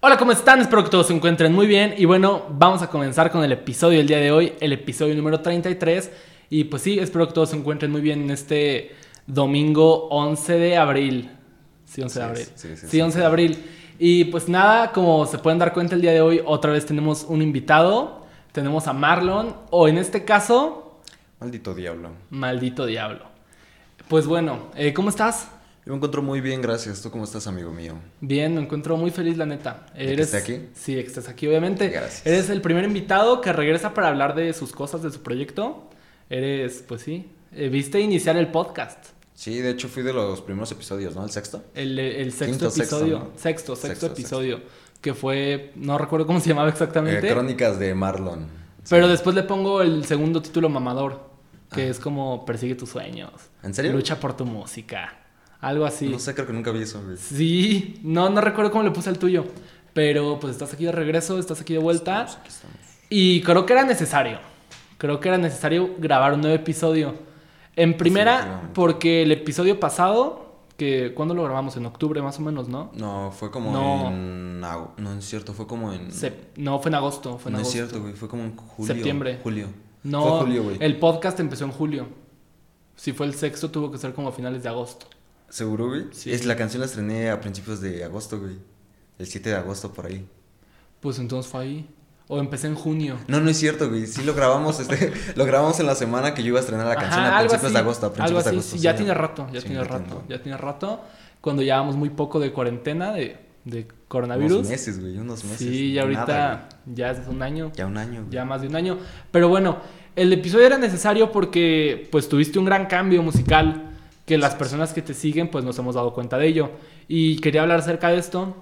Hola, ¿cómo están? Espero que todos se encuentren muy bien. Y bueno, vamos a comenzar con el episodio del día de hoy, el episodio número 33. Y pues sí, espero que todos se encuentren muy bien en este domingo 11 de abril. Sí, 11 de abril. Sí, 11 de abril. Y pues nada, como se pueden dar cuenta el día de hoy, otra vez tenemos un invitado. Tenemos a Marlon, o en este caso... Maldito diablo. Maldito diablo. Pues bueno, ¿cómo estás? Yo me encuentro muy bien, gracias. ¿Tú cómo estás, amigo mío? Bien, me encuentro muy feliz, la neta. ¿De que esté aquí? Sí, que estés aquí, obviamente. Gracias. Eres el primer invitado que regresa para hablar de sus cosas, de su proyecto. Eres, pues sí, viste iniciar el podcast. Sí, de hecho fui de los primeros episodios, ¿no? ¿El sexto? El sexto Quinto, episodio. sexto, ¿no? Sexto episodio. Que fue, no recuerdo cómo se llamaba exactamente. Crónicas de Marlon. Pero Sí. después le pongo el segundo título mamador, que es como Persigue tus sueños. ¿En serio? Lucha por tu música. Algo así. No sé, creo que nunca vi eso, güey. Sí, no recuerdo cómo le puse al tuyo. Pero pues estás aquí de regreso, estás aquí de vuelta. Aquí estamos. Y creo que era necesario. Creo que era necesario grabar un nuevo episodio. En primera, porque el episodio pasado, que ¿cuándo lo grabamos? En octubre más o menos, ¿no? No, fue como No. No, es cierto, fue como en... No, fue en agosto. Fue en no agosto. es cierto, güey, fue como en julio. Septiembre. Julio. No, Fue julio, güey. el podcast empezó en julio. Si fue el sexto, tuvo que ser como a finales de agosto. ¿Seguro, güey? Sí. La canción la estrené a principios de agosto, güey. El 7 de agosto, por ahí. Pues entonces fue ahí. O empecé en junio. No es cierto, güey. Sí lo grabamos, lo grabamos en la semana que yo iba a estrenar la canción a principios de agosto. Algo así, sí, ya tiene rato, ya tiene rato. Cuando llevábamos muy poco de cuarentena, de coronavirus. Unos meses, güey, unos meses. Sí, y ahorita Nada, ya es un año. ya un año. Ya más de un año. Pero bueno, el episodio era necesario porque pues tuviste un gran cambio musical que las personas que te siguen pues nos hemos dado cuenta de ello. Y quería hablar acerca de esto.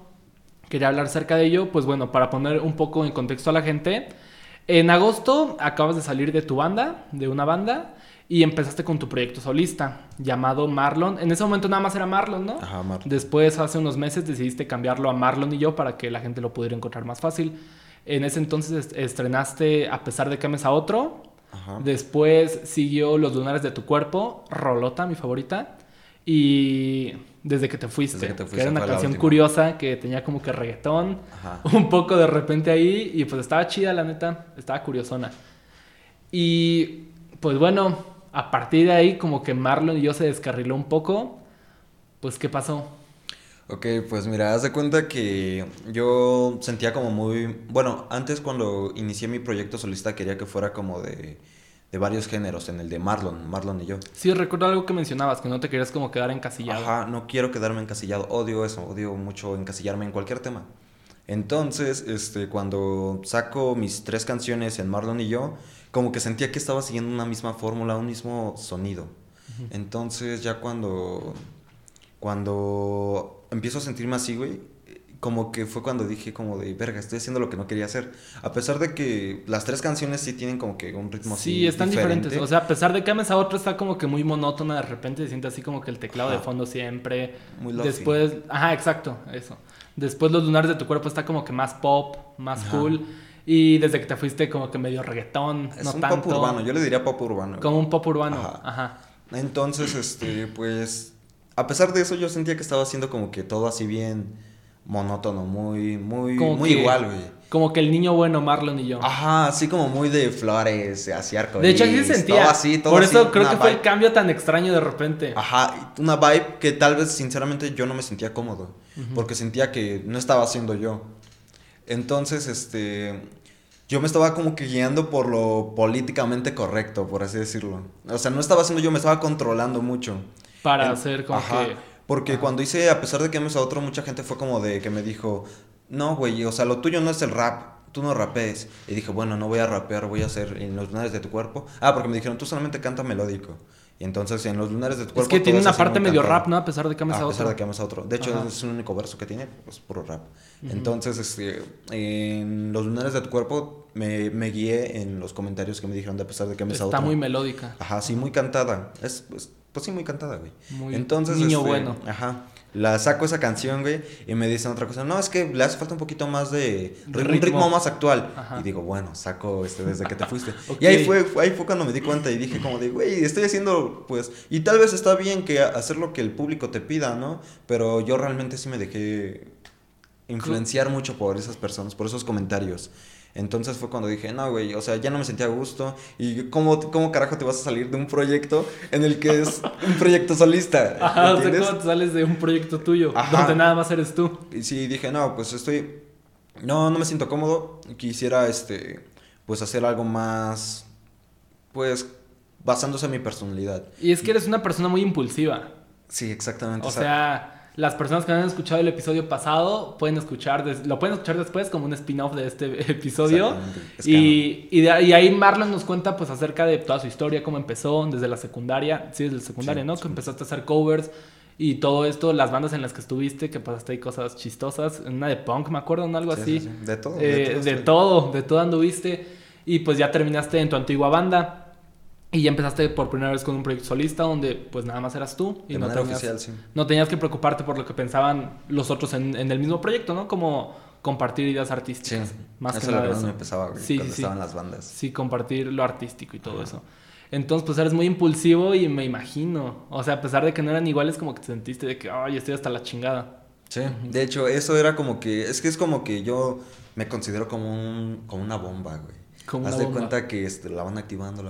Pues bueno, para poner un poco en contexto a la gente. En agosto acabas de salir de tu banda, de una banda, y empezaste con tu proyecto solista llamado Marlon. En ese momento nada más era Marlon, ¿no? Ajá, Marlon. Después, hace unos meses, decidiste cambiarlo a Marlon y yo para que la gente lo pudiera encontrar más fácil. En ese entonces estrenaste A pesar de que ames a otro. Ajá. Después siguió Los lunares de tu cuerpo, Rolota, mi favorita. Y Desde que te fuiste, que era una canción curiosa que tenía como que reggaetón, Ajá. un poco de repente ahí, y pues estaba chida, la neta, estaba curiosona. Y pues bueno, a partir de ahí como que Marlon y yo se descarriló un poco. Pues, ¿qué pasó? Ok, pues mira, haz de cuenta que yo sentía como muy... Bueno, antes cuando inicié mi proyecto solista quería que fuera como de varios géneros, en el de Marlon y yo. Sí, recuerdo algo que mencionabas, que no te querías como quedar encasillado. Ajá, no quiero quedarme encasillado, odio eso, odio mucho encasillarme en cualquier tema. Entonces, cuando saco mis 3 canciones en Marlon y yo, como que sentía que estaba siguiendo una misma fórmula, un mismo sonido. Uh-huh. Entonces ya cuando empiezo a sentirme así, güey, como que fue cuando dije como de, verga, estoy haciendo lo que no quería hacer. A pesar de que las 3 canciones sí tienen como que un ritmo así Sí, están diferente. diferentes. O sea, a pesar de que ames a otro está como que muy monótona, de repente se siente así como que el teclado de fondo siempre. Muy lofi. Después, ajá, exacto, eso. Después Los lunares de tu cuerpo está como que más pop, más cool. Y desde que te fuiste como que medio reggaetón, Es no un tanto. pop urbano, yo le diría pop urbano. Como un pop urbano, Ajá. Entonces, pues, a pesar de eso yo sentía que estaba haciendo como que todo así bien monótono, muy igual, güey. Como que el niño bueno, Marlon y yo. Ajá, así como muy de flores, así arcoíris. De hecho, así se sentía. Todo así, todo por así, eso creo que una fue vibe. el cambio tan extraño de repente. Ajá, una vibe que tal vez sinceramente yo no me sentía cómodo, porque sentía que no estaba haciendo yo. Entonces, yo me estaba como que guiando por lo políticamente correcto, por así decirlo. O sea, no estaba haciendo yo, me estaba controlando mucho. Para hacer como que... Porque cuando hice A pesar de que ames a otro, mucha gente fue como de que me dijo, no, güey, o sea, lo tuyo no es el rap, tú no rapees. Y dije, bueno, no voy a rapear, voy a hacer en Los lunares de tu cuerpo. Porque me dijeron, tú solamente canta melódico. Y entonces en Los lunares de tu cuerpo... Es que tiene una así parte muy medio cantado. rap, ¿no? A pesar de que ames a otro. A pesar de que ames a otro. De hecho, Ajá. es el único verso que tiene, pues puro rap. Entonces, en Los lunares de tu cuerpo me guié en los comentarios que me dijeron de A pesar de que ames a otro. Está muy melódica. Ajá, sí, muy cantada. Pues sí, muy cantada, güey. Muy Entonces, niño bueno. Ajá. La saco esa canción, güey, y me dicen otra cosa. No, es que le hace falta un poquito más de un ritmo más actual. Ajá. Y digo, bueno, saco Desde que te fuiste. Ok. Y ahí fue cuando me di cuenta y dije como de, güey, estoy haciendo, pues, y tal vez está bien que hacer lo que el público te pida, ¿no? Pero yo realmente sí me dejé influenciar mucho por esas personas, por esos comentarios. Entonces fue cuando dije, no, güey, o sea, ya no me sentía a gusto. ¿Y cómo carajo te vas a salir de un proyecto en el que es un proyecto solista? Ajá, o sea, ¿cómo te sales de un proyecto tuyo? Ajá. Donde nada más eres tú. Y sí, dije, no, pues no me siento cómodo. Quisiera, pues hacer algo más, pues, basándose en mi personalidad. Y es que eres una persona muy impulsiva. Sí, exactamente. O sea, las personas que han escuchado el episodio pasado lo pueden escuchar después como un spin-off de este episodio. Y ahí Marlon nos cuenta pues acerca de toda su historia, cómo empezó desde la secundaria. Sí, desde la secundaria, sí, ¿no? Sí. Que empezaste a hacer covers y todo esto, las bandas en las que estuviste, que pasaste ahí cosas chistosas. Una de punk, me acuerdo, ¿no? Algo así. Sí. De todo. De todo anduviste. Y pues ya terminaste en tu antigua banda. Y ya empezaste por primera vez con un proyecto solista donde pues nada más eras tú. Y de manera oficial, sí. No tenías que preocuparte por lo que pensaban los otros en el mismo proyecto, ¿no? Como compartir ideas artísticas. Sí, más eso que es nada lo que más me pesaba, güey, cuando estaban las bandas. Sí, compartir lo artístico y todo eso. Entonces, pues eres muy impulsivo y me imagino. O sea, a pesar de que no eran iguales, como que te sentiste de que, ay, estoy hasta la chingada. Sí, de hecho, eso era como que... Es como que yo me considero como una bomba, güey. Haz de cuenta que la van activando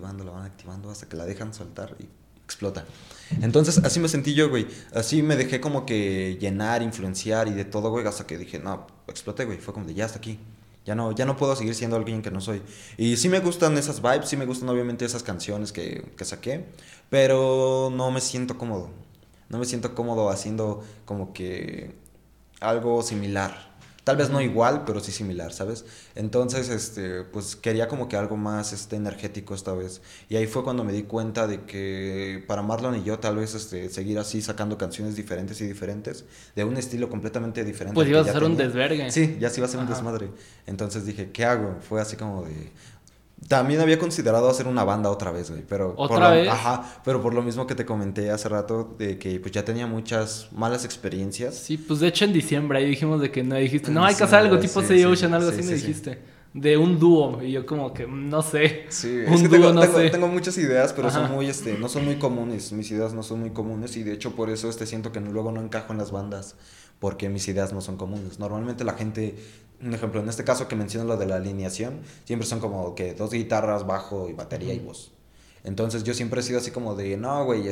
hasta que la dejan soltar y explota. Entonces, así me sentí yo, güey. Así me dejé como que llenar, influenciar y de todo, güey, hasta que dije, no, exploté, güey. Fue como de ya hasta aquí. Ya no puedo seguir siendo alguien que no soy. Y sí me gustan esas vibes, sí me gustan obviamente esas canciones que saqué, pero no me siento cómodo. No me siento cómodo haciendo como que algo similar. Tal vez no igual, pero sí similar, ¿sabes? Entonces, pues quería como que algo más energético esta vez. Y ahí fue cuando me di cuenta de que para Marlon y yo tal vez seguir así sacando canciones diferentes de un estilo completamente diferente. Pues ibas a hacer un desvergue. Sí, ya sí iba a ser un desmadre. Entonces dije, ¿qué hago? Fue así como de... También había considerado hacer una banda otra vez, güey, pero... ¿Otra vez? Ajá, pero por lo mismo que te comenté hace rato, de que pues ya tenía muchas malas experiencias. Sí, pues de hecho en diciembre ahí dijimos de que no, dijiste, no, hay que hacer algo tipo Say Ocean, algo así me dijiste. De un dúo, y yo como que, no sé. Sí, es que tengo muchas ideas, pero son muy, no son muy comunes, mis ideas no son muy comunes, y de hecho por eso siento que luego no encajo en las bandas, porque mis ideas no son comunes. Normalmente la gente... Un ejemplo, en este caso que mencionas lo de la alineación, siempre son como que 2 guitarras, bajo y batería y voz. Entonces yo siempre he sido así como de, no, güey,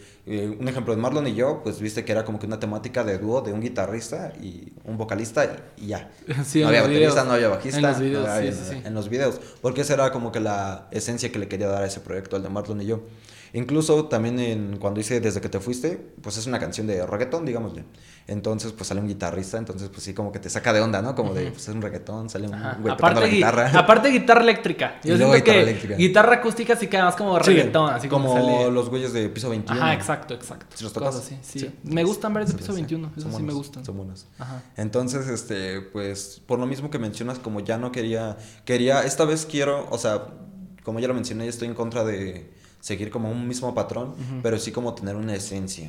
un ejemplo de Marlon y yo, pues viste que era como que una temática de dúo de un guitarrista y un vocalista y ya. Sí, no había baterista, no había bajista. En los videos, en los videos, porque esa era como que la esencia que le quería dar a ese proyecto, el de Marlon y yo. Incluso también cuando hice Desde que te fuiste, pues es una canción de reggaetón, digámosle. Entonces, pues sale un guitarrista, entonces pues sí como que te saca de onda, ¿no? Como de, pues es un reggaetón, sale un güey tocando la guitarra. Aparte guitarra eléctrica. Yo siento que eléctrica. Guitarra acústica sí queda más como reggaetón, así como sale... los güeyes de Piso 21. Ajá, exacto. ¿Si los tocas? Así, sí. Me gustan ver de Piso 21, eso sí me gustan. Son buenos. Ajá. Entonces, pues por lo mismo que mencionas, como ya no quería, esta vez quiero, o sea, como ya lo mencioné, estoy en contra de seguir como un mismo patrón, pero sí como tener una esencia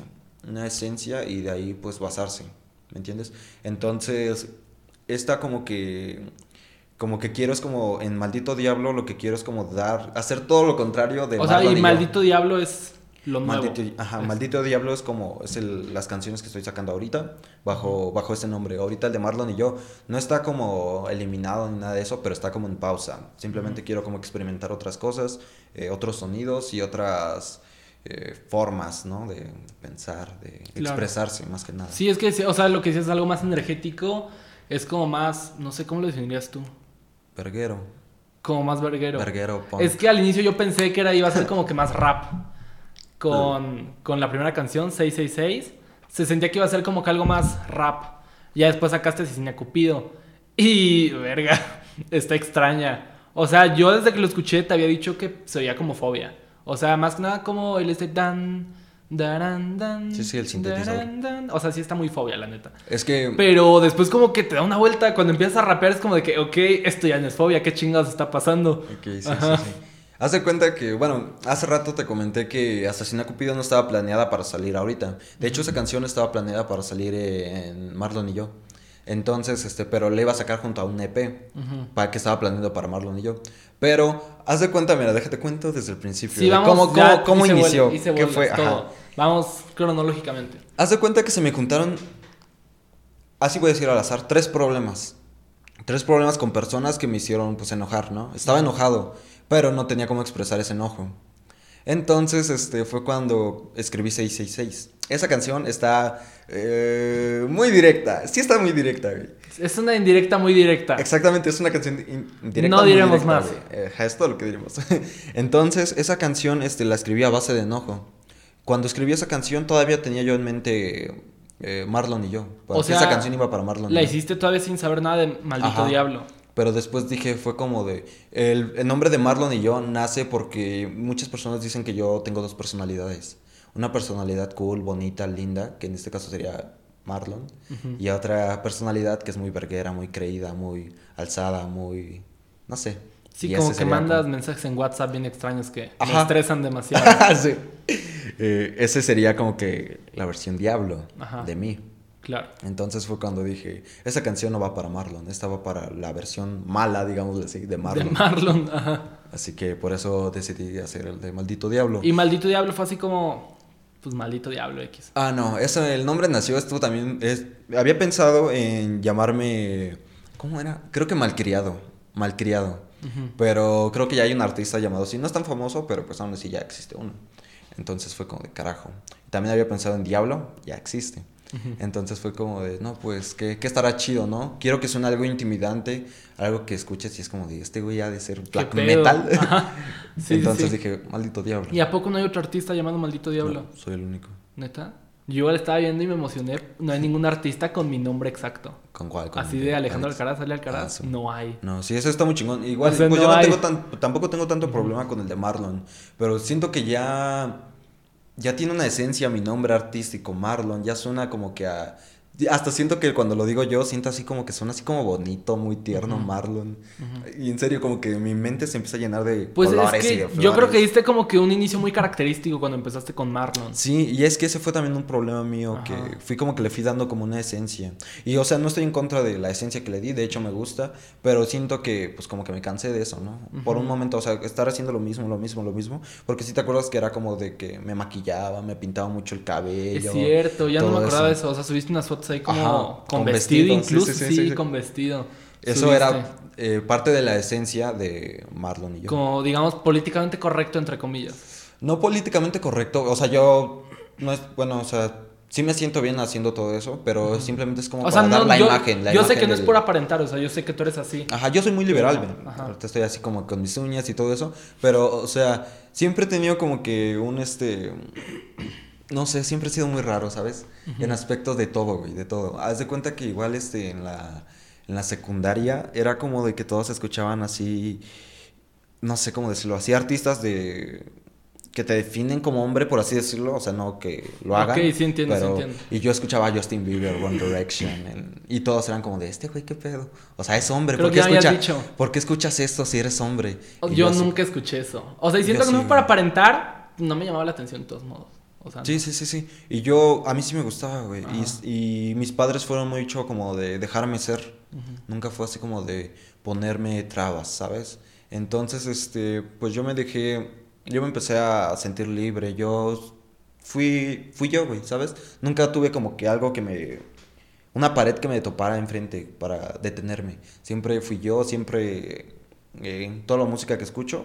y de ahí pues basarse, ¿me entiendes? Entonces, como que quiero es como en Maldito Diablo, lo que quiero es como hacer todo lo contrario de... O sea, y Maldito Diablo es lo nuevo. Maldito Diablo es como las canciones que estoy sacando ahorita bajo ese nombre. Ahorita el de Marlon y yo no está como eliminado ni nada de eso, pero está como en pausa. Simplemente quiero como experimentar otras cosas, otros sonidos y otras formas, ¿no? De pensar, de expresarse más que nada. Sí, es que, o sea, lo que sí es algo más energético, es como más, no sé cómo lo definirías tú. Verguero. Como más verguero. Verguero, punk. Es que al inicio yo pensé que iba a ser como que más rap. Con la primera canción, 666, se sentía que iba a ser como que algo más rap. Ya después sacaste Asesina Cupido. Y, verga, está extraña. O sea, yo desde que lo escuché te había dicho que se oía como Fobia. O sea, más que nada como el dan, dan. Sí, el sintetizador. Dan. O sea, sí está muy Fobia, la neta. Es que... Pero después como que te da una vuelta. Cuando empiezas a rapear es como de que, ok, esto ya no es Fobia. ¿Qué chingados está pasando? Ok, sí. Haz de cuenta que, bueno, hace rato te comenté que Asesina Cupido no estaba planeada para salir ahorita. De hecho, esa canción estaba planeada para salir en Marlon y yo. Entonces, pero le iba a sacar junto a un EP para que estaba planeado para Marlon y yo. Pero, haz de cuenta, mira, déjate cuento desde el principio. Sí, vamos, ¿Cómo inició? ¿Qué fue? Todo. Vamos cronológicamente. Haz de cuenta que se me juntaron así voy a decir al azar, 3 problemas. 3 problemas con personas que me hicieron pues enojar, ¿no? Estaba enojado, pero no tenía cómo expresar ese enojo. Entonces, fue cuando escribí 666. Esa canción está muy directa. Sí está muy directa, güey. Es una indirecta muy directa. Exactamente, es una canción indirecta. No muy diremos directa, más. Es todo lo que diremos. Entonces, esa canción la escribí a base de enojo. Cuando escribí esa canción, todavía tenía yo en mente Marlon y yo. O sea, esa canción iba para Marlon. La y yo. hiciste todavía sin saber nada de Maldito Ajá. Diablo. Pero después dije, fue como de... El nombre de Marlon y yo nace porque muchas personas dicen que yo tengo 2 personalidades. Una personalidad cool, bonita, linda, que en este caso sería Marlon. Y otra personalidad que es muy verguera, muy creída, muy alzada, muy... no sé. Sí, Y como ese que sería mandas mensajes en WhatsApp bien extraños que me Ajá. estresan demasiado. Sí. Ese sería como que la versión diablo Ajá. de mí. Claro. Entonces fue cuando dije, esa canción no va para Marlon, esta va para la versión mala, digamos así, de Marlon. De Marlon, ajá. Así que por eso decidí hacer el de Maldito Diablo. Y Maldito Diablo fue así como... Pues Maldito Diablo X. Ah, no, eso, el nombre nació, esto también había pensado en llamarme, ¿cómo era? Creo que Malcriado. Pero creo que ya hay un artista llamado así, no es tan famoso, pero pues aún así ya existe uno. Entonces fue como de carajo. También había pensado en Diablo, ya existe. Entonces fue como de, no, pues, ¿qué estará chido, no? Quiero que suene algo intimidante, algo que escuches y es como de, este güey ha de ser black metal. Ajá. Sí, Entonces sí. dije, Maldito Diablo. ¿Y a poco no hay otro artista llamado Maldito Diablo? No, soy el único. ¿Neta? Yo igual estaba viendo y me emocioné. No hay ningún artista con mi nombre exacto. ¿Con cuál? Con Así de Alejandro Alex. Alcaraz, Ale Alcaraz. Sí. No hay. No, sí, eso está muy chingón. Igual, O sea, pues no yo no hay. tampoco tengo tanto problema con el de Marlon. Pero siento que ya tiene una esencia mi nombre artístico, Marlon. Ya suena como que a... Hasta siento que cuando lo digo yo, siento así como que suena así como bonito, muy tierno, Marlon. Y en serio, como que mi mente se empieza a llenar de Pues colores es y de que flores. yo creo que diste como que un inicio muy característico cuando empezaste con Marlon. Sí, y es que ese fue también un problema mío, Ajá. que fui como que le fui dando como una esencia. Y o sea, no estoy en contra de la esencia que le di, de hecho me gusta, pero siento que pues como que me cansé de eso, ¿no? Por un momento, o sea, estar haciendo lo mismo, porque si te acuerdas que era como de que me maquillaba, me pintaba mucho el cabello. Es cierto, ya no me todo acordaba de eso. eso. O sea, subiste unas fotos ahí como Ajá, con con vestido, vestido, incluso. Sí, con vestido. Eso Subiste. era parte de la esencia de Marlon y yo. Como, digamos, políticamente correcto, entre comillas. No políticamente correcto, o sea, yo no es, bueno, o sea, sí me siento bien haciendo todo eso, pero simplemente es como O sea, para dar la yo, imagen. yo sé que no es por aparentar, o sea, yo sé que tú eres así. Ajá, yo soy muy liberal, ven. Ajá. Ahorita estoy así como con mis uñas y todo eso, pero, o sea, siempre he tenido como que no sé, siempre he sido muy raro, ¿sabes? En aspectos de todo, güey, de todo. Haz de cuenta que igual, en la secundaria era como de que todos escuchaban así, no sé cómo decirlo, así artistas que te definen como hombre, por así decirlo, o sea, no que lo hagan. Ok, sí entiendo, pero, sí entiendo. Y yo escuchaba a Justin Bieber, One Direction, y todos eran como de, este güey, ¿qué pedo? O sea, es hombre, Creo ¿por que qué, ya habías dicho. ¿por qué escuchas esto si eres hombre? Y Yo así, nunca escuché eso. O sea, y siento Yo que no sí, es para güey. aparentar, no me llamaba la atención de todos modos. O sea, Sí, no. sí. Y a mí sí me gustaba, güey. Y mis padres fueron mucho como de dejarme ser. Nunca fue así como de ponerme trabas, ¿sabes? Entonces, pues yo me empecé a sentir libre. Yo fui yo, güey, ¿sabes? Nunca tuve como que algo una pared que me topara enfrente para detenerme. Siempre fui yo, siempre, en toda la música que escucho.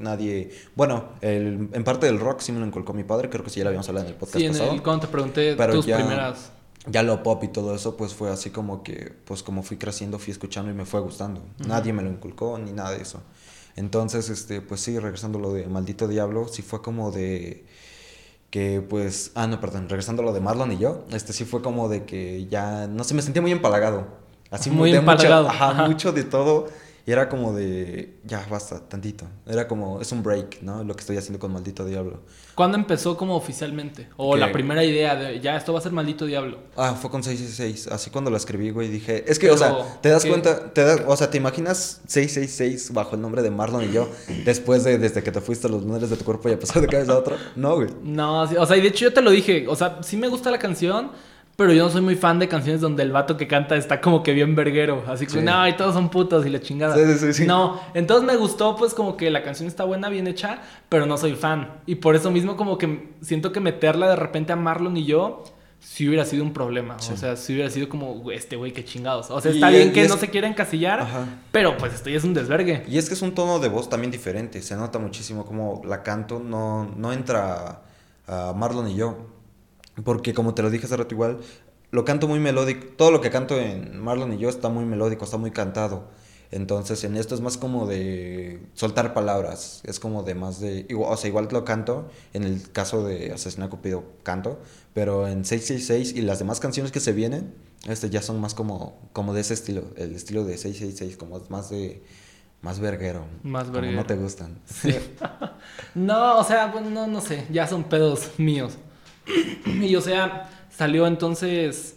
Bueno, en parte del rock sí me lo inculcó mi padre, creo que sí ya lo habíamos hablado en el podcast Sí, pasado. cuando te pregunté Pero tus ya- primeras... Ya lo pop y todo eso, pues fue así como que, pues como fui creciendo, fui escuchando y me fue gustando. Nadie me lo inculcó ni nada de eso. Entonces, pues sí, regresando a lo de Maldito Diablo, sí fue como de que, pues, regresando a lo de Marlon y yo, sí fue como de que ya, no sé, me sentía muy empalagado. Así Muy de empalagado. ajá, mucho de todo. Y era como de, ya, basta, tantito. Era como, es un break, ¿no? Lo que estoy haciendo con Maldito Diablo. ¿Cuándo empezó como oficialmente? O ¿Qué? la primera idea de, ya, esto va a ser Maldito Diablo. Ah, fue con 666. Así cuando lo escribí, güey, dije... Es que, Pero, o sea, te das ¿qué? cuenta... o sea, ¿te imaginas 666 bajo el nombre de Marlon y yo después desde que te fuiste a los lunares de tu cuerpo y a pasar de cabeza a otro? No, güey. No, sí, o sea, y de hecho yo te lo dije, o sea, sí me gusta la canción, pero yo no soy muy fan de canciones donde el vato que canta está como que bien verguero, así que Sí. no, y todos son putos y la chingada. Sí. No, entonces me gustó pues como que la canción está buena, bien hecha, pero no soy fan. Y por eso mismo como que siento que meterla de repente a Marlon y yo sí hubiera sido un problema. Sí. O sea, sí hubiera sido como, este güey, qué chingados. O sea, Y está bien que es- no se quiera encasillar, Ajá. pero pues esto ya es un desvergue. Y es que es un tono de voz también diferente. Se nota muchísimo como la canto. No entra a Marlon y yo. Porque como te lo dije hace rato igual, lo canto muy melódico. Todo lo que canto en Marlon y yo está muy melódico, está muy cantado. Entonces en esto es más como de soltar palabras. Es como de más de... O sea, igual lo canto. En el caso de Asesina Cupido canto. Pero en 666 y las demás canciones que se vienen, ya son más como de ese estilo. El estilo de 666, como es más de... Más verguero. Más Como verguero. no te gustan. Sí. No, o sea, bueno, no sé, ya son pedos míos. Y o sea, salió entonces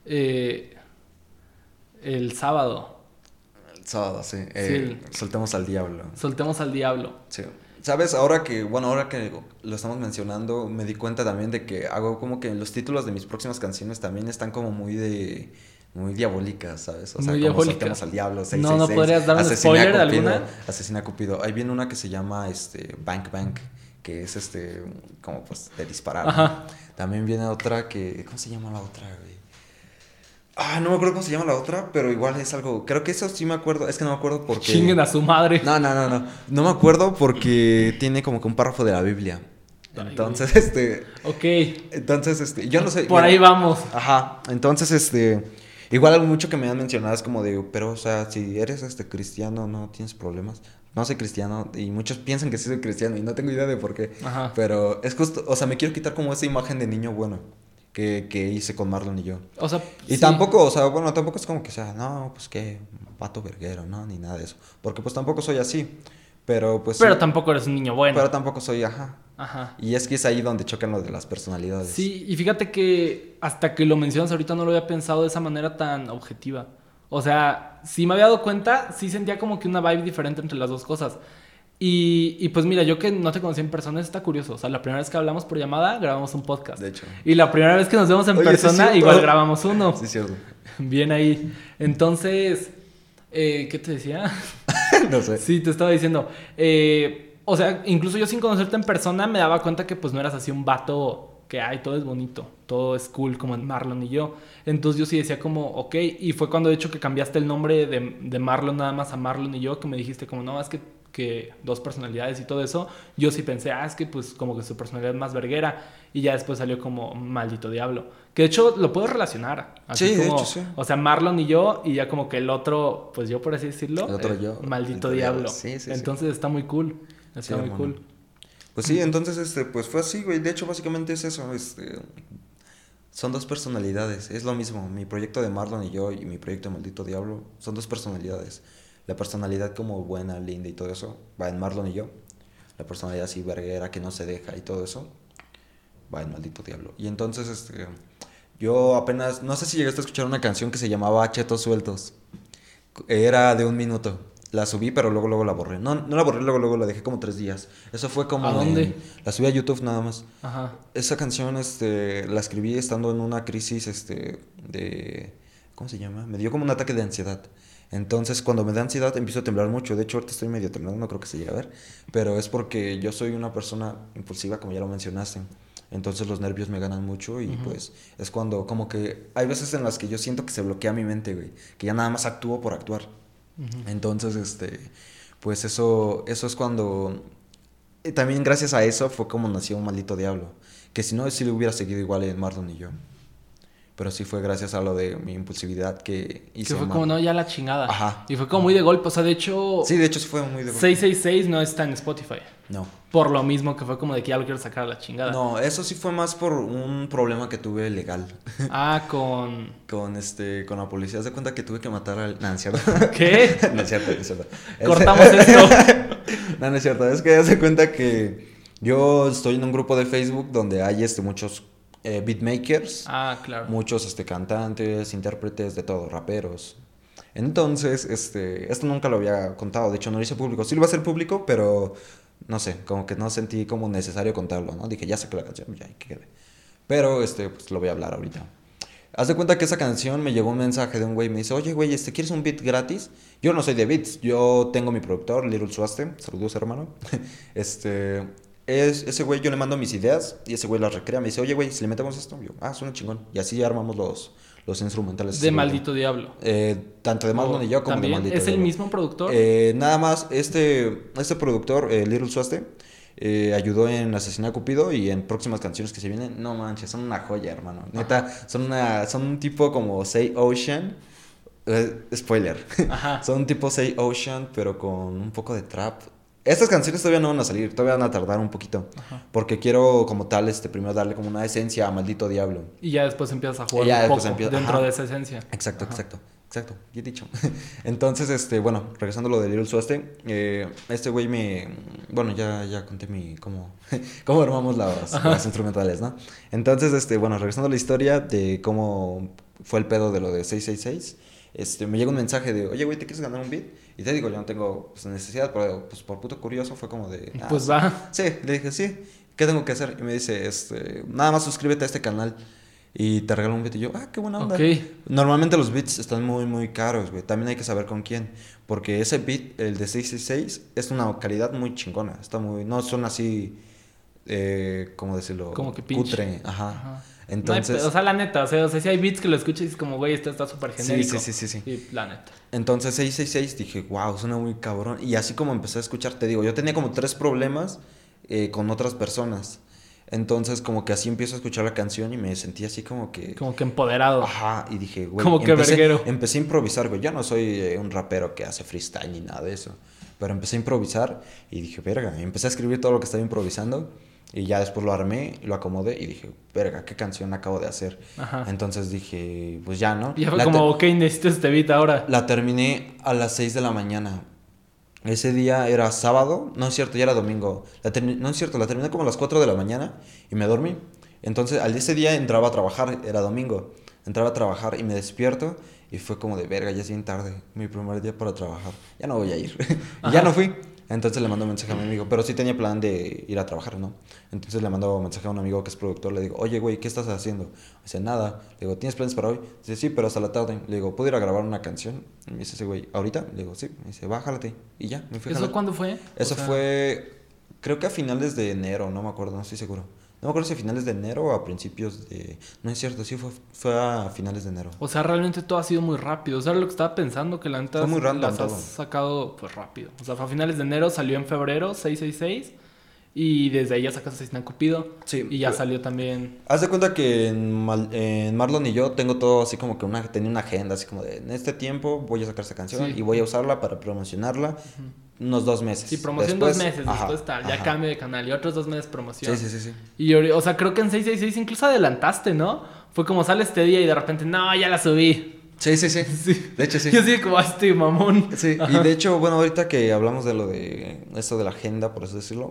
el sábado. El sábado, sí. Sí. Soltemos al diablo. Soltemos al diablo. Sí. ¿Sabes? Ahora que lo estamos mencionando, me di cuenta también de que hago como que los títulos de mis próximas canciones también están como muy diabólicas, ¿sabes? O sea, Muy como diabólicas. Soltemos al diablo, No podrías dar un Asesina spoiler de Cupido, alguna. Asesina Cupido. Ahí viene una que se llama Bank Bank, que es como pues de disparar, ¿no? Ajá. También viene otra ¿cómo se llama la otra, güey? No me acuerdo cómo se llama la otra, pero igual es algo. Creo que eso sí me acuerdo. Es que no me acuerdo porque. Chinguen a su madre. No. No me acuerdo porque tiene como que un párrafo de la Biblia. Entonces, Ok. yo no sé. Por ahí vamos. Ajá. Entonces, igual algo mucho que me han mencionado es como de, pero, o sea, si eres cristiano, no tienes problemas. No soy cristiano y muchos piensan que sí soy cristiano y no tengo idea de por qué. Ajá. Pero es justo, o sea, me quiero quitar como esa imagen de niño bueno que hice con Marlon y yo. O sea, Y sí. tampoco, o sea, bueno, tampoco es como que sea, no, pues qué, pato verguero, no, ni nada de eso. Porque pues tampoco soy así. Pero pues Pero sí, tampoco eres un niño bueno. pero tampoco soy, ajá. Ajá. Y es que es ahí donde chocan lo de las personalidades. Sí, y fíjate que hasta que lo mencionas ahorita no lo había pensado de esa manera tan objetiva. O sea, sí me había dado cuenta, sí sentía como que una vibe diferente entre las dos cosas. Y pues mira, yo que no te conocí en persona, está curioso. O sea, la primera vez que hablamos por llamada, grabamos un podcast. De hecho. Y la primera vez que nos vemos en Oye, sí es persona, cierto. igual grabamos uno. Sí, es cierto. Bien ahí. Entonces, ¿qué te decía? No sé. Sí, te estaba diciendo. O sea, incluso yo sin conocerte en persona me daba cuenta que pues no eras así un vato que, ay, todo es bonito, todo es cool, como en Marlon y yo. Entonces yo sí decía como, ok, y fue cuando de hecho que cambiaste el nombre de Marlon nada más a Marlon y yo, que me dijiste como, no, es que dos personalidades y todo eso. Yo sí pensé, es que pues como que su personalidad es más verguera. Y ya después salió como Maldito Diablo. Que de hecho lo puedo relacionar. Así Sí, de como, hecho, sí. O sea, Marlon y yo, y ya como que el otro, pues yo por así decirlo. El otro yo. Maldito Maldito Diablo. Diablo. Sí, sí, Entonces está muy cool. Está Sí, muy hermano. cool. Pues sí, entonces, pues fue así, güey. De hecho, básicamente es eso, son dos personalidades. Es lo mismo. Mi proyecto de Marlon y yo y mi proyecto de Maldito Diablo son dos personalidades. La personalidad como buena, linda y todo eso va en Marlon y yo. La personalidad así verguera que no se deja y todo eso va en Maldito Diablo. Y entonces, yo apenas, no sé si llegaste a escuchar una canción que se llamaba Chetos Sueltos. Era de 1 minuto. La subí, pero luego la borré. No la borré, luego la dejé como 3 días. Eso fue como... ¿A dónde? La subí a YouTube nada más. Ajá. Esa canción, la escribí estando en una crisis, de... ¿Cómo se llama? Me dio como un ataque de ansiedad. Entonces, cuando me da ansiedad, empiezo a temblar mucho. De hecho, ahorita estoy medio temblando, no creo que se llegue a ver. Pero es porque yo soy una persona impulsiva, como ya lo mencionaste. Entonces, los nervios me ganan mucho y pues es cuando como que... Hay veces en las que yo siento que se bloquea mi mente, güey. Que ya nada más actúo por actuar. Entonces, pues eso es cuando... Y también gracias a eso fue como nació Maldito Diablo. Que si no, sí le hubiera seguido igual en Marlon y yo. Pero sí fue gracias a lo de mi impulsividad que hice. Que fue como, no, ya la chingada. Ajá. Y fue como muy de golpe. O sea, de hecho... Sí, de hecho sí fue muy de... 666 no está en Spotify. No. Por lo mismo que fue como de que ya lo quiero sacar a la chingada. No, eso sí fue más por un problema que tuve legal. Con... Con la policía. Haz de cuenta que tuve que matar al... No, no es cierto. ¿Qué? No es cierto, no es cierto. Cortamos esto. No es cierto. Es que haz de cuenta que yo estoy en un grupo de Facebook donde hay muchos beatmakers. Ah, claro. Muchos cantantes, intérpretes, de todo, raperos. Entonces, esto nunca lo había contado, de hecho no lo hice público. Sí lo iba a hacer público, pero no sé, como que no sentí como necesario contarlo, ¿no? Dije, ya saqué la canción, ya, que quede. Pero, pues lo voy a hablar ahorita. Haz de cuenta que esa canción me llegó un mensaje de un güey, me dice, oye, güey, ¿quieres un beat gratis? Yo no soy de beats, yo tengo mi productor, Little Suaste, saludos, hermano. ese güey yo le mando mis ideas y ese güey las recrea. Me dice, oye, güey, si le metemos esto, yo, suena chingón. Y así armamos los instrumentales. De Maldito Diablo. Tanto de Marlon y yo como ¿también? de Maldito ¿Es Diablo. el mismo productor? Nada más, este productor, Little Suaste, ayudó en Asesinar a Cupido y en próximas canciones que se vienen. No manches, son una joya, hermano. Neta, son un tipo como Say Ocean. Spoiler. Ajá. Son un tipo Say Ocean, pero con un poco de trap. Estas canciones todavía no van a salir, todavía van a tardar un poquito. Ajá. Porque quiero, como tal, primero darle como una esencia a Maldito Diablo. Y ya después empiezas a jugar Y ya un después poco empieza- dentro ajá. de esa esencia. Exacto, Ajá. exacto, bien dicho. Entonces, bueno, regresando a lo de Little Suaste, este güey bueno, ya conté cómo armamos las instrumentales, ¿no? Entonces, bueno, regresando a la historia de cómo fue el pedo de lo de 666, me llega un mensaje de, oye, güey, ¿te quieres ganar un beat? Y te digo, yo no tengo necesidad, pero pues por puto curioso fue como de... Pues sí. va. Sí, le dije, sí, ¿qué tengo que hacer? Y me dice, nada más suscríbete a este canal y te regalo un beat. Y yo, qué buena onda. Ok. Normalmente los beats están muy, muy caros, güey. También hay que saber con quién. Porque ese beat, el de 666, es una calidad muy chingona. No son así, ¿cómo decirlo? Como que pinche. Cutre, ajá. Ajá. Entonces... No hay o sea, la neta, o sea, si hay beats que lo escuchas y es como, güey, esto está súper genérico. Sí. Sí, la neta. Entonces 666 dije, wow, suena muy cabrón. Y así como empecé a escuchar, te digo, yo tenía como 3 problemas con otras personas. Entonces como que así empiezo a escuchar la canción y me sentí así como que... Como que empoderado. Ajá, y dije, güey, Como que verguero. empecé a improvisar, güey. Yo no soy un rapero que hace freestyle ni nada de eso. Pero empecé a improvisar y dije, verga, y empecé a escribir todo lo que estaba improvisando. Y ya después lo armé, lo acomodé y dije, verga, ¿qué canción acabo de hacer? Ajá. Entonces dije, pues ya, ¿no? Y ya fue como, ok, necesito este beat ahora. La terminé a las 6 de la mañana. Ese día era sábado, no es cierto, ya era domingo. No es cierto, la terminé como a las 4 de la mañana y me dormí. Entonces, ese día entraba a trabajar, era domingo. Entraba a trabajar y me despierto y fue como de verga, ya es bien tarde, mi primer día para trabajar. Ya no voy a ir. Y ya no fui. Entonces le mando un mensaje a mi amigo, pero sí tenía plan de ir a trabajar, ¿no? Entonces le mando un mensaje a un amigo que es productor, le digo, oye, güey, ¿qué estás haciendo? Me dice, nada. Le digo, ¿tienes planes para hoy? Dice, sí, pero hasta la tarde. Le digo, ¿puedo ir a grabar una canción? Y me dice ese güey, ¿ahorita? Le digo, sí. Me dice, bájalate. Y ya, me fui a ¿Eso jalar. cuándo fue? Eso fue, creo que a finales de enero, no me acuerdo, no estoy seguro. No me acuerdo si a finales de enero o a principios de... No es cierto, sí fue a finales de enero. O sea, realmente todo ha sido muy rápido. O sea, lo que estaba pensando, que la neta Fue muy random las todo. has sacado pues rápido. O sea, fue a finales de enero, salió en febrero, 666. Y desde ahí ya sacas Asesinar a Cupido. Sí, Y ya pero- salió también... Haz de cuenta que en Marlon y yo tengo todo así como que tenía una agenda, así como de, en este tiempo voy a sacar esta canción Sí. y voy a usarla para promocionarla unos 2 meses. Sí, promoción Después, 2 meses, ajá, después tal. Ya ajá. cambio de canal y otros 2 meses promoción. Sí. Y, o sea, creo que en 666 incluso adelantaste, ¿no? Fue como sale este día y de repente, no, ya la subí. Sí. Sí. De hecho, sí. Yo así como, este mamón. Sí, y de hecho, bueno, ahorita que hablamos de lo de esto de la agenda, por así decirlo,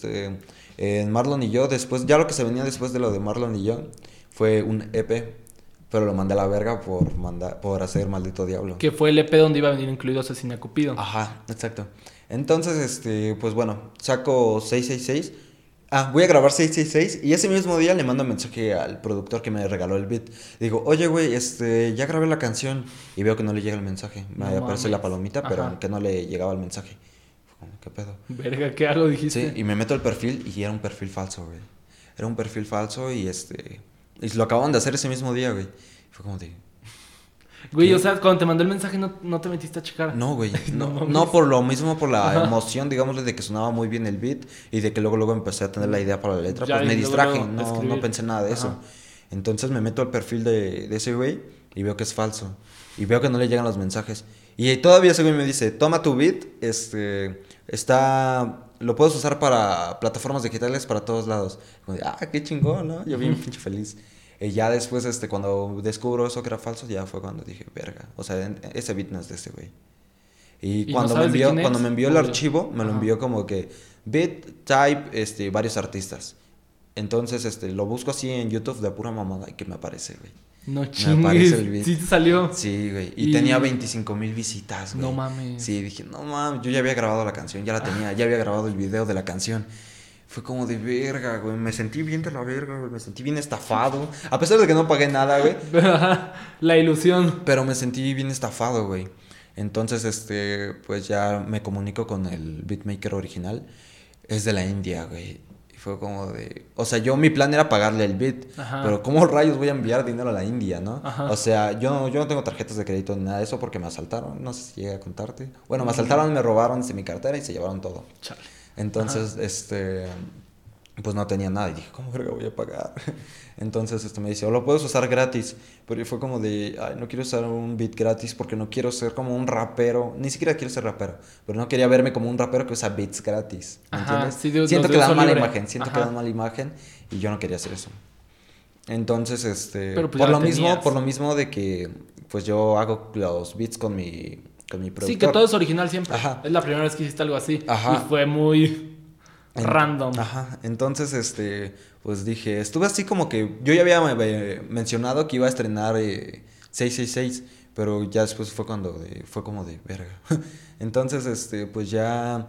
en Marlon y yo, después, ya lo que se venía después de lo de Marlon y yo, fue un EP, pero lo mandé a la verga por hacer Maldito Diablo. Que fue el EP donde iba a venir incluido Asesinar a Cupido. Ajá, exacto. Entonces, pues bueno, saco 666. Voy a grabar 666 y ese mismo día le mando un mensaje al productor que me regaló el beat. Digo, oye, güey, ya grabé la canción y veo que no le llega el mensaje. Me No aparece mames. la palomita, pero Ajá. que no le llegaba el mensaje. Fue como, ¿qué pedo? Verga, ¿qué hago? Dijiste. Sí, y me meto al perfil y era un perfil falso, güey. Era un perfil falso y y lo acababan de hacer ese mismo día, güey. Fue como de... Güey, ¿qué? o sea, cuando te mandó el mensaje no te metiste a checar. No, güey. No No, mames. no por lo mismo, por la Ajá. emoción, digámosle, de que sonaba muy bien el beat y de que luego empecé a tener la idea para la letra. Ya, Pues me y luego, distraje, luego no escribir. pensé nada de eso. Ajá. Entonces me meto al perfil de ese güey y veo que es falso. Y veo que no le llegan los mensajes. Y todavía ese güey me dice, toma tu beat, lo puedes usar para plataformas digitales para todos lados. Como de, qué chingón, ¿no? Yo bien pinche feliz. Y ya después, cuando descubro eso que era falso, ya fue cuando dije, verga. O sea, ese beat no es de este güey. ¿Y Y no cuando sabes de quién es? cuando me envió el Obvio. archivo, me lo Ajá. envió como que beat, type, varios artistas. Entonces, lo busco así en YouTube de pura mamada y que me aparece, güey. No aparece el chingues. beat. Sí te salió. Sí, güey. Y Y- tenía 25,000 visitas, güey. No mames. Sí, dije, no mames, yo ya había grabado la canción, ya la tenía, ya había grabado el video de la canción. Fue como de verga, güey. Me sentí bien de la verga, güey. Me sentí bien estafado. A pesar de que no pagué nada, güey. La ilusión. Pero me sentí bien estafado, güey. Entonces, pues ya me comunico con el beatmaker original. Es de la India, güey. fue como de... O sea, mi plan era pagarle el beat. Ajá. Pero ¿cómo rayos voy a enviar dinero a la India, no? Ajá. O sea, yo no tengo tarjetas de crédito ni nada de eso porque me asaltaron. No sé si llegué a contarte. Bueno, me asaltaron, me robaron mi cartera y se llevaron todo. Chale. Entonces, pues no tenía nada. Y dije, ¿cómo verga voy a pagar? Entonces, me dice, o lo puedes usar gratis. Pero fue como de, ay, no quiero usar un beat gratis porque no quiero ser como un rapero. Ni siquiera quiero ser rapero. Pero no quería verme como un rapero que usa beats gratis. ¿Me entiendes? Sí, siento que dan mala imagen. Y yo no quería hacer eso. Entonces, Pero pues por ya lo mismo de que, pues yo hago los beats con mi productor. Sí, que todo es original siempre. Ajá. Es la primera vez que hiciste algo así. Ajá. Y fue muy random. Ajá. Entonces, pues dije, estuve así como que yo ya había mencionado que iba a estrenar 666, pero ya después fue cuando fue como de verga. Entonces, pues ya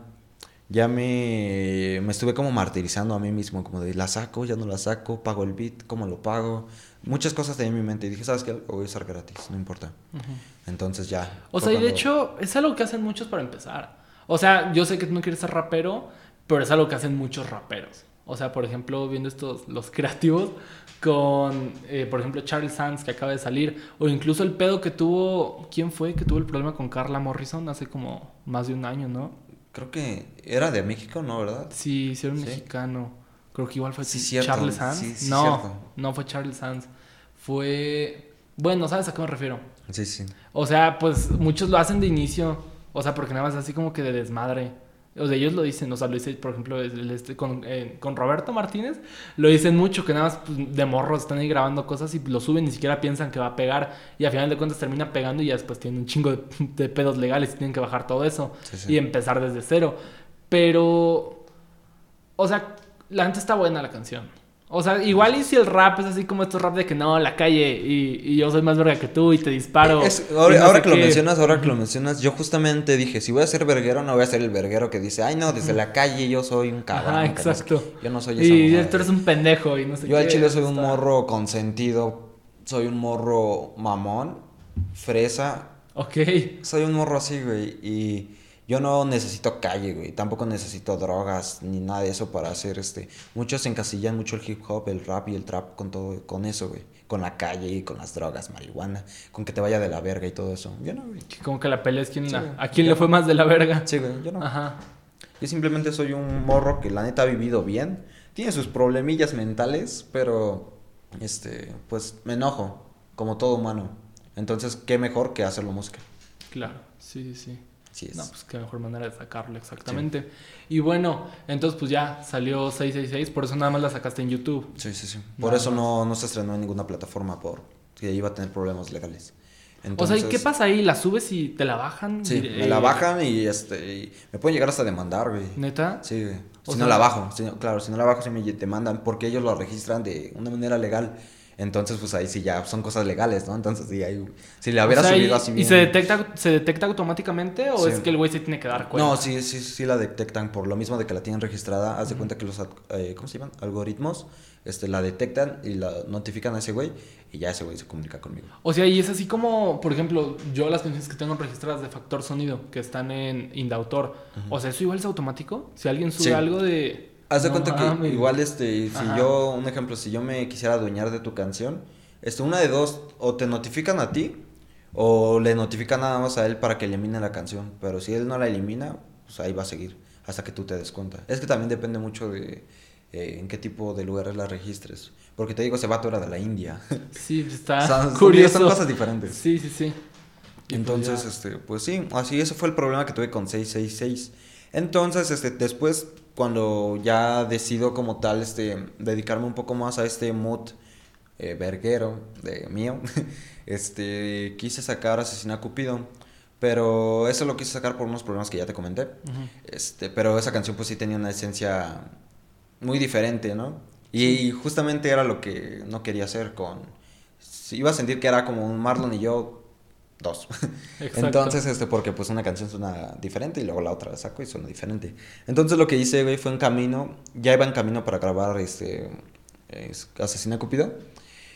me estuve como martirizando a mí mismo, como de la saco, ya no la saco, pago el beat, ¿cómo lo pago? Muchas cosas tenía en mi mente y dije, ¿sabes qué? Lo voy a usar gratis, no importa. Entonces ya. O sea, y de hecho, es algo que hacen muchos para empezar. O sea, yo sé que tú no quieres ser rapero, pero es algo que hacen muchos raperos. O sea, por ejemplo, viendo los creativos con, por ejemplo, Charlie Sands que acaba de salir, o incluso el pedo que tuvo, ¿quién fue? Que tuvo el problema con Carla Morrison hace como más de un año, ¿no? Creo que era de México, ¿no? ¿Verdad? Sí, era un mexicano. Creo que igual fue cierto. Charlie Sands. Sí, no, cierto. no fue Charlie Sands. Fue... Bueno, ¿sabes a qué me refiero? Sí. O sea, pues muchos lo hacen de inicio. O sea, porque nada más así como que de desmadre. O sea, ellos lo dicen, o sea, lo dice, por ejemplo, con Roberto Martínez, lo dicen mucho, que nada más pues, de morros están ahí grabando cosas y lo suben, ni siquiera piensan que va a pegar, y al final de cuentas termina pegando y ya después tienen un chingo de pedos legales y tienen que bajar todo eso y empezar desde cero. Pero, o sea, la neta está buena la canción. O sea, igual y si el rap es así como estos rap de que no, la calle y yo soy más verga que tú y te disparo. Ahora que lo mencionas, yo justamente dije, si voy a ser verguero, no voy a ser el verguero que dice, ay no, desde la calle yo soy un cabrón. Ajá, exacto. Yo no soy esa mujer. Y tú eres un pendejo y no sé qué. Yo al chile soy un morro consentido, soy un morro mamón, fresa. Ok. Soy un morro así, güey, y... Yo no necesito calle, güey. Tampoco necesito drogas ni nada de eso para hacer Muchos encasillan mucho el hip hop, el rap y el trap con todo, con eso, güey. Con la calle y con las drogas, marihuana, con que te vaya de la verga y todo eso. Yo no, güey. Como que la pelea es a quién le fue más de la verga. Sí, güey, yo no. Ajá. Yo simplemente soy un morro que la neta ha vivido bien. Tiene sus problemillas mentales, pero pues me enojo, como todo humano. Entonces, qué mejor que hacerlo música. Claro, sí. Sí es. No, pues qué mejor manera de sacarlo, exactamente. Sí. Y bueno, entonces pues ya salió 666, por eso nada más la sacaste en YouTube. Sí. Por eso no se estrenó en ninguna plataforma, porque iba a tener problemas legales. Entonces, o sea, ¿y qué pasa ahí? ¿La subes y te la bajan? Sí, me la bajan y me pueden llegar hasta a demandar, güey. ¿Neta? Sí, güey. Si no la bajo, si no la bajo sí me demandan porque ellos lo registran de una manera legal. Entonces, pues ahí sí ya son cosas legales, ¿no? Entonces, sí, ahí, si la hubiera subido así ¿Y mismo... se detecta automáticamente o es que el güey se tiene que dar cuenta? No, sí la detectan por lo mismo de que la tienen registrada. Haz de cuenta que los, ¿cómo se llaman? Algoritmos, la detectan y la notifican a ese güey y ya ese güey se comunica conmigo. O sea, y es así como, por ejemplo, yo las canciones que tengo registradas de Factor Sonido, que están en Indautor, o sea, ¿eso igual es automático? Si alguien sube algo de... Haz de cuenta que igual, si yo, un ejemplo, si yo me quisiera adueñar de tu canción, una de dos, o te notifican a ti, o le notifican nada más a él para que elimine la canción. Pero si él no la elimina, pues ahí va a seguir, hasta que tú te des cuenta. Es que también depende mucho de en qué tipo de lugares la registres. Porque te digo, ese vato era de la India. Sí, está curioso. Son cosas diferentes. Sí. Entonces, pues sí, así ese fue el problema que tuve con 666. Entonces, después, cuando ya decido como tal, dedicarme un poco más a este mood verguero de mío, quise sacar Asesina a Cupido, pero eso lo quise sacar por unos problemas que ya te comenté. Pero esa canción pues sí tenía una esencia muy diferente, ¿no? Y justamente era lo que no quería hacer iba a sentir que era como un Marlon y yo dos. Entonces, porque pues una canción suena diferente y luego la otra la saco y suena diferente. Entonces lo que hice, güey, fue ya iba en camino para grabar Asesina a Cupido.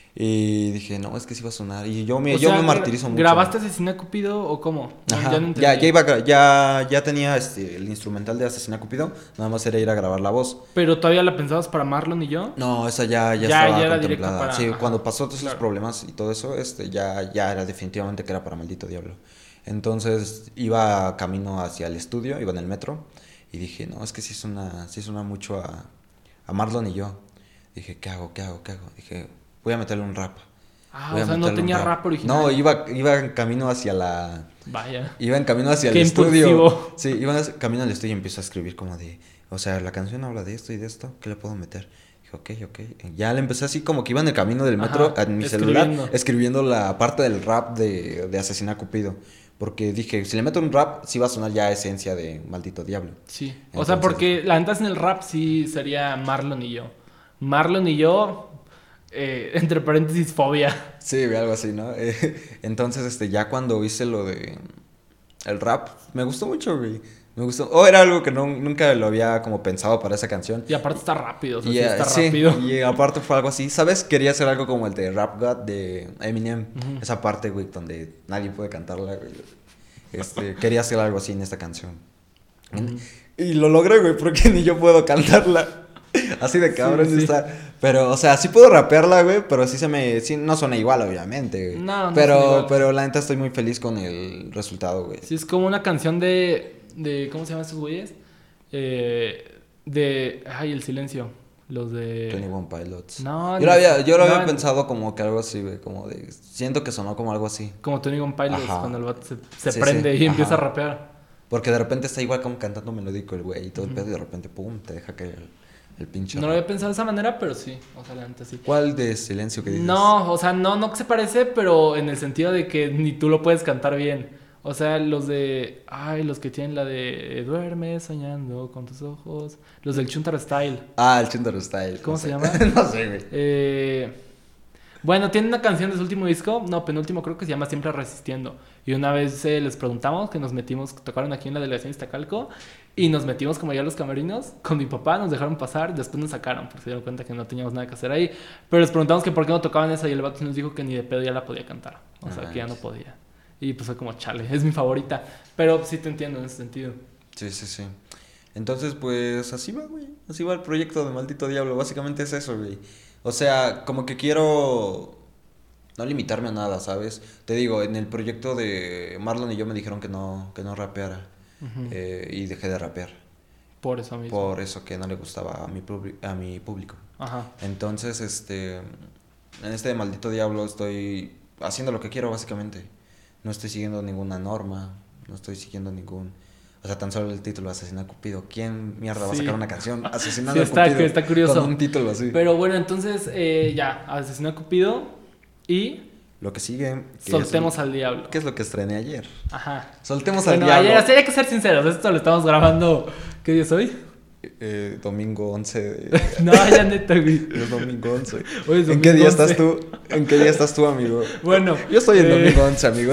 Y dije, no, es que sí va a sonar. Y yo O me sea, martirizo mucho. ¿grabaste Asesina Cupido o cómo? No, Ajá, ya no entendí. ya tenía el instrumental de Asesina Cupido, nada más era ir a grabar la voz. Pero todavía la pensabas para Marlon y yo. No, esa ya Ya estaba era directa contemplada. para... Sí, ajá, cuando pasó todos esos claro. problemas y todo eso, ya era definitivamente que era para Maldito Diablo. Entonces iba camino hacia el estudio, iba en el metro y dije, no, es que sí suena mucho a Marlon y yo. Dije, ¿qué hago? Dije, voy a meterle un rap. Ah, Voy o a sea, no meterle un tenía rap original. No, iba en camino hacia Vaya. Iba en camino hacia el Qué estudio. impulsivo. Sí, iba en camino al estudio y empiezo a escribir como de, o sea, la canción habla de esto y de esto, ¿qué le puedo meter? Dije, ok. Ya le empecé así como que iba en el camino del metro Ajá, en mi escribiendo. celular, escribiendo la parte del rap de Asesina Cupido. Porque dije, si le meto un rap, sí va a sonar ya esencia de Maldito Diablo. Sí. O Entonces, sea, porque la neta en el rap sí sería Marlon y yo. Marlon y yo, entre paréntesis, fobia. sí, algo así, ¿no? Entonces, ya cuando hice lo de el rap, me gustó mucho, güey. Me gustó. O era algo que nunca lo había como pensado para esa canción. Y aparte está rápido, o sea, Y, sí está sí, rápido. y aparte fue algo así, ¿sabes? Quería hacer algo como el de Rap God de Eminem. Ujú. Esa parte, güey, donde nadie puede cantarla, güey. Quería hacer algo así en esta canción. Ujú. Y lo logré, güey, porque ni yo puedo cantarla. Así de cabrón Sí. está. Pero, o sea, sí puedo rapearla, güey, pero sí no suena igual, obviamente, güey. No pero, suena igual. pero la neta estoy muy feliz con el resultado, güey. Sí, es como una canción de ¿cómo se llaman estos güeyes? Ay, el silencio. Los de... 21 Pilots. No, Yo lo había no, pensado como que algo así, güey, como de... Siento que sonó como algo así. Como Tony Gun Pilots, Ajá. cuando el vato se Sí, prende sí, y empieza a ajá. rapear. Porque de repente está igual como cantando melódico el güey y todo el Ujú. pedo y de repente, pum, te deja caer el pinche No lo rap. había pensado de esa manera, pero sí. O sea, la neta sí. ¿Cuál de silencio que dices? No, o sea, no que se parece, pero en el sentido de que ni tú lo puedes cantar bien. O sea, los de... Ay, los que tienen la de... Duerme soñando con tus ojos. Los del Chuntar Style. Ah, el Chuntaro Style. ¿Cómo no se sé. llama? no sé, güey. Bueno, tiene una canción de su último disco, no, penúltimo creo que se llama Siempre Resistiendo. Y una vez les preguntamos que nos metimos, tocaron aquí en la delegación de Iztacalco y nos metimos como allá a los camerinos con mi papá, nos dejaron pasar, después nos sacaron porque se dieron cuenta que no teníamos nada que hacer ahí. Pero les preguntamos que por qué no tocaban esa y el vato nos dijo que ni de pedo ya la podía cantar. O sea, que ya no podía. Y pues fue como chale, es mi favorita. Pero sí te entiendo en ese sentido. Sí. Entonces, pues así va, güey. Así va el proyecto de Maldito Diablo. Básicamente es eso, güey. O sea, como que quiero no limitarme a nada, ¿sabes? Te digo, en el proyecto de Marlon y yo me dijeron que no rapeara. Ujú. Y dejé de rapear. Por eso mismo. Por eso que no le gustaba a mi público. Ajá. Entonces, en este de Maldito Diablo estoy haciendo lo que quiero, básicamente. No estoy siguiendo ninguna norma, no estoy siguiendo ningún... O sea, tan solo el título, Asesina a Cupido. ¿Quién mierda va a Sí. sacar una canción asesinando Sí, a está- Cupido está curioso. con un título así? Pero bueno, entonces ya, Asesino a Cupido y Lo que sigue... que Soltemos es, al Diablo. ¿Qué es lo que estrené ayer? Ajá. Soltemos al Bueno, Diablo. ayer, hay que ser sinceros, esto lo estamos grabando. ¿Qué día es hoy? Domingo 11 de... No, ya neta, güey. Es domingo 11. Hoy es ¿En qué domingo día 11. estás tú? ¿En qué día estás tú, amigo? Bueno, Yo estoy en eh, domingo 11, amigo.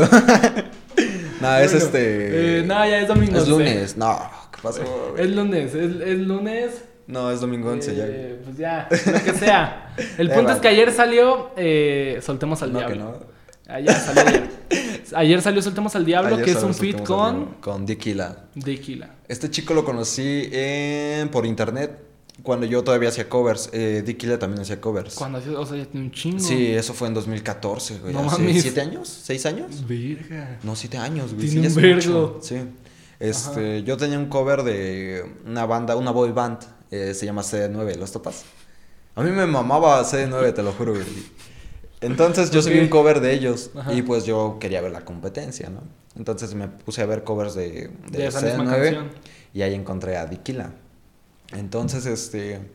No, es bueno, no, ya es domingo. Es 11. lunes. No, ¿qué pasó? Es lunes, es lunes. No, es domingo 11 ya. Pues ya, lo que sea. El Ya punto va. es que ayer salió Soltemos al No, Diablo. que no. Ayer salió ayer. Ayer salió Soltemos al Diablo, Ayer que es salió un feat Soltemos al con Diablo, con Dikila. Tequila. Este chico lo conocí por internet cuando yo todavía hacía covers. Dikila también hacía covers. Cuando, o sea, ya tiene un chingo. Sí, eso fue en 2014, güey. No ¿Hace mames. 7 años? ¿6 años? Verga. No, 7 años, güey. Tiene Sí, un hace vergo. mucho. Sí. Yo tenía un cover de una banda, una boy band. Se llama CD9, ¿los topas? A mí me mamaba CD9, te lo juro, güey. Entonces yo subí Ok. un cover de ellos. Ajá. Y pues yo quería ver la competencia, ¿no? Entonces me puse a ver covers de esa misma CD9. canción. Y ahí encontré a Dikila. Entonces,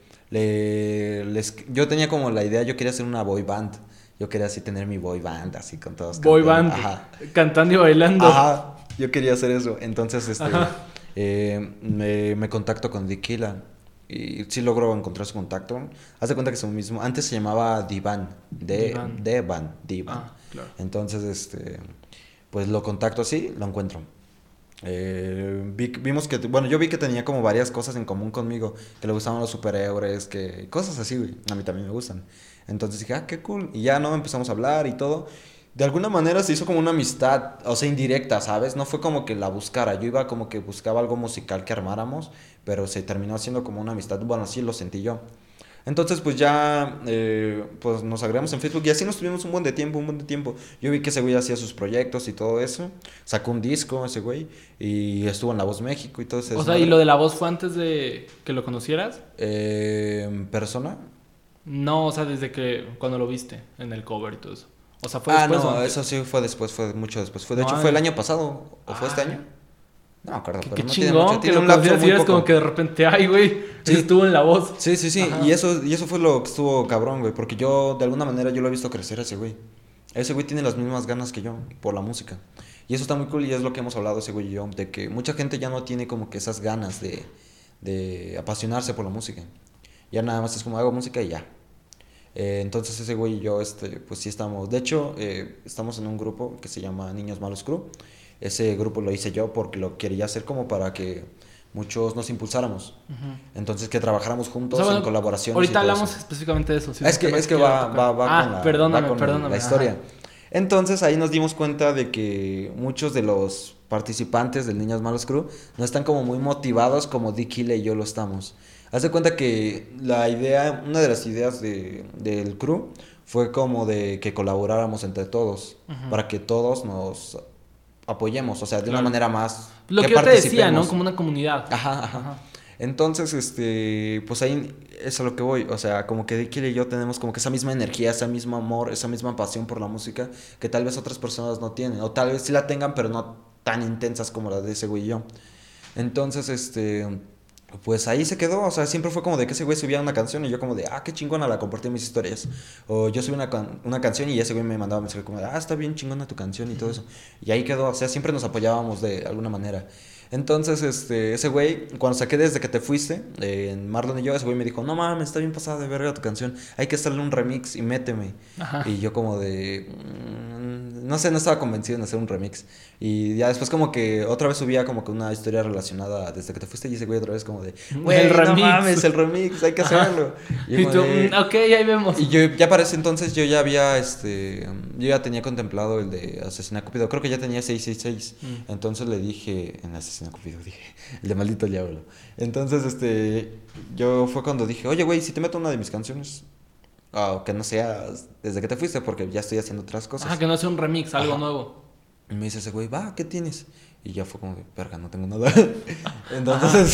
yo tenía como la idea, yo quería hacer una boy band. Yo quería así tener mi boy band, así con todos Boy cantando. band. Ajá. Cantando y bailando. Ajá, yo quería hacer eso. Entonces, Ajá. me contacto con Dikila. Y sí logro encontrar su contacto. Haz de cuenta que es lo mismo. Antes se llamaba Divan. Divan. Ah, claro. Entonces, pues lo contacto así, lo encuentro. Vimos que, bueno, yo vi que tenía como varias cosas en común conmigo, que le gustaban los superhéroes, que cosas así, güey. A mí también me gustan. Entonces dije, ah, qué cool. Y ya, ¿no? Empezamos a hablar y todo. De alguna manera se hizo como una amistad, o sea, indirecta, ¿sabes? No fue como que la buscara. Yo iba como que buscaba algo musical que armáramos, pero se terminó haciendo como una amistad. Bueno, así lo sentí yo. Entonces, pues ya, pues nos agregamos en Facebook y así nos tuvimos un buen de tiempo, un buen de tiempo. Yo vi que ese güey hacía sus proyectos y todo eso. Sacó un disco ese güey y estuvo en La Voz México y todo eso. O sea, ¿y lo de la voz fue antes de que lo conocieras? ¿Persona? No, o sea, desde que cuando lo viste en el cover y todo eso. O sea, fue Ah, después. no, ¿O eso sí fue después, fue mucho después. Fue, de No, hecho, fue el año pasado, ¿o fue este año? No me acuerdo, Qué pero no tiene chingón mucho. que Tiene lo un lapso conocieras y muy eres poco. como que de repente, ay, güey, Sí. estuvo en la voz. Sí, sí, sí. Ajá. Y eso fue lo que estuvo cabrón, güey. Porque yo, de alguna manera, yo lo he visto crecer a ese güey. Ese güey tiene las mismas ganas que yo por la música. Y eso está muy cool y es lo que hemos hablado ese güey y yo. De que mucha gente ya no tiene como que esas ganas de apasionarse por la música. Ya nada más es como hago música y ya. Entonces ese güey y yo, pues sí estamos. De hecho, estamos en un grupo que se llama Niños Malos Crew. Ese grupo lo hice yo porque lo quería hacer como para que muchos nos impulsáramos. Ujú. Entonces que trabajáramos juntos O sea, bueno, en colaboraciones. ahorita y todo hablamos eso. específicamente de eso. si Es no que, te es que quiero va, tocar. va Perdóname, con perdóname. la historia. Ajá. Entonces ahí nos dimos cuenta de que muchos de los participantes del Niños Malos Crew no están como muy motivados como Dikile y yo lo estamos. Haz de cuenta que la idea, una de las ideas del crew fue como de que colaboráramos entre todos, Ujú. para que todos nos apoyemos, o sea, de una Claro. manera más Lo que yo te decía, ¿no? Como una comunidad. Ajá, ajá. Ajá. Entonces, pues ahí es a lo que voy. O sea, como que Dikile y yo tenemos como que esa misma energía, ese mismo amor, esa misma pasión por la música que tal vez otras personas no tienen. O tal vez sí la tengan, pero no tan intensas como la de ese güey y yo. Entonces, pues ahí se quedó. O sea, siempre fue como de que ese güey subía una canción y yo como de, ah, qué chingona, la compartí en mis historias. O yo subí una canción y ese güey me mandaba mensaje como de, ah, está bien chingona tu canción y todo eso. Y ahí quedó. O sea, siempre nos apoyábamos de alguna manera. Entonces, ese güey, cuando saqué Desde que te fuiste, en Marlon y yo, ese güey me dijo, no mames, está bien pasada de verga tu canción, hay que hacerle un remix y méteme. Ajá. Y yo como de, no sé, no estaba convencido en hacer un remix. Y ya después como que otra vez subía como que una historia relacionada a Desde que te fuiste y ese güey otra vez como de, güey, El no remix. mames, el remix, hay que hacerlo. Y como tú, de- ok, ahí vemos. y yo ya para ese entonces yo ya había, yo ya tenía contemplado el de Asesina a Cupido, creo que ya tenía 666. Mm. Entonces le dije, en Asesina a Cupido dije, el de Maldito Diablo. Entonces, yo fue cuando dije, oye, güey, si te meto una de mis canciones, que no sea Desde que te fuiste, porque ya estoy haciendo otras cosas. Ajá, que no sea un remix, algo Ajá. nuevo. Y me dice ese güey, va, ¿qué tienes? Y ya fue como, verga, no tengo nada. Entonces,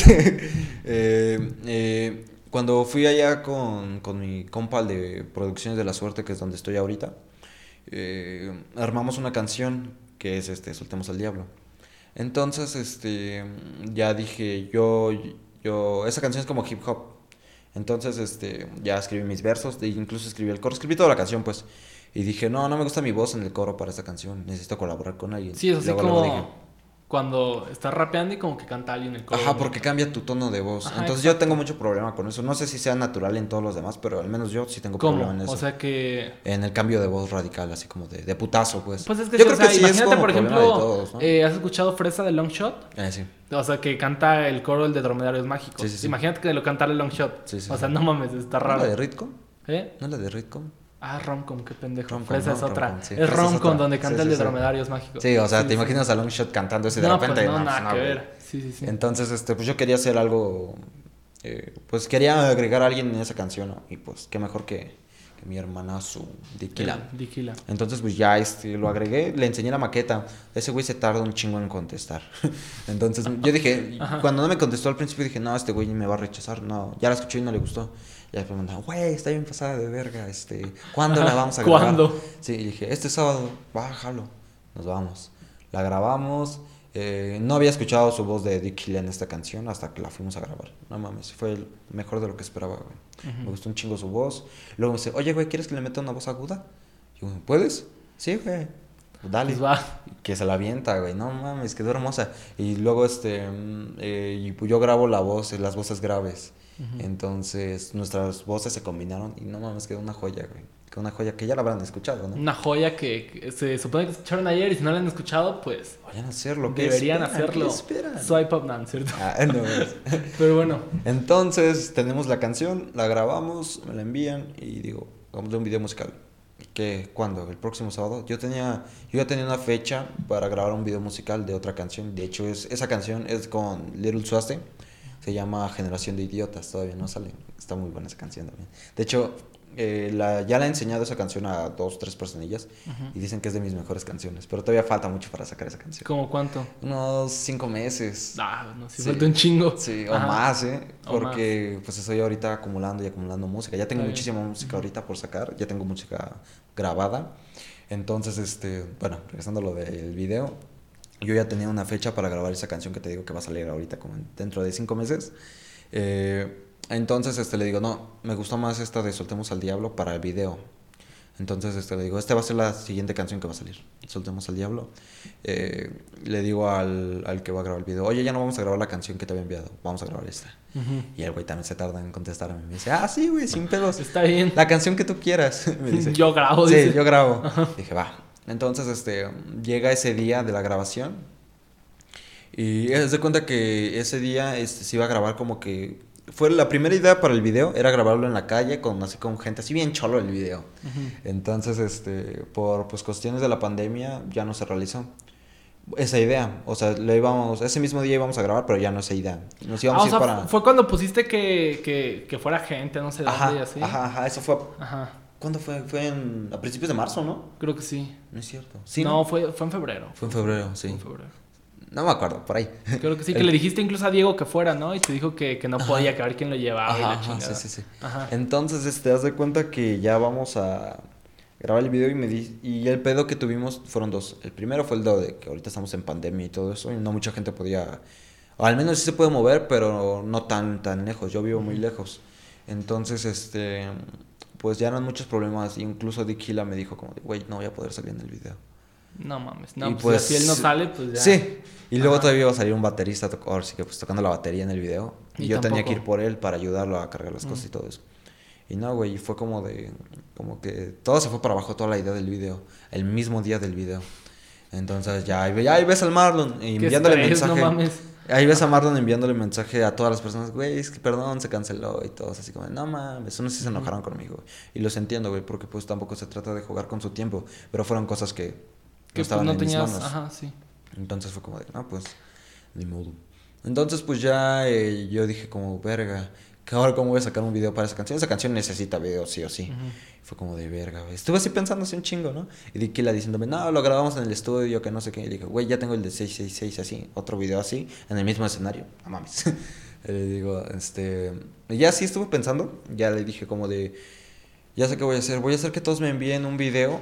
cuando fui allá con mi compa el de Producciones de la Suerte, que es donde estoy ahorita, armamos una canción que es Soltemos al Diablo. Entonces, ya dije, esa canción es como hip hop. Entonces, ya escribí mis versos, incluso escribí el coro, escribí toda la canción, pues. Y dije, no me gusta mi voz en el coro para esta canción, necesito colaborar con alguien. Sí, es así Luego como dije, cuando estás rapeando y como que canta alguien el coro. ajá, ¿no? porque cambia tu tono de voz. Ajá, Entonces exacto. yo tengo mucho problema con eso. No sé si sea natural en todos los demás, pero al menos yo sí tengo ¿Cómo? problema en eso. O sea que... En el cambio de voz radical, así como de putazo, pues. Pues es que yo sí, creo o sea, que sí es imagínate, como por problema ejemplo, de todos, ¿no? ¿has escuchado Fresa de Long Shot? Sí. O sea, que canta el coro el de Dromedarios Mágicos. Sí, sí, sí. Imagínate que lo cantara el Long Shot. Sí, sí, o sí. sea, no mames, está ¿No raro. es la de Ritcom? ¿Eh? ¿No es la de Ritcom? Ah, Romcom, qué pendejo. Romcom, Fresa ¿no? es otra. Romcom, sí. Es Fresa es Romcom otra. donde canta Sí, el sí, de sí. Dromedarios Mágicos. Sí, o sea, Sí, te sí, imaginas a Longshot cantando ese de No, repente. pues no, nada que güey. ver. Sí, sí, sí. Entonces, pues yo quería hacer algo. Pues quería agregar a alguien en esa canción, ¿no? Y pues, qué mejor que mi hermana, su Dikila. Dikila. Entonces, pues ya lo agregué, le enseñé la maqueta. Ese güey se tarda un chingo en contestar. Entonces, yo dije, Ajá. cuando no me contestó al principio, dije, no, este güey me va a rechazar. No, ya la escuché y no le gustó. Y después me mandaba, güey, está bien pasada de verga. ¿Cuándo la vamos a grabar? ¿Cuándo? Sí, y dije, este sábado, bájalo. Nos vamos. La grabamos. No había escuchado su voz de Dikila en esta canción hasta que la fuimos a grabar. No mames, fue el mejor de lo que esperaba, güey. Ujú. Me gustó un chingo su voz. Luego me dice, oye, güey, ¿quieres que le meta una voz aguda? Y yo, ¿puedes? Sí, güey. Dale. Pues va. Que se la avienta, güey. No mames, quedó hermosa. Y luego, y pues yo grabo la voz, las voces graves. Ujú. Entonces, nuestras voces se combinaron y no mames, quedó una joya, güey. Quedó una joya que ya la habrán escuchado, ¿no? Una joya que se supone que escucharon ayer y si no la han escuchado, pues Vayan a hacerlo. ¿Qué deberían esperan? hacerlo. ¿Qué esperan? Swipe up, ¿no? ¿Cierto? Ah, no. Pero bueno. Entonces, tenemos la canción, la grabamos, me la envían y digo, Hagamos de un video musical. ¿Qué? ¿Cuándo? ¿El próximo sábado? Yo ya tenía una fecha para grabar un video musical de otra canción. De hecho, esa canción es con Little Suaste. Se llama Generación de Idiotas. Todavía no sale. Está muy buena esa canción también. De hecho, ya le he enseñado esa canción a 2, 3 personillas. Y dicen que es de mis mejores canciones. Pero todavía falta mucho para sacar esa canción. ¿Cómo cuánto? Unos 5 meses. No, sí, falta un chingo. Sí, o más, porque pues estoy ahorita acumulando y acumulando música. Ya tengo muchísima música ahorita por sacar. Ya tengo música grabada. Entonces, bueno, regresando a lo del video, yo ya tenía una fecha para grabar esa canción que te digo que va a salir ahorita como dentro de 5 meses. Entonces le digo, no, me gustó más esta de Soltemos al Diablo para el video. Entonces le digo, esta va a ser la siguiente canción que va a salir, Soltemos al Diablo. Le digo al que va a grabar el video, oye, ya no vamos a grabar la canción que te había enviado, vamos a grabar esta. Y el güey también se tarda en contestarme. Me dice, sí, güey, sin pedos. Está bien. La canción que tú quieras. Me dice, yo grabo. Sí, dice. yo grabo. Dije, va. Entonces, llega ese día de la grabación. Y se da cuenta que ese día se iba a grabar como que... Fue la primera idea para el video, era grabarlo en la calle así con gente, así bien cholo el video. Entonces, por pues cuestiones de la pandemia, ya no se realizó esa idea. O sea, ese mismo día íbamos a grabar, pero ya no esa idea. Nos íbamos a ir para... Fue cuando pusiste que fuera gente, no sé dónde y así. Ajá, eso fue... Ajá. ¿Cuándo fue? Fue a principios de marzo, ¿no? Creo que sí. No es cierto. ¿Sí, no, fue en febrero. Fue en febrero, sí. Fue en febrero. No me acuerdo, por ahí. Creo que sí, que le dijiste incluso a Diego que fuera, ¿no? Y te dijo que no podía, que a ver quién lo llevaba y la chingada. Sí. Ajá. Entonces, haz de cuenta que ya vamos a grabar el video y el pedo que tuvimos fueron 2. El primero fue el de que ahorita estamos en pandemia y todo eso, y no mucha gente podía... O al menos sí se puede mover, pero no tan lejos. Yo vivo muy lejos. Entonces, pues ya eran muchos problemas. Incluso Dick Hila me dijo como de, güey, no voy a poder salir en el video. No mames. No, y pues si él no sale, pues ya. Sí. Y luego todavía iba a salir un baterista, ahora sí que pues tocando la batería en el video. Y yo tenía que ir por él para ayudarlo a cargar las cosas y todo eso. Y no, güey, y fue como que todo se fue para abajo, toda la idea del video. El mismo día del video. Entonces ya ahí ves al Marlon enviándole mensaje. No mames. Ahí ves a Marlon enviándole mensaje a todas las personas, güey, es que perdón, se canceló y todos así como, no mames, unos sí se enojaron conmigo. Y los entiendo, güey, porque pues tampoco se trata de jugar con su tiempo, pero fueron cosas que no estaban pues, en mis manos. Ajá, sí. Entonces fue como de, no, pues, ni modo. Entonces pues ya yo dije como, verga, que ahora cómo voy a sacar un video para esa canción. Esa canción necesita video sí o sí. Fue como de verga, güey. Estuve así pensando así un chingo, ¿no? Y Dikila diciéndome, no, lo grabamos en el estudio, que no sé qué. Y le dije, güey, ya tengo el de 666 así, otro video así, en el mismo escenario. No mames. Le digo, y ya sí estuve pensando, ya le dije como de, ya sé qué voy a hacer. Voy a hacer que todos me envíen un video,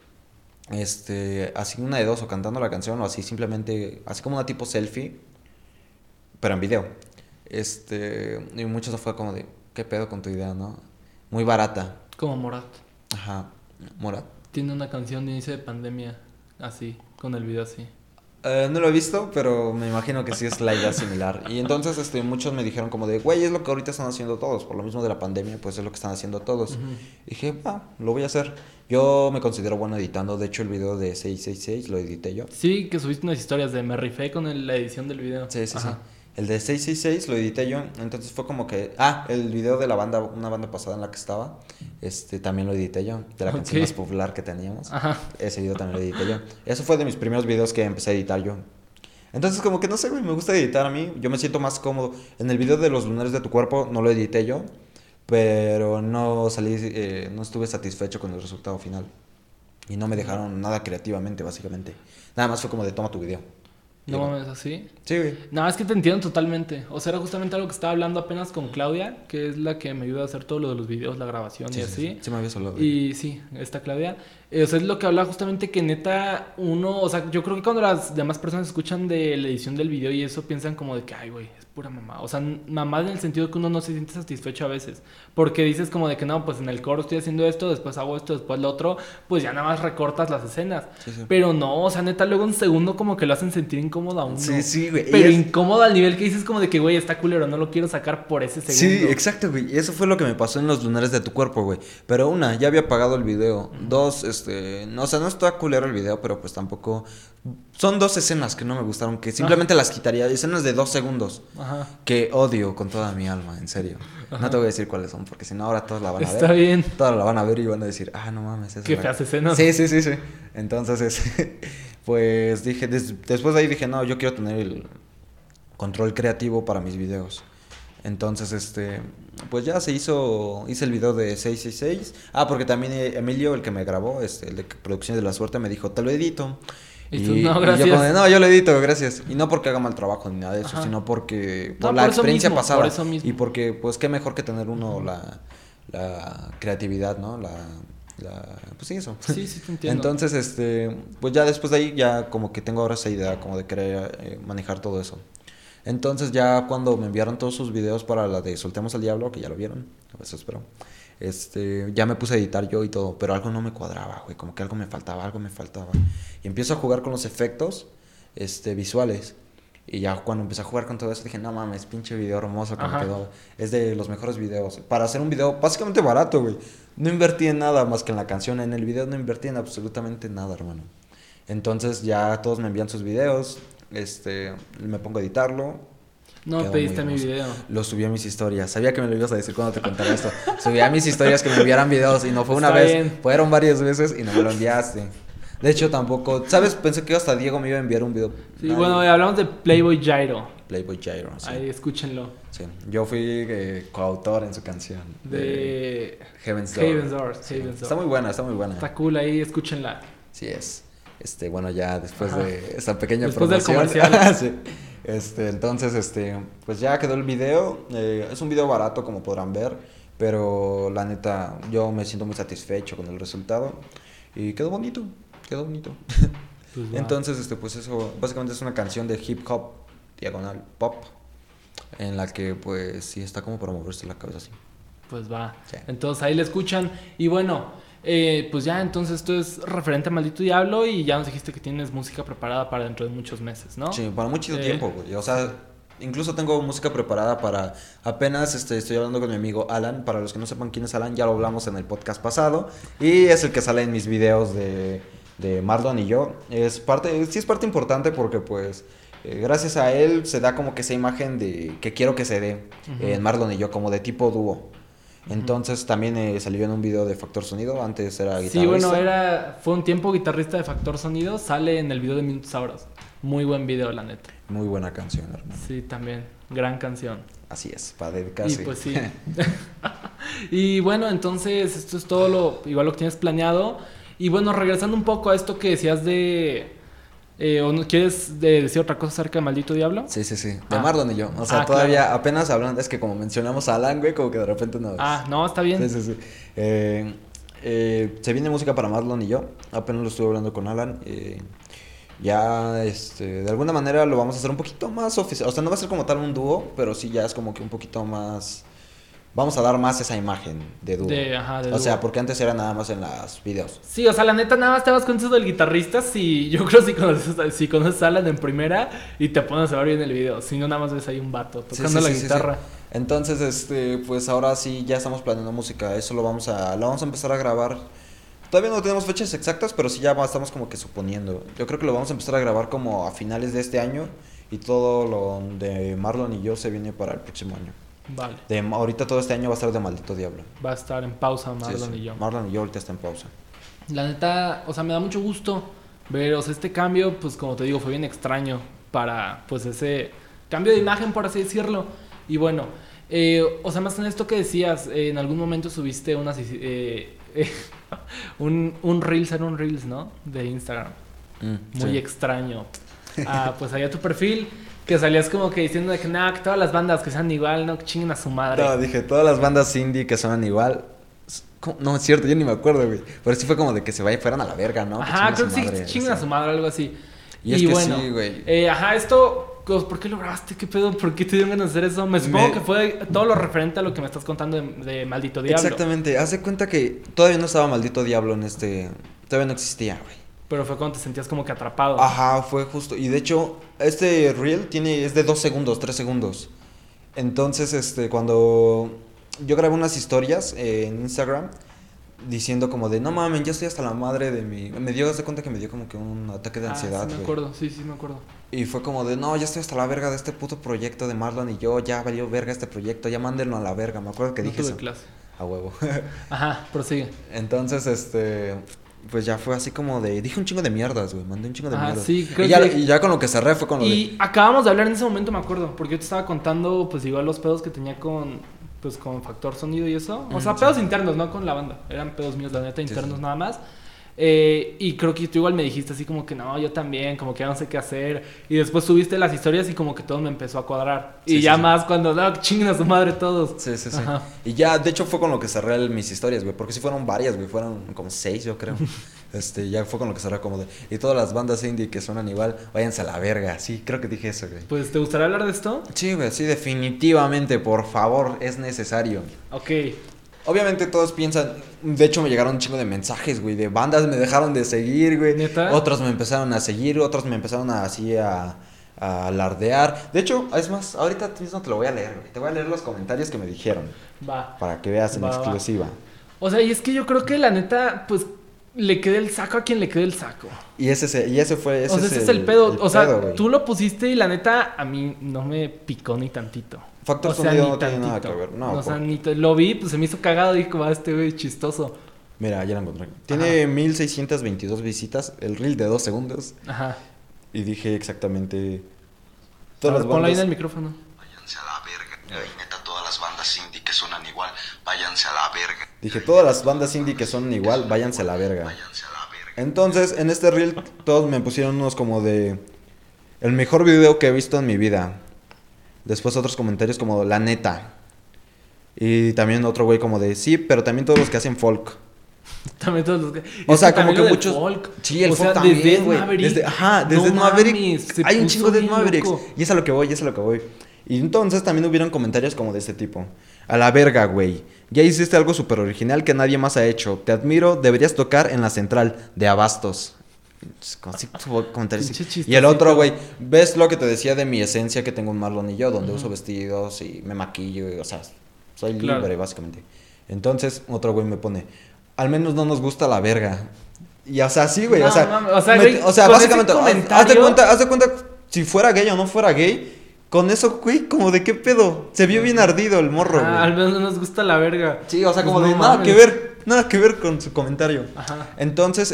así una de dos, o cantando la canción, o así simplemente, así como una tipo selfie, pero en video. Y mucho se fue como de, ¿qué pedo con tu idea, no? Muy barata. Como Morat. Ajá, Morat. Tiene una canción de inicio de pandemia, así, con el video así. No lo he visto, pero me imagino que sí es la idea similar. Y entonces muchos me dijeron como de, güey, es lo que ahorita están haciendo todos. Por lo mismo de la pandemia, pues es lo que están haciendo todos. Y dije, lo voy a hacer. Yo me considero bueno editando. De hecho, el video de 666 lo edité yo. Sí, que subiste unas historias de me rifé con la edición del video. Sí. El de 666 lo edité yo, entonces fue como que... el video de la banda, una banda pasada en la que estaba, también lo edité yo, de la canción más popular que teníamos. Ajá. Ese video también lo edité yo. Eso fue de mis primeros videos que empecé a editar yo. Entonces como que no sé, güey, me gusta editar a mí, yo me siento más cómodo. En el video de los lunares de tu cuerpo no lo edité yo, pero no estuve satisfecho con el resultado final. Y no me dejaron nada creativamente, básicamente. Nada más fue como de toma tu video. No mames, ¿así? Sí, güey. No, es que te entiendo totalmente. O sea, era justamente algo que estaba hablando apenas con Claudia, que es la que me ayuda a hacer todo lo de los videos, la grabación y así. Sí, me habías hablado. Y sí, esta Claudia. O sea, es lo que habla justamente que neta uno... O sea, yo creo que cuando las demás personas escuchan de la edición del video y eso, piensan como de que, ay, güey, es pura mamá. O sea, mamá en el sentido que uno no se siente satisfecho a veces. Porque dices como de que no, pues en el coro estoy haciendo esto, después hago esto, después lo otro. Pues ya nada más recortas las escenas. Sí. Pero no, o sea, neta, luego un segundo como que lo hacen sentir incómodo a uno. Sí, güey. Pero incómodo al nivel que dices como de que, güey, está culero, no lo quiero sacar por ese segundo. Sí, exacto, güey. Eso fue lo que me pasó en los lunares de tu cuerpo, güey. Pero una, ya había pagado el video. 2, no, o sea, no está culero el video, pero pues tampoco... Son 2 escenas que no me gustaron, que simplemente las quitaría. Escenas de 2 segundos. Ajá. Que odio con toda mi alma, en serio. Ajá. No te voy a decir cuáles son, porque si no ahora todos la van a ver. Está bien. Todos la van a ver y van a decir, no mames. Qué feas escenas. Sí. Entonces, pues dije, después de ahí dije, no, yo quiero tener el control creativo para mis videos. Entonces, pues ya hice el video de 666. Porque también Emilio, el que me grabó, el de Producciones de la Suerte, me dijo, te lo edito. Y tú, no, gracias. Y yo, yo lo edito, gracias. Y no porque haga mal trabajo ni nada de eso, Ajá. sino porque No, la por eso experiencia mismo, pasada. por eso mismo. Y porque, pues, qué mejor que tener uno la creatividad, ¿no? Pues sí, eso. Sí, te entiendo. Entonces, pues ya después de ahí, ya como que tengo ahora esa idea como de querer manejar todo eso. Entonces ya cuando me enviaron todos sus videos para la de Soltemos al Diablo, que ya lo vieron, eso espero, ya me puse a editar yo y todo, pero algo no me cuadraba, güey, como que algo me faltaba. Y empiezo a jugar con los efectos, visuales. Y ya cuando empecé a jugar con todo eso dije, no mames, pinche video hermoso que me quedó. Es de los mejores videos. Para hacer un video básicamente barato, güey. No invertí en nada más que en la canción. En el video no invertí en absolutamente nada, hermano. Entonces ya todos me envían sus videos. Me pongo a editarlo. No pediste mi video. Lo subí a mis historias. Sabía que me lo ibas a decir cuando te contara esto. Subí a mis historias que me enviaran videos y no fue una vez. Bien. Fueron varias veces y no me lo enviaste. De hecho, tampoco... ¿Sabes? Pensé que hasta Diego me iba a enviar un video. Sí, bueno, hablamos de Playboy Gyro. Playboy Gyro, sí. Ahí, escúchenlo. Sí, yo fui coautor en su canción. De Heaven's Door. Sí. Está muy buena. Está cool ahí, escúchenla. Sí es. Bueno, ya después de esta pequeña después promoción. Del comercial. Sí. Entonces, pues ya quedó el video. Es un video barato, como podrán ver. Pero la neta, yo me siento muy satisfecho con el resultado. Y quedó bonito. Pues entonces, pues eso, básicamente es una canción de hip hop, diagonal pop, en la que, pues, sí está como para moverse la cabeza así. Pues va. Sí. Entonces ahí la escuchan. Y bueno, pues ya, entonces esto es referente a Maldito Diablo. Y ya nos dijiste que tienes música preparada para dentro de muchos meses, ¿no? Sí, para mucho tiempo, güey. O sea, incluso tengo música preparada para... Apenas estoy hablando con mi amigo Alan. Para los que no sepan quién es Alan, ya lo hablamos en el podcast pasado. Y es el que sale en mis videos de Marlon y yo. Sí es parte importante porque, pues... gracias a él se da como que esa imagen de que quiero que se dé en Marlon y yo, como de tipo dúo. Entonces también salió en un video de Factor Sonido, antes era guitarrista. Sí, bueno, fue un tiempo guitarrista de Factor Sonido, sale en el video de Minutos Horas. Muy buen video, la neta. Muy buena canción, hermano. Sí, también, gran canción. Así es, para dedicarse. Y pues sí. Y bueno, entonces esto es todo igual lo que tienes planeado. Y bueno, regresando un poco a esto que decías ¿o no quieres decir otra cosa acerca de Maldito Diablo? Sí. De Marlon y yo. O sea, todavía claro. Apenas hablando. Es que como mencionamos a Alan, güey, como que de repente nos... no, está bien. Sí. Se viene música para Marlon y yo. Apenas lo estuve hablando con Alan. Ya, de alguna manera lo vamos a hacer un poquito más oficial. O sea, no va a ser como tal un dúo, pero sí ya es como que un poquito más... Vamos a dar más esa imagen de dúo. O sea, porque antes era nada más en los videos. Sí, o sea, la neta, nada más te vas con eso del guitarrista. Yo creo si conoces a Alan en primera y te pones a ver bien el video. Si no, nada más ves ahí un vato tocando la guitarra. Sí. Entonces, pues ahora sí ya estamos planeando música. Eso lo vamos a empezar a grabar. Todavía no tenemos fechas exactas, pero sí ya estamos como que suponiendo. Yo creo que lo vamos a empezar a grabar como a finales de este año. Y todo lo de Marlon y yo se viene para el próximo año. Vale. Ahorita todo este año va a estar de Maldito Diablo. Va a estar en pausa Marlon y yo. Marlon y yo ahorita está en pausa. La neta, o sea, me da mucho gusto ver, o sea, este cambio, pues como te digo, fue bien extraño para, pues, ese cambio de imagen, por así decirlo. Y bueno, o sea, más en esto que decías, en algún momento subiste un Reels, ¿no? De Instagram. Muy extraño. Pues allá tu perfil... Que salías como que diciendo de que nada, que todas las bandas que sean igual, no, que chinguen a su madre. No, dije, todas las bandas indie que suenan igual. No, es cierto, yo ni me acuerdo, güey. Pero sí fue como de que fueran a la verga, ¿no? Ajá, creo que sí, chinguen a su madre, algo así. Y es que bueno, sí, güey. Esto, ¿por qué lo grabaste? ¿Qué pedo? ¿Por qué te dieron ganas de hacer eso? Me supongo que fue todo lo referente a lo que me estás contando de Maldito Diablo. Exactamente, haz de cuenta que todavía no estaba Maldito Diablo todavía no existía, güey. Pero fue cuando te sentías como que atrapado. Ajá, fue justo. Y de hecho, este reel es de 2 segundos, 3 segundos. Entonces, cuando yo grabé unas historias en Instagram, diciendo como de, no mames, ya estoy hasta la madre de mi... Me dio, de cuenta que me dio como que un ataque de ansiedad, sí me acuerdo, sí me acuerdo. Y fue como de, no, ya estoy hasta la verga de este puto proyecto de Marlon y yo, ya valió verga este proyecto, ya mándenlo a la verga. Me acuerdo que No dije tuve eso. clase. A huevo. Ajá, prosigue. Entonces, pues ya fue así como de, dije un chingo de mierdas, güey, mandé un chingo de mierdas. Sí, creo y ya con lo que cerré fue con lo de... Y acabamos de hablar en ese momento, me acuerdo, porque yo te estaba contando, pues igual los pedos que tenía con Factor Sonido y eso. O sea, pedos internos, no con la banda. Eran pedos míos, la neta, internos nada más. Y creo que tú igual me dijiste así como que no, yo también, como que ya no sé qué hacer. Y después subiste las historias y como que todo me empezó a cuadrar. Y ya más cuando, no, chinguen a su madre todos. Sí. Y ya, de hecho, fue con lo que cerré mis historias, güey. Porque sí fueron varias, güey. Fueron como 6, yo creo. Ya fue con lo que cerré como de... Y todas las bandas indie que suenan igual, váyanse a la verga. Sí, creo que dije eso, güey. Pues, ¿te gustaría hablar de esto? Sí, güey, sí, definitivamente, por favor, es necesario. Ok. Obviamente todos piensan, de hecho me llegaron un chingo de mensajes, güey, de bandas me dejaron de seguir, güey. ¿Neta? Otros me empezaron a seguir, otros me empezaron a alardear. De hecho, es más, ahorita mismo te lo voy a leer, güey. Te voy a leer los comentarios que me dijeron. Va. Para que veas en exclusiva. O sea, y es que yo creo que la neta, pues, le quede el saco a quien le quede el saco. Y ese fue... Ese es el pedo. O sea, tú lo pusiste y la neta a mí no me picó ni tantito. Factor Sonido no tiene nada que ver. No, o sea, lo vi, pues se me hizo cagado y dije, este güey chistoso. Mira, ya lo encontré. Tiene 1622 visitas, el reel de 2 segundos. Ajá. Y dije exactamente... Ponlo ahí en el micrófono. Váyanse a la verga. Ay, neta, todas las bandas indie que suenan igual, váyanse a la verga. Dije, todas las bandas indie que son igual, váyanse a la verga. Váyanse a la verga. Entonces, en este reel, todos me pusieron unos como de... El mejor video que he visto en mi vida. Después otros comentarios como, la neta. Y también otro güey como de, sí, pero también todos los que hacen folk. También todos los que... O sea, como que muchos... Folk. Sí, el folk también, güey. Desde no Maverick. Mames, Hay un chingo de Mavericks. Loco. Y es a lo que voy. Y entonces también hubieron comentarios como de este tipo. A la verga, güey. Ya hiciste algo súper original que nadie más ha hecho. Te admiro, deberías tocar en la central de Abastos. Y el otro, güey, ¿ves lo que te decía de mi esencia que tengo un Marlon y yo? Donde uso vestidos y me maquillo, o sea, soy libre, básicamente. Entonces, otro güey me pone, al menos no nos gusta la verga. Y, o sea, sí, güey, no, o sea, básicamente, haz de cuenta, si fuera gay o no fuera gay, con eso, güey, como de qué pedo. Se vio bien ardido el morro, güey. Al menos no nos gusta la verga. Sí, o sea, como pues de nada que ver con su comentario. Ajá. Entonces,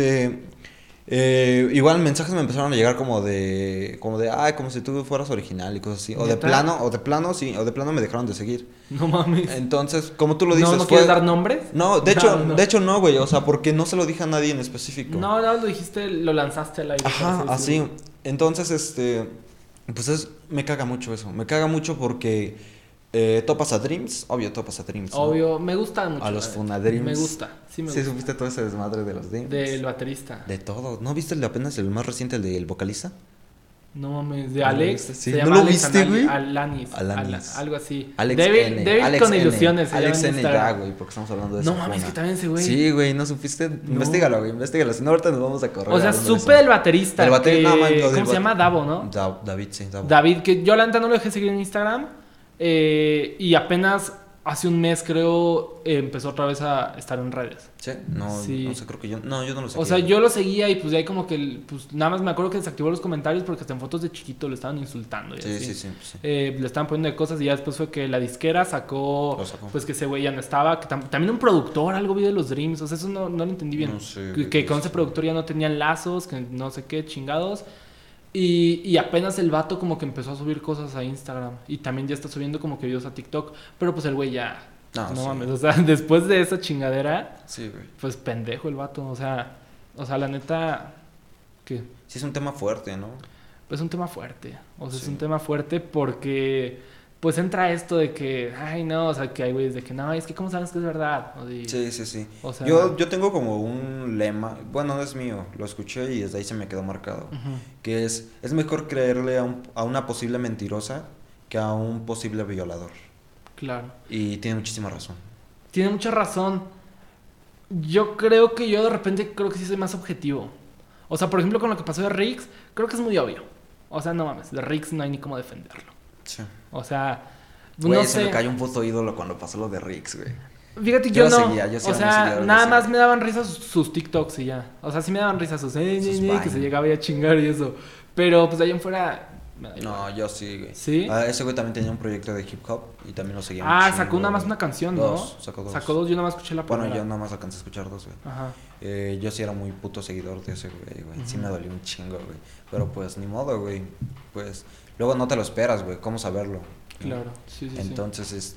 igual mensajes me empezaron a llegar como de, ay, como si tú fueras original y cosas así. O de plano me dejaron de seguir. No mames. Entonces, como tú lo dices, ¿No quieres dar nombres? No, de hecho no, güey, o sea, porque no se lo dije a nadie en específico. No, lo dijiste, lo lanzaste al aire. Ajá, así. Entonces, pues me caga mucho eso. Me caga mucho porque topas a Dreams, ¿no? Obvio, me gusta mucho. A los Funadreams. Me gusta, sí me gusta. ¿Sí supiste todo ese desmadre de los Dreams? Del baterista. De todo. ¿No viste apenas el más reciente, el del vocalista? No mames, de Alex. Sí. ¿No lo viste, güey? Alanis. Algo así. Alex David Alex con N. ilusiones. Alex N ya, güey, porque estamos hablando de eso. No mames, que también ese güey. Sí, güey, ¿no supiste? No. Investígalo, güey, Si no, ahorita nos vamos a correr. O sea, supe del baterista. El baterista, ¿Cómo se llama? Davo, ¿no? David, sí, Davo. David, que yo la neta no lo dejé seguir en Instagram. Y apenas hace un mes, creo, empezó otra vez a estar en redes. ¿Sí? No sé, creo que yo no lo seguía. O sea, yo lo seguía y pues de ahí como que, pues nada más me acuerdo que desactivó los comentarios porque hasta en fotos de chiquito le estaban insultando y así. Sí. Le estaban poniendo de cosas y ya después fue que la disquera sacó. Pues que ese güey ya no estaba, que también un productor, algo vi de los Dreams, o sea, eso no lo entendí bien. No sé. Que con ese productor ya no tenían lazos, que no sé qué, chingados. Y apenas el vato como que empezó a subir cosas a Instagram. Y también ya está subiendo como que videos a TikTok. Pero pues el güey ya... No mames, o sea, después de esa chingadera... Sí, güey. Pues pendejo el vato, o sea, la neta... ¿Qué? Sí, es un tema fuerte, ¿no? Pues es un tema fuerte. O sea, es un tema fuerte porque... Pues entra esto de que... Ay, no, o sea, que hay güeyes de que... No, es que ¿cómo sabes que es verdad? Sí. O sea, yo tengo como un lema... Bueno, no es mío. Lo escuché y desde ahí se me quedó marcado. Que es mejor creerle a una posible mentirosa que a un posible violador. Claro. Y tiene muchísima razón. Tiene mucha razón. Yo creo que de repente creo que sí soy más objetivo. O sea, por ejemplo, con lo que pasó de Riggs, creo que es muy obvio. O sea, no mames, de Riggs no hay ni cómo defenderlo. Sí. O sea, güey, no sé. Se me cayó un puto ídolo cuando pasó lo de Riggs, güey. Fíjate, Yo yo la no. seguía, yo sí o era muy sea, seguidor de nada ese. más me daban risas sus TikToks y ya. O sea, sí me daban risas sus Sus que vainas. se llegaba ahí a chingar y eso. Pero pues de ahí en fuera. me da igual. No, yo sí, güey. ¿Sí? Ese güey también tenía un proyecto de hip hop y también lo seguía un Ah, chingo, sacó nada más güey. una canción, ¿no? Dos, sacó dos. Yo nada más escuché la primera. Bueno, yo nada más alcancé a escuchar dos, güey. Ajá. Yo sí era muy puto seguidor de ese güey. Sí Ujú. me dolió un chingo, güey. Pero pues ni modo, güey. Pues luego no te lo esperas, güey. ¿Cómo saberlo? ¿no? Claro, sí. Entonces,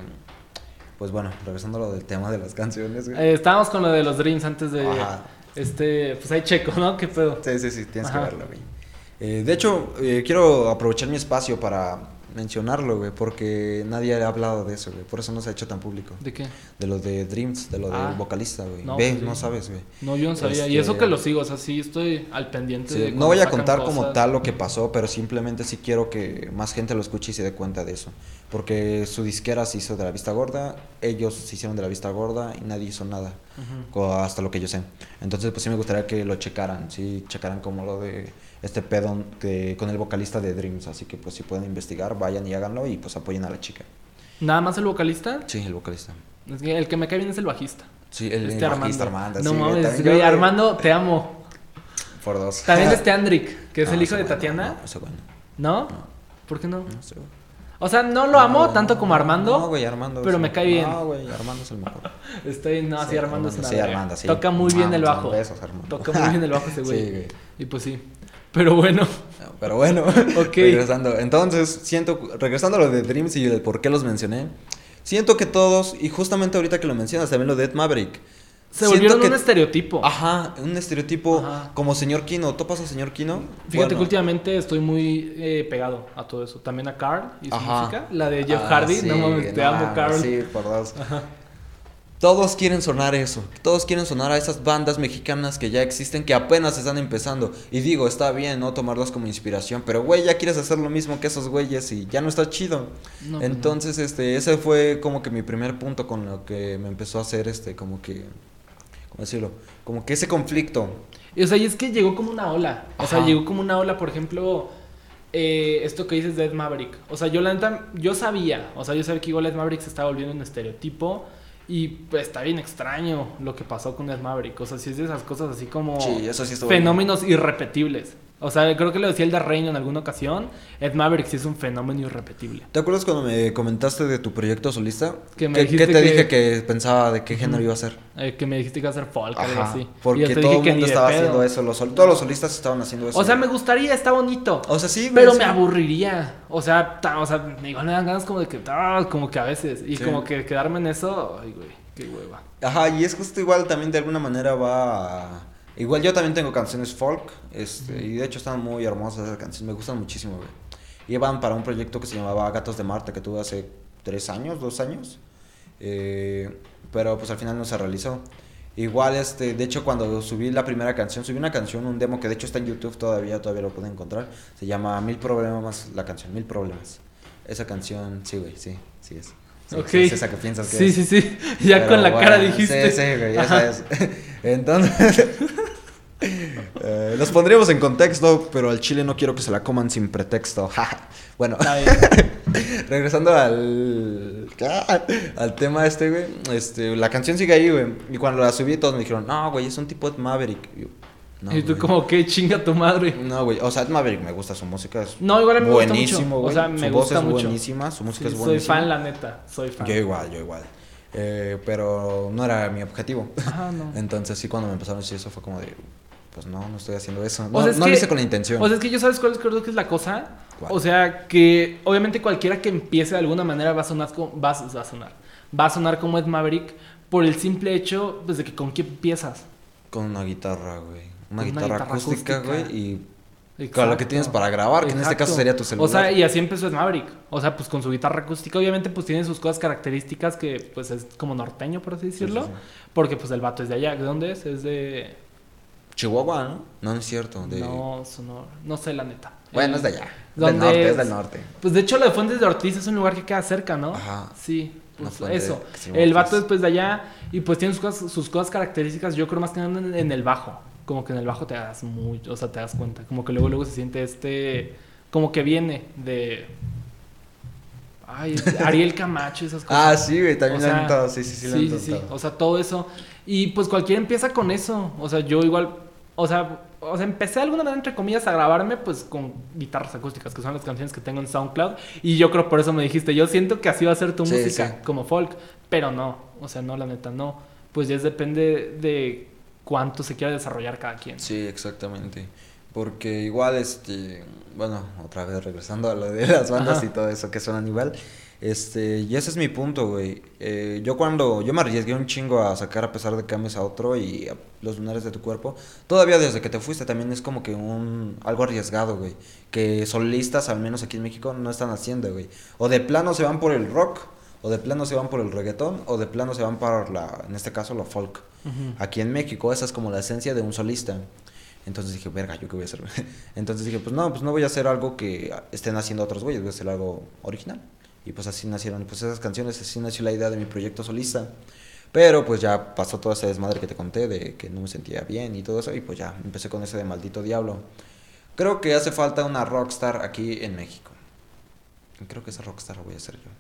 pues bueno, regresando a lo del tema de las canciones, güey. Estábamos con lo de los Dreams antes de. Ajá. Pues ahí checo, ¿no? ¿Qué pedo? Sí, tienes Ajá. que verlo, güey. De hecho, quiero aprovechar mi espacio para mencionarlo, güey, porque nadie ha hablado de eso, güey. Por eso no se ha hecho tan público. ¿De qué? De lo de Dreams, de lo del vocalista, güey. No, Ve, pues sí. no sabes, güey. No, yo no sabía. Y eso que lo sigo, o sea, sí estoy al pendiente Sí, de no cuando voy a sacan contar como cosas. tal lo que pasó, pero simplemente sí quiero que más gente lo escuche y se dé cuenta de eso. Porque su disquera se hizo de la vista gorda, ellos se hicieron de la vista gorda y nadie hizo nada, Ujú. hasta lo que yo sé. Entonces, pues sí me gustaría que lo checaran, sí, checaran como lo de este pedo con el vocalista de Dreams. Así que, pues si pueden investigar, vayan y háganlo y pues apoyen a la chica. ¿Nada más el vocalista? Sí, el vocalista. Es que el que me cae bien es el bajista. Sí, el Este bajista Armando. Armando. No sí, mames, también güey, yo, Armando, te amo. Por dos. También Andrick, que es No, el hijo ese de güey no, Tatiana. No, ese güey ¿No? no. ¿Por qué no? No, ese güey. O sea, no lo amo No, tanto no, como Armando. No, güey, Armando. pero sí. me cae bien. No, güey, Armando es el mejor. Sí, Armando es una Sí, verga. Armando, sí. Toca muy bien el bajo. Besos, Armando. Toca muy bien el bajo ese güey. Sí, güey. Y pues sí. Pero bueno. No, pero bueno, Ok. regresando. Entonces, regresando a lo de Dreams y el por qué los mencioné, siento que todos, y justamente ahorita que lo mencionas, también lo de Ed Maverick. Se siento volvieron que- un estereotipo. Ajá, un estereotipo Ajá. como señor Kino. ¿Topas a señor Kino? Fíjate Bueno, que últimamente estoy muy pegado a todo eso. También a Carl y su Ajá. música. La de Jeff Ah, Hardy. sí, no mames, te amo, mames, Carl. Sí, por dos. Todos quieren sonar eso. Todos quieren sonar a esas bandas mexicanas que ya existen, que apenas están empezando. Y digo, está bien, ¿no? Tomarlas como inspiración. Pero, güey, ya quieres hacer lo mismo que esos güeyes y ya no está chido. No, pues Entonces, ese fue como que mi primer punto con lo que me empezó a hacer, como que... ¿Cómo decirlo? Como que ese conflicto. Y, o sea, y es que llegó como una ola. O sea, Ajá. llegó como una ola, por ejemplo, esto que dices de Ed Maverick. O sea, yo la neta, yo sabía que igual Ed Maverick se estaba volviendo un estereotipo. Y pues está bien extraño lo que pasó con Ed Maverick. O sea, si es de esas cosas así como Sí, eso sí estuvo fenómenos irrepetibles. O sea, creo que lo decía el de Reino en alguna ocasión. Ed Maverick sí es un fenómeno irrepetible. ¿Te acuerdas cuando me comentaste de tu proyecto solista? Que me ¿Qué dijiste te que- dije que pensaba de qué género iba a ser? Que me dijiste que iba a ser folk, algo Ajá, así. Y porque yo te todo dije el que mundo ni de estaba pedo. haciendo eso. Todos los solistas estaban haciendo eso. O sea, me gustaría, está bonito. O sea, sí, güey, Pero sí. me aburriría. O sea, igual me dan ganas como de que, como que a veces. Y Sí. como que quedarme en eso, ay, güey, qué hueva. Ajá, y es justo igual también de alguna manera Igual yo también tengo canciones folk, y de hecho están muy hermosas esas canciones, me gustan muchísimo, güey. Iban para un proyecto que se llamaba Gatos de Marte, que tuve hace 2 años, pero pues al final no se realizó. Igual, de hecho cuando subí la primera canción, subí una canción, un demo que de hecho está en YouTube todavía lo pueden encontrar, se llama Mil Problemas, la canción, Mil Problemas. Esa canción, sí, güey, sí es. Sí, Ok. es esa que piensas que Sí, es. sí. Ya Pero con la cara bueno, dijiste. Sí, güey, Ajá. esa es. Entonces, los pondríamos en contexto, pero al chile no quiero que se la coman sin pretexto. Bueno, Está bien. regresando al tema güey. La canción sigue ahí, güey. Y cuando la subí, todos me dijeron, no, güey, es un tipo de Maverick. Y yo, no, Y tú güey. como que chinga tu madre. No, güey, o sea, Ed Maverick me gusta su música, es No, igual a mí me gusta buenísimo, mucho. güey. O sea, me su gusta voz es mucho. buenísima, su música Sí, es soy buenísima. fan, la neta. Soy fan. Yo igual. Pero no era mi objetivo. Ajá, no. Entonces sí, cuando me empezaron a decir eso fue como de, pues no estoy haciendo eso. O No, sea, es no que- lo hice con la intención. O sea, es que yo sabes cuál creo que es la cosa. ¿Cuál? O sea, que obviamente cualquiera que empiece de alguna manera va a sonar como Ed Maverick por el simple hecho pues, de que con qué empiezas. Con una guitarra, güey. Una Con una guitarra guitarra acústica, acústica. güey. Y Exacto. con lo que tienes para grabar, que en este Exacto. caso sería tu celular. O sea, y así empezó Ed Maverick. O sea, pues con su guitarra acústica, obviamente, pues tiene sus cosas características que, pues, es como norteño, por así decirlo. sí. Porque, pues, el vato es de allá. ¿De dónde es? Es de... Chihuahua, ¿no? No es cierto. No, Sonora. No sé, la neta. Bueno, es de allá. ¿Dónde Del norte, es? es del norte. Pues, de hecho, lo de Fuentes de Ortiz es un lugar que queda cerca, ¿no? Ajá. Sí, Una pues fuente eso. que se llama El vato Ortiz. después de allá y pues tiene sus cosas características, yo creo más que nada en el bajo. Como que en el bajo te das o sea, te das cuenta. Como que luego se siente como que viene de... Ay, Ariel Camacho, esas cosas. Ah, sí, güey, también O le han sea, untado, sí, le han sí. untado. O sea, todo eso. Y pues cualquiera empieza con eso. O sea, yo igual, o sea, empecé de alguna manera, entre comillas, a grabarme pues con guitarras acústicas, que son las canciones que tengo en SoundCloud. Y yo creo por eso me dijiste, yo siento que así va a ser tu Sí, música, sí. como folk. Pero no, o sea, no, la neta, no. Pues ya depende de cuánto se quiera desarrollar cada quien. Sí, exactamente. Porque igual, bueno, otra vez regresando a lo de las bandas Ajá. y todo eso que suenan igual, y ese es mi punto, güey. Yo me arriesgué un chingo a sacar A pesar de que ames a otro y a Los lunares de tu cuerpo, todavía desde que te fuiste también es como que algo arriesgado, güey. Que solistas, al menos aquí en México, no están haciendo, güey. O de plano se van por el rock, o de plano se van por el reggaetón, o de plano se van para en este caso, lo folk. Ujú. Aquí en México esa es como la esencia de un solista. Entonces dije, verga, ¿yo qué voy a hacer? Entonces dije, pues no voy a hacer algo que estén haciendo otros güeyes, voy a hacer algo original. Y pues así nacieron pues esas canciones, así nació la idea de mi proyecto solista. Pero pues ya pasó todo ese desmadre que te conté de que no me sentía bien y todo eso, y pues ya empecé con ese de Maldito Diablo. Creo que hace falta una rockstar aquí en México. Y creo que esa rockstar la voy a hacer yo.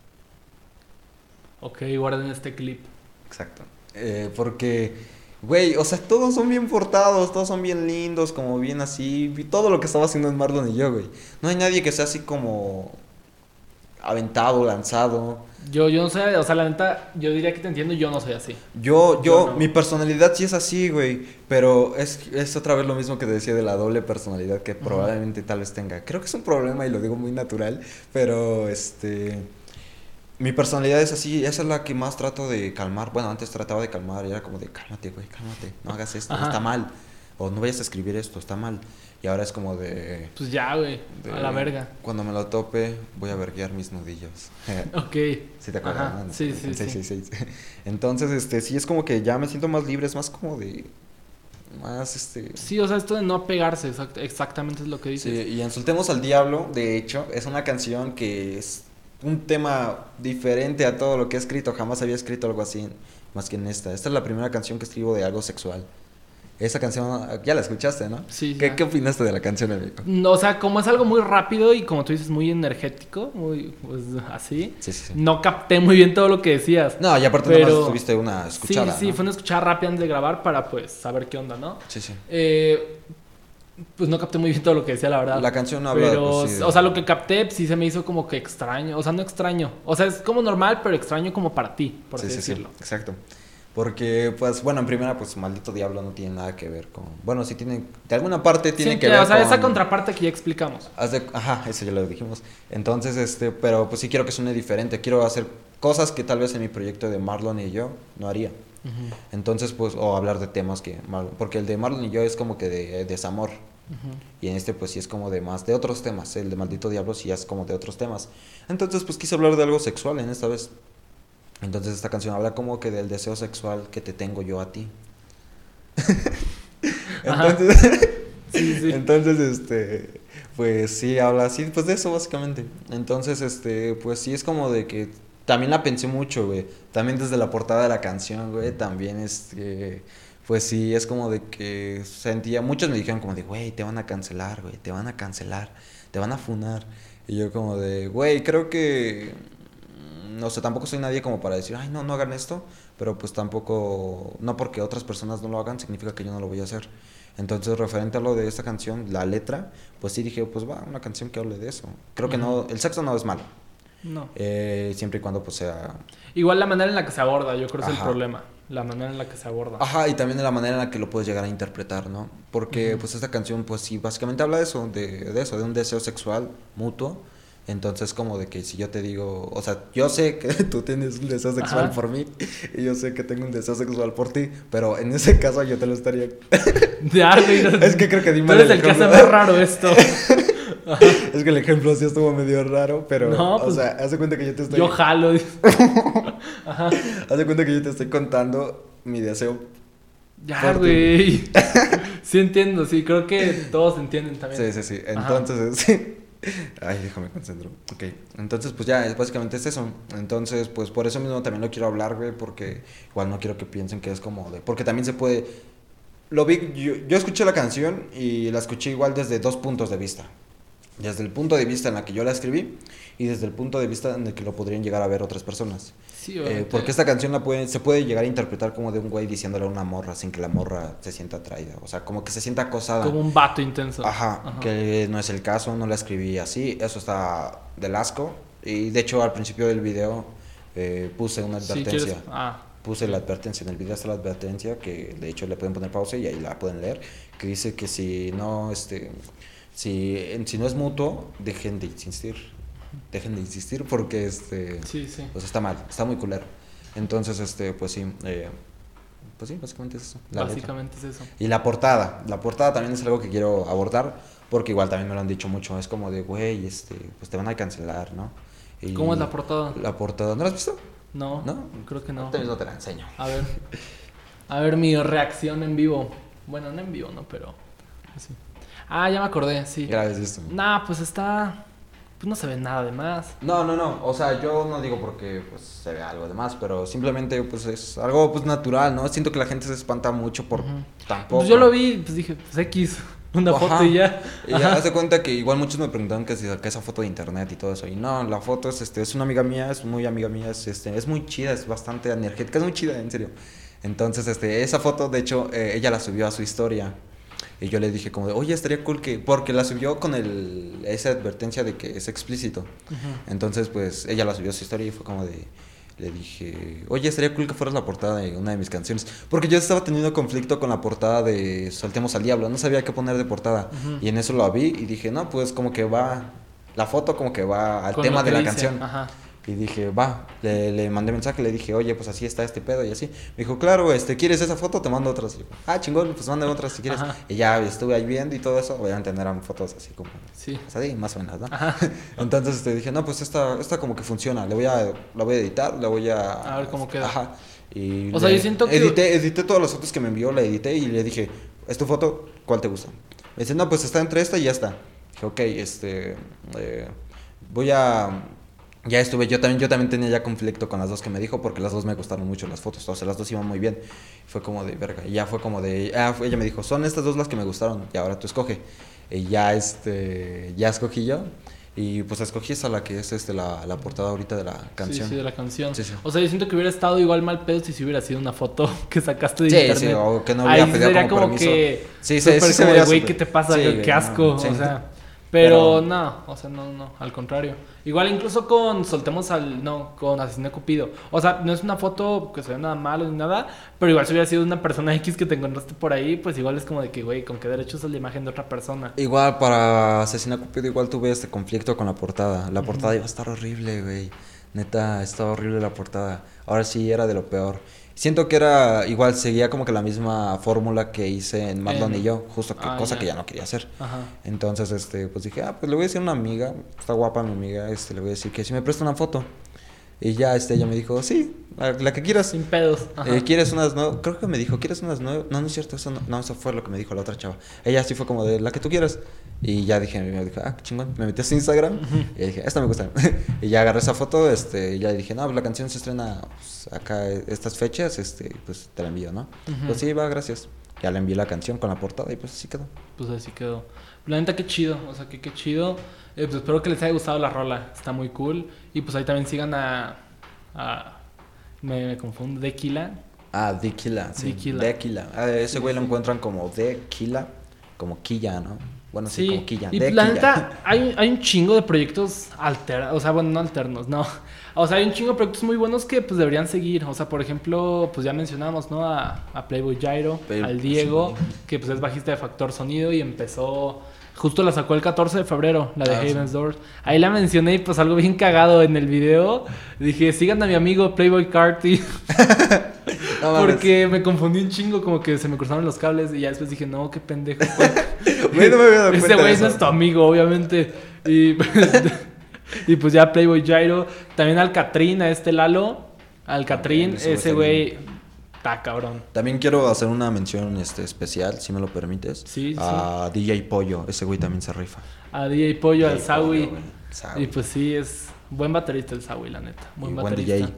Ok, guarden este clip. Exacto. Porque, güey, o sea, todos son bien portados, todos son bien lindos, como bien así. Y todo lo que estaba haciendo en Marlon y yo, güey. No hay nadie que sea así como aventado, lanzado. Yo no sé, o sea, la neta, yo diría que te entiendo, yo no soy así. Yo no. Mi personalidad sí es así, güey. Pero es otra vez lo mismo que decía de la doble personalidad que probablemente tal vez tenga. Creo que es un problema y lo digo muy natural, pero mi personalidad es así, esa es la que más trato de calmar. Bueno, antes trataba de calmar y era como de, cálmate, güey, cálmate, no hagas esto, Ajá. está mal. O no vayas a escribir esto, está mal. Y ahora es como Pues ya, güey, a la verga. Cuando me lo tope, voy a verguear mis nudillos. Ok. ¿Sí te acuerdas? Ajá, ¿No? sí. Sí. Entonces, sí es como que ya me siento más libre, es más como de... Más, Sí, o sea, esto de no apegarse, exactamente es lo que dices. Sí, y en Soltemos al Diablo, de hecho, es una canción que es un tema diferente a todo lo que he escrito. Jamás había escrito algo así, más que en esta. Esta es la primera canción que escribo de algo sexual. Esa canción, ya la escuchaste, ¿no? Sí, ¿Qué, ya. ¿Qué opinaste de la canción, amigo? No, o sea, como es algo muy rápido y como tú dices, muy energético, muy, pues así, Sí. no capté muy bien todo lo que decías. No, y aparte pero... nada más tuviste una escuchada, Sí, ¿no? fue una escuchada rápida antes de grabar para, pues, saber qué onda, ¿no? Sí. Pues no capté muy bien todo lo que decía, la verdad. La canción no habla pero, pues, sí, o sea, lo que capté sí se me hizo como que extraño. O sea, no extraño. O sea, es como normal, pero extraño como para ti, por así decirlo. Sí, exacto. Porque, pues, bueno, en primera, pues, Maldito Diablo no tiene nada que ver con... Bueno, sí tiene... De alguna parte tiene Sí, que ver o sea, con... esa contraparte que ya explicamos. Ajá, eso ya lo dijimos. Entonces, pero pues sí quiero que suene diferente. Quiero hacer cosas que tal vez en mi proyecto de Marlon y yo no haría. Ujú. Entonces, pues, o hablar de temas que... Porque el de Marlon y yo es como que de desamor. Ujú. Y en pues sí es como de más, de otros temas. El de Maldito Diablo sí es como de otros temas. Entonces, pues quise hablar de algo sexual en esta vez. Entonces esta canción habla como que del deseo sexual que te tengo yo a ti. Entonces, Sí. entonces, pues sí, habla así, pues de eso básicamente. Entonces, pues sí es como de que también la pensé mucho, güey. También desde la portada de la canción, güey, también pues sí, es como de que sentía, muchos me dijeron como de, güey, te van a cancelar, güey, te van a cancelar, te van a funar. Y yo como de, güey, creo que, no sé, tampoco soy nadie como para decir, ay, no hagan esto, pero pues tampoco, no porque otras personas no lo hagan, significa que yo no lo voy a hacer. Entonces, referente a lo de esta canción, la letra, pues sí dije, pues va, una canción que hable de eso. Creo que no, el sexo no es malo. No. Siempre y cuando pues sea... Igual la manera en la que se aborda, yo creo que es el Ajá. problema. La manera en la que se aborda. Ajá, y también de la manera en la que lo puedes llegar a interpretar, ¿no? Porque pues esta canción pues sí, básicamente habla de eso, de un deseo sexual mutuo. Entonces como de que si yo te digo, o sea, yo sé que tú tienes un deseo sexual Ajá. por mí y yo sé que tengo un deseo sexual por ti, pero en ese caso yo te lo estaría... Ya, güey, Es que creo que di tú mal eres el que hace ejemplo. más raro esto. Es que el ejemplo sí estuvo medio raro, pero No, pues, o sea, haz de cuenta que yo te estoy... Yo jalo. Ajá. Haz de cuenta que yo te estoy contando mi deseo. Ya, Por ti. güey. Sí entiendo, sí, creo que todos entienden también. Sí. Entonces, sí. Ay, déjame concentro. Ok. Entonces, pues ya, básicamente es eso. Entonces, pues por eso mismo también lo quiero hablar, güey, porque igual no quiero que piensen que es como de... Porque también se puede... Lo vi, yo escuché la canción y la escuché igual desde dos puntos de vista. Desde el punto de vista en el que yo la escribí y desde el punto de vista en el que lo podrían llegar a ver otras personas. Sí, obviamente. Porque esta canción se puede llegar a interpretar como de un güey diciéndole a una morra sin que la morra se sienta atraída. O sea, como que se sienta acosada. Como un vato intenso. Ajá, que no es el caso, no la escribí así. Eso está del asco. Y de hecho al principio del video puse una advertencia. Puse la advertencia, en el video está la advertencia que de hecho le pueden poner pausa y ahí la pueden leer, que dice que si no si no es mutuo, dejen de insistir porque pues está mal, está muy culero. Entonces pues sí, básicamente es eso. Básicamente es eso. Y la portada también es algo que quiero abordar porque igual también me lo han dicho mucho, es como de güey, pues te van a cancelar, ¿no? Y ¿cómo es la portada? La portada, ¿no la has visto? No, creo que no. Ahorita mismo te la enseño. A ver mi reacción en vivo. Bueno, no en vivo, no, pero sí. Ya me acordé, sí. Gracias, esto. Nah, pues está... Pues no se ve nada de más. No. O sea, yo no digo porque pues se ve algo de más, pero simplemente pues es algo pues natural, ¿no? Siento que la gente se espanta mucho por tampoco. Pues yo lo vi, pues dije, pues X, una foto y ya. Y ya haz de cuenta que igual muchos me preguntaban que si saqué esa foto de internet y todo eso. Y no, la foto es una amiga mía, es muy amiga mía, es muy chida, es bastante energética, es muy chida, en serio. Entonces, esa foto, de hecho, ella la subió a su historia. Y yo le dije como de, oye, estaría cool que... Porque la subió con esa advertencia de que es explícito. Entonces, pues, ella la subió a su historia y fue como de... Le dije, oye, estaría cool que fueras la portada de una de mis canciones. Porque yo estaba teniendo conflicto con la portada de Soltemos al Diablo. No sabía qué poner de portada. Y en eso lo vi y dije, no, pues como que va... La foto como que va al tema de la canción. Y dije, le mandé mensaje, le dije, oye, pues así está este pedo y así. Me dijo, claro, ¿quieres esa foto? Te mando otras. Y yo, chingón, pues mándame otras si quieres. Y ya estuve ahí viendo y todo eso. Obviamente eran fotos así como... Sí. Pues así, más o menos, ¿no? Entonces dije, no, pues esta como que funciona. La voy a editar, la voy a... A ver cómo queda. Y o sea, yo siento que... Edité todas las fotos que me envió, la edité y le dije, ¿es tu foto? ¿Cuál te gusta? Me dice, no, pues está entre esta y ya está. Dije, ok, voy a... Ya estuve, yo también tenía ya conflicto con las dos que me dijo porque las dos me gustaron mucho las fotos, o sea, las dos iban muy bien. Fue como de verga, y ya fue como de, ella me dijo, son estas dos las que me gustaron y ahora tú escoge. Y ya ya escogí yo y pues escogí esa la que es la portada ahorita de la canción. Sí, de la canción. Sí. O sea, yo siento que hubiera estado igual mal pedo si hubiera sido una foto que sacaste de internet. Sí, o que no hubiera pedido sería como permiso. que sí, como de, güey, ¿qué te pasa? Sí, qué asco, no, sí. O sea... Pero no, o sea, no, al contrario. Igual incluso con con Asesino Cupido. O sea, no es una foto que se vea nada malo ni nada, pero igual si hubiera sido una persona X que te encontraste por ahí, pues igual es como de que, güey, ¿con qué derechos es la imagen de otra persona? Igual para Asesino Cupido igual tuve este conflicto con la portada. La portada iba a estar horrible, güey. Neta, estaba horrible la portada. Ahora sí era de lo peor. Siento que igual seguía como que la misma fórmula que hice en Marlon y yo, justo cosa que ya no quería hacer. Entonces, pues dije, pues le voy a decir a una amiga, está guapa mi amiga, le voy a decir que si me presta una foto. Y ya ella me dijo, sí, la que quieras. Sin pedos. ¿Quieres unas nuevas? Creo que me dijo, ¿quieres unas nuevas? No es cierto, eso fue lo que me dijo la otra chava. Ella sí fue como de la que tú quieras. Y ya me dijo, qué chingón. Me metí a su Instagram y dije, esta me gusta. Y ya agarré esa foto, y ya dije, no, pues la canción se estrena pues, acá estas fechas, pues te la envío, ¿no? Pues sí, gracias. Ya le envié la canción con la portada y pues así quedó. Pues así quedó. La neta, qué chido, o sea, qué chido. Pues espero que les haya gustado la rola, está muy cool. Y pues ahí también sigan me confundo, Dequila. Dequila, sí. Dequila. Ese güey lo encuentran como Dequila, como Quilla, ¿no? Bueno, sí, como Quilla. Y la neta, hay un chingo de proyectos alternos, o sea, bueno, no alternos, no. O sea, hay un chingo de proyectos muy buenos que pues deberían seguir. O sea, por ejemplo, pues ya mencionamos, ¿no? A Playboy Gyro, al Diego, que pues es bajista de Factor Sonido y empezó... Justo la sacó el 14 de febrero, la de Haven's Doors. Ahí la mencioné y pues algo bien cagado en el video. Dije, sigan a mi amigo Playboy Carti. Porque me confundí un chingo, como que se me cruzaron los cables. Y ya después dije, no, qué pendejo. Güey, no me había dado cuenta. Ese güey no es tu amigo, obviamente. Y pues ya Playboy Gyro. También al Catrín, a Lalo. Al Catrín, ese güey... Está cabrón. También quiero hacer una mención especial, si me lo permites. Sí. A DJ Pollo, ese güey también se rifa. A DJ Pollo, al Sawi. Y pues sí, es buen baterista el Sawi, la neta. Buen baterista. DJ.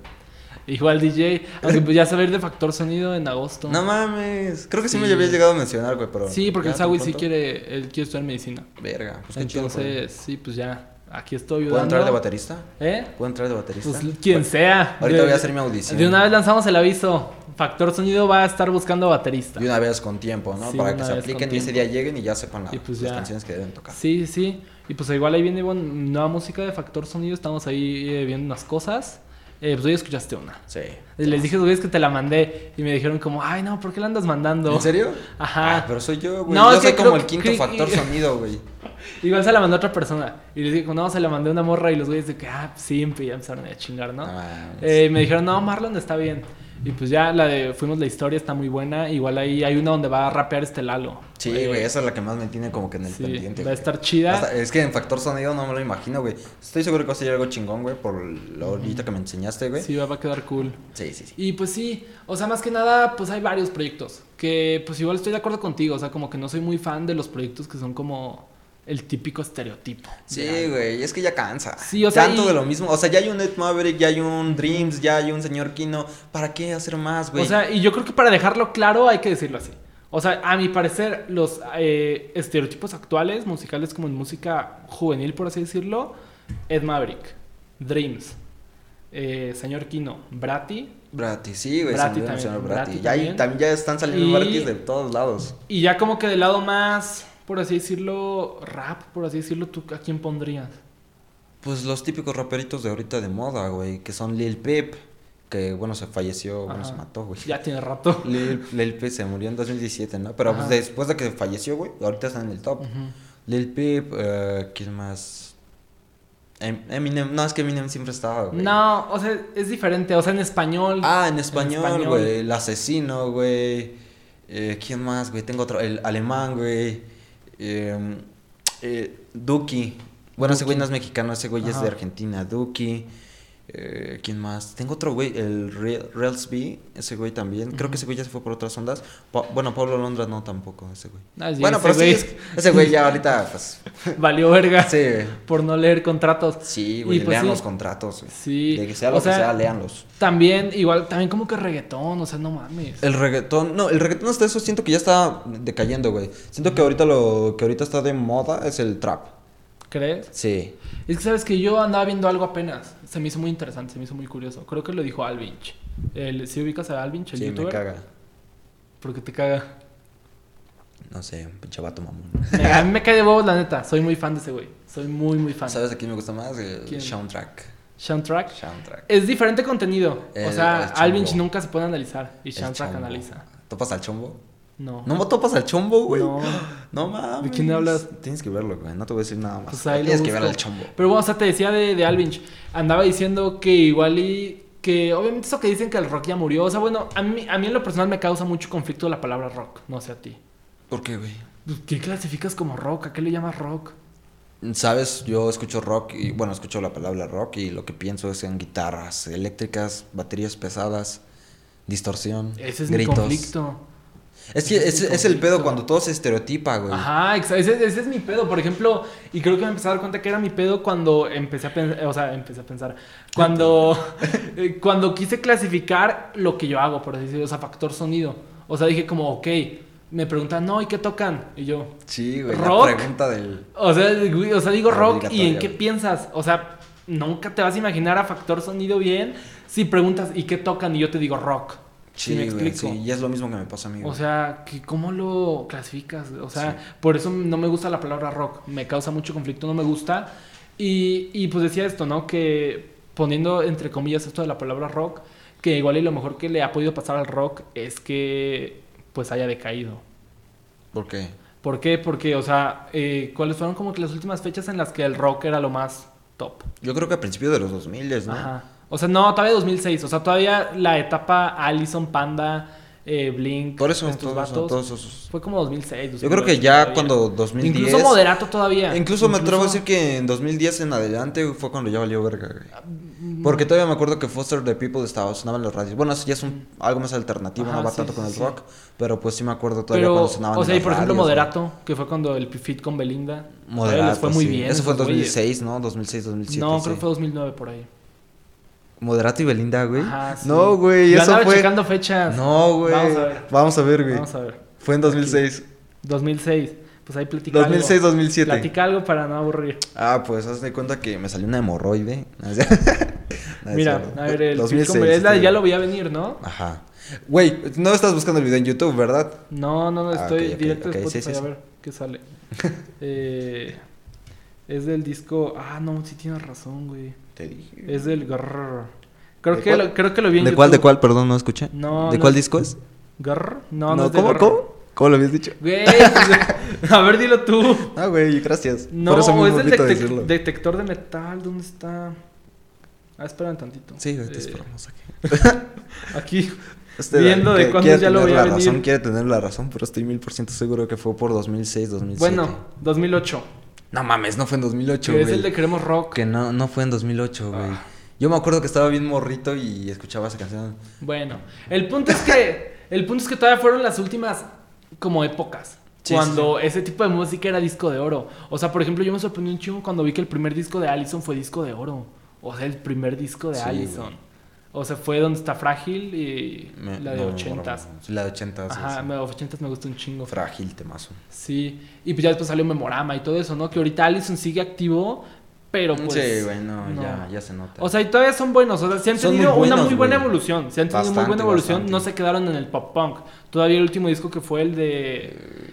Igual DJ, aunque pues ya se va a ir de Factor Sonido en agosto. No mames. Creo que sí, Sí. me había llegado a mencionar, güey, pero... Sí, porque ya, el Sawi ¿tan sí pronto? él quiere estudiar medicina. Verga, pues qué chido, güey. Entonces, sí, pues ya, aquí estoy ayudando. ¿Puedo entrar de baterista? ¿Eh? ¿Puedo entrar de baterista? Pues quien sea. Ahorita voy a hacer mi audición. De una vez lanzamos el aviso. Factor Sonido va a estar buscando baterista. De una vez con tiempo, ¿no? Sí, Para una que se vez apliquen con y ese tiempo. día lleguen y ya sepan Y pues las ya. canciones que deben tocar. Sí, sí. Y pues igual ahí viene nueva música de Factor Sonido. Estamos ahí viendo unas cosas. Pues hoy escuchaste una. Sí. Les dije, güey, es que te la mandé. Y me dijeron como, ay, no, ¿por qué la andas mandando? ¿En serio? Ajá. Ah, pero soy yo, güey. No, Yo es que soy como creo el quinto que- factor sonido, güey. Igual se la mandó otra persona. Y les dije, no, se la mandé a una morra. Y los güeyes de que, simple, ya empezaron a chingar, ¿no? No mames. Me dijeron, no, Marlon está bien. Y pues ya fuimos la historia, está muy buena. Igual ahí hay una donde va a rapear Lalo. Sí, güey, esa es la que más me tiene como que en el Sí, pendiente. va a güey. estar chida. Es que en factor sonido no me lo imagino, güey. Estoy seguro que va a ser algo chingón, güey, por lo ahorita que me enseñaste, güey. Sí, va a quedar cool. Sí, sí, sí. Y pues sí, o sea, más que nada, pues hay varios proyectos. Que pues igual estoy de acuerdo contigo. O sea, como que no soy muy fan de los proyectos que son como el típico estereotipo. Sí, de algo. güey, es que ya cansa. Sí, o sea, Tanto y- de lo mismo. O sea, ya hay un Ed Maverick, ya hay un Dreams, ya hay un señor Kino. ¿Para qué hacer más, güey? O sea, y yo creo que para dejarlo claro hay que decirlo así. O sea, a mi parecer, los estereotipos actuales, musicales como en música juvenil, por así decirlo, Ed Maverick, Dreams, Señor Kino, Bratty, Brati, sí, güey. Bratty se me olvidó también, mencionar Bratty Bratty. Ya, también. también ya están saliendo Y- Bratties de todos lados. y ya como que del lado más, por así decirlo, rap, por así decirlo, ¿tú a quién pondrías? Pues los típicos raperitos de ahorita de moda, güey, que son Lil Peep, que bueno, se falleció, bueno, Ajá. se mató, güey. Ya tiene rato. Lil Peep se murió en 2017, ¿no? Pero Ajá. pues, después de que falleció, güey, ahorita está en el top. Ujú. Lil Peep, ¿quién más? Eminem, no, es que Eminem siempre estaba, güey. No, o sea, es diferente, o sea, en español. Ah, en español, güey, El Asesino, güey. ¿Quién más, güey? Tengo otro, el Alemán, güey. Duki. Bueno, ese güey no es mexicano, ese güey es Ajá. de Argentina. Duki. ¿Quién más? Tengo otro güey, el Reels B, ese güey también. Creo que ese güey ya se fue por otras ondas. Bueno, Pablo Londra no tampoco, ese güey. Ah, sí, Bueno, ese pero güey sí, ese güey ya ahorita, pues. valió verga Sí, por no leer contratos. sí, güey, Y pues lean sí. los contratos, güey. Sí. De que sea O lo que sea, sea, léanlos. También, igual, también como que reggaetón, o sea, no mames. El reggaetón, no, el reggaetón hasta eso siento que ya está decayendo, güey. Siento que ahorita lo que ahorita está de moda es el trap. ¿Crees? Sí. Es que sabes que yo andaba viendo algo apenas. Se me hizo muy interesante, se me hizo muy curioso. Creo que lo dijo Alvinch. ¿Sí ubicas a Alvinch, el Sí, youtuber? me caga. ¿Por qué te caga? No sé, un pinche vato mamón. A mí me cae de huevos, la neta. Soy muy fan de ese güey. Soy muy, muy fan. ¿Sabes a quién me gusta más? El ¿Quién? Soundtrack. Soundtrack. Soundtrack. Es diferente contenido. O El sea, chombo. Alvinch nunca se puede analizar. Y El Soundtrack chombo. analiza. ¿Topas al chombo? No. ¿No topas al chombo, güey? No. No mames. ¿De quién hablas? Tienes que verlo, güey. No te voy a decir nada más. Pues ahí lo Tienes que busco. ver al chombo. Pero bueno, o sea, te decía de Alvinch. Andaba diciendo que igual y... Que obviamente eso que dicen que el rock ya murió. O sea, bueno, a mí en lo personal me causa mucho conflicto la palabra rock. No sé a ti. ¿Por qué, güey? ¿Qué clasificas como rock? ¿A qué le llamas rock? Sabes, yo escucho rock y, bueno, escucho la palabra rock y lo que pienso es en guitarras eléctricas, baterías pesadas, distorsión, Ese es gritos. mi conflicto. Es que Ese es mi es el pedo conflicto. cuando todo se estereotipa, güey. Ajá, ese es mi pedo. Por ejemplo, y creo que me empecé a dar cuenta que era mi pedo cuando empecé a pensar. Cuando quise clasificar lo que yo hago, por así decirlo, o sea, factor sonido. O sea, dije como, ok, me preguntan, no, ¿y qué tocan? Y yo, Sí, güey, ¿Rock? la pregunta del... o sea, digo rock, ¿y en Obligatorio. qué piensas? O sea, nunca te vas a imaginar a factor sonido bien si preguntas, ¿y qué tocan? Y yo te digo rock. ¿Sí me güey, explico? sí, y es lo mismo que me pasa a mí, güey. O sea, ¿cómo lo clasificas? O sea, Sí. por eso no me gusta la palabra rock. Me causa mucho conflicto, no me gusta. Y pues decía esto, ¿no? Que poniendo entre comillas esto de la palabra rock, que igual y lo mejor que le ha podido pasar al rock es que pues haya decaído. ¿Por qué? ¿Por qué? Porque, o sea, ¿cuáles fueron como que las últimas fechas en las que el rock era lo más top? Yo creo que a principios de los 2000, ¿no? Ajá. O sea, no, todavía 2006. O sea, todavía la etapa Allison, Panda, Blink, Por eso, estos todos vatos. esos... Fue como 2006. Yo creo que 2008 ya todavía. cuando 2010... Incluso Moderato todavía. Incluso me atrevo a decir que en 2010 en adelante fue cuando ya valió verga, güey. Porque todavía me acuerdo que Foster the People sonaba en los radios. Bueno, eso ya es algo más alternativo, Ajá, no va sí, tanto sí, con el sí. rock. Pero pues sí me acuerdo todavía Pero, cuando sonaban o sea, en y por las ejemplo radios, Moderato, que fue cuando el Fit con Belinda. güey. Todavía les fue muy sí. bien. Eso fue en esos güeyes. 2006, ¿no? 2006, 2007. No, sí. creo que fue 2009 por ahí. Moderato y Belinda, güey. Ajá, sí. No, güey, Yo eso andaba fue... checando fechas. No, güey. Vamos a ver, güey. Vamos a ver. Fue en 2006. 2006. Pues ahí platica 2006, algo. 2007. Platica algo para no aburrir. Ah, pues haz de cuenta que me salió una hemorroide. Mira, a ver, el 2006, es la, ya lo veía venir, ¿no? Ajá. Güey, no estás buscando el video en YouTube, ¿verdad? No, estoy ok, directo ok, de Spotify, sí, sí, a ver qué sale. Es del disco... Ah, no, sí tienes razón, güey. Te dije. Es del... Creo ¿De que cuál? creo que lo vi en ¿De YouTube. cuál, de cuál? Perdón, no escuché. No, ¿De no cuál es- disco es? No es de ¿cómo? Grrr. ¿Cómo lo habías dicho? Güey, pues, a ver, dilo tú. Ah, güey, gracias. No, Por eso mismo es del evito decirlo. detector de metal. ¿Dónde está? Ah, esperen tantito. Sí, ahorita esperamos aquí. Aquí. Este, Viendo de cuándo quiere ya lo tener voy a la venir. razón, quiere tener la razón, pero estoy 1000% seguro que fue por 2006, 2007. Bueno, 2008. No mames, no fue en 2008, Que güey. es el de Queremos Rock. Que no fue en 2008, güey. Yo me acuerdo que estaba bien morrito y escuchaba esa canción. Bueno, el punto es que todavía fueron las últimas como épocas. Sí, cuando ese tipo de música era disco de oro. O sea, por ejemplo, yo me sorprendí un chingo cuando vi que el primer disco de Allison fue disco de oro. O sea, el primer disco de Sí, Allison. güey. O sea, fue Donde está Frágil y la de No, 80s. sí, la de 80s. Ajá, sí. 80s me gusta un chingo. Frágil, temazo. Sí, y pues ya después salió Memorama y todo eso, ¿no? Que ahorita Allison sigue activo, pero pues... sí, güey, no, no. ya se nota. O sea, y todavía son buenos, o sea, se han Son tenido muy una buenos, muy buena güey. evolución, se han tenido muy Bastante, buena evolución, bastante. no se quedaron en el pop punk. Todavía el último disco que fue el de...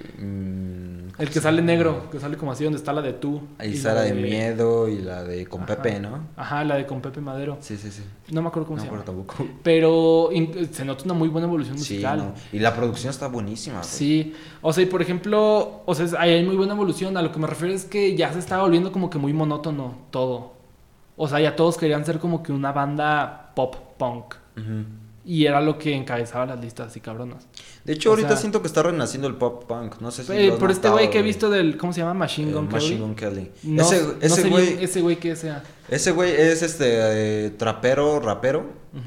El que sale negro, que sale como así, donde está la de Tú. Ahí y está la de Miedo y la de Con Ajá. Pepe, ¿no? Ajá, la de Con Pepe Madero. Sí, sí, sí. No me acuerdo cómo No se me llama. acuerdo tampoco. Pero se nota una muy buena evolución Sí, musical. no. Y la producción está buenísima, güey. Sí, o sea, y por ejemplo, o sea, ahí hay muy buena evolución. A lo que me refiero es que ya se estaba volviendo como que muy monótono todo. O sea, ya todos querían ser como que una banda pop punk. Ujú. Y era lo que encabezaba las listas así cabronas. De hecho, O ahorita sea- siento que está renaciendo el pop punk. No sé si lo has Por este notado, güey que he visto del, ¿cómo se llama? Machine Gun Kelly. Machine Gun Kelly. No, ese no sé güey, bien ese güey que sea. ese güey es trapero, rapero.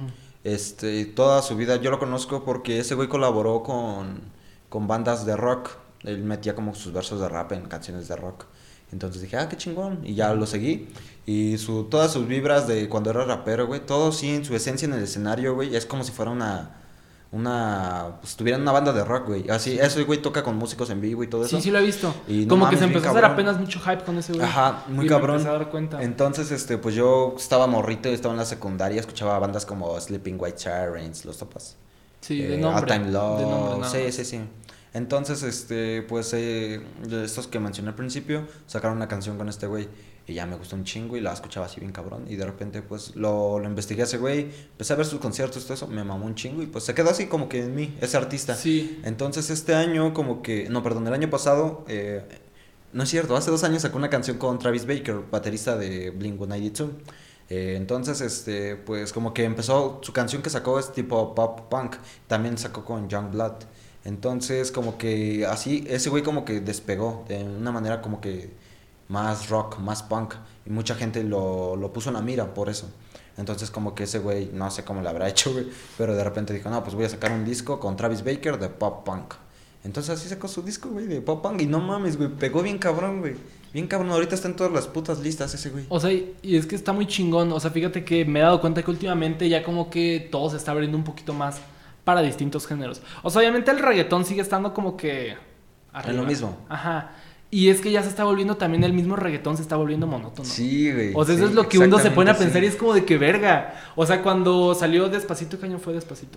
Ujú. Toda su vida yo lo conozco porque ese güey colaboró con bandas de rock. Él metía como sus versos de rap en canciones de rock. Entonces dije, qué chingón. Y ya lo seguí. Y todas sus vibras de cuando era rapero, güey. Todo sí en su esencia en el escenario, güey. Es como si fuera pues tuvieran una banda de rock, güey. Así, ese güey toca con músicos en vivo y todo eso. Sí, sí lo he visto. Y no Como que mames, se bien empezó a hacer cabrón. apenas mucho hype con ese güey. Ajá, muy Y cabrón. me empecé a dar cuenta. Entonces, pues yo estaba morrito, estaba en la secundaria, escuchaba bandas como Sleeping White Sirens, ¿los topas? Sí, de nombre. All Time Low. De nombre nada Sí, más. sí, sí. Entonces, pues de estos que mencioné al principio, sacaron una canción con este güey y ya me gustó un chingo y la escuchaba así bien cabrón y de repente pues lo investigué a ese güey, empecé a ver sus conciertos y todo eso, me mamó un chingo y pues se quedó así como que en mí, ese artista. Sí. Entonces este año el año pasado, no es cierto, hace 2 años sacó una canción con Travis Baker, baterista de Blink-182. Entonces, pues como que empezó, su canción que sacó es tipo pop punk, también sacó con Youngblood. Entonces como que así, ese güey como que despegó de una manera como que más rock, más punk. Y mucha gente lo puso en la mira por eso. Entonces como que ese güey, no sé cómo lo habrá hecho, güey, pero de repente dijo, no, pues voy a sacar un disco con Travis Baker de pop punk. Entonces así sacó su disco, güey, de pop punk. Y no mames, güey, pegó bien cabrón, güey. Bien cabrón, ahorita está en todas las putas listas ese güey. O sea, y es que está muy chingón. O sea, fíjate que me he dado cuenta que últimamente ya como que todo se está abriendo un poquito más para distintos géneros. O sea, obviamente el reggaetón sigue estando como que arriba. En lo mismo. Ajá. Y es que ya se está volviendo también el mismo reggaetón, se está volviendo monótono. Sí, güey. O sea, eso sí, es lo que uno se pone a exactamente, pensar sí. y es como de que verga. O sea, cuando salió Despacito, ¿qué año fue Despacito?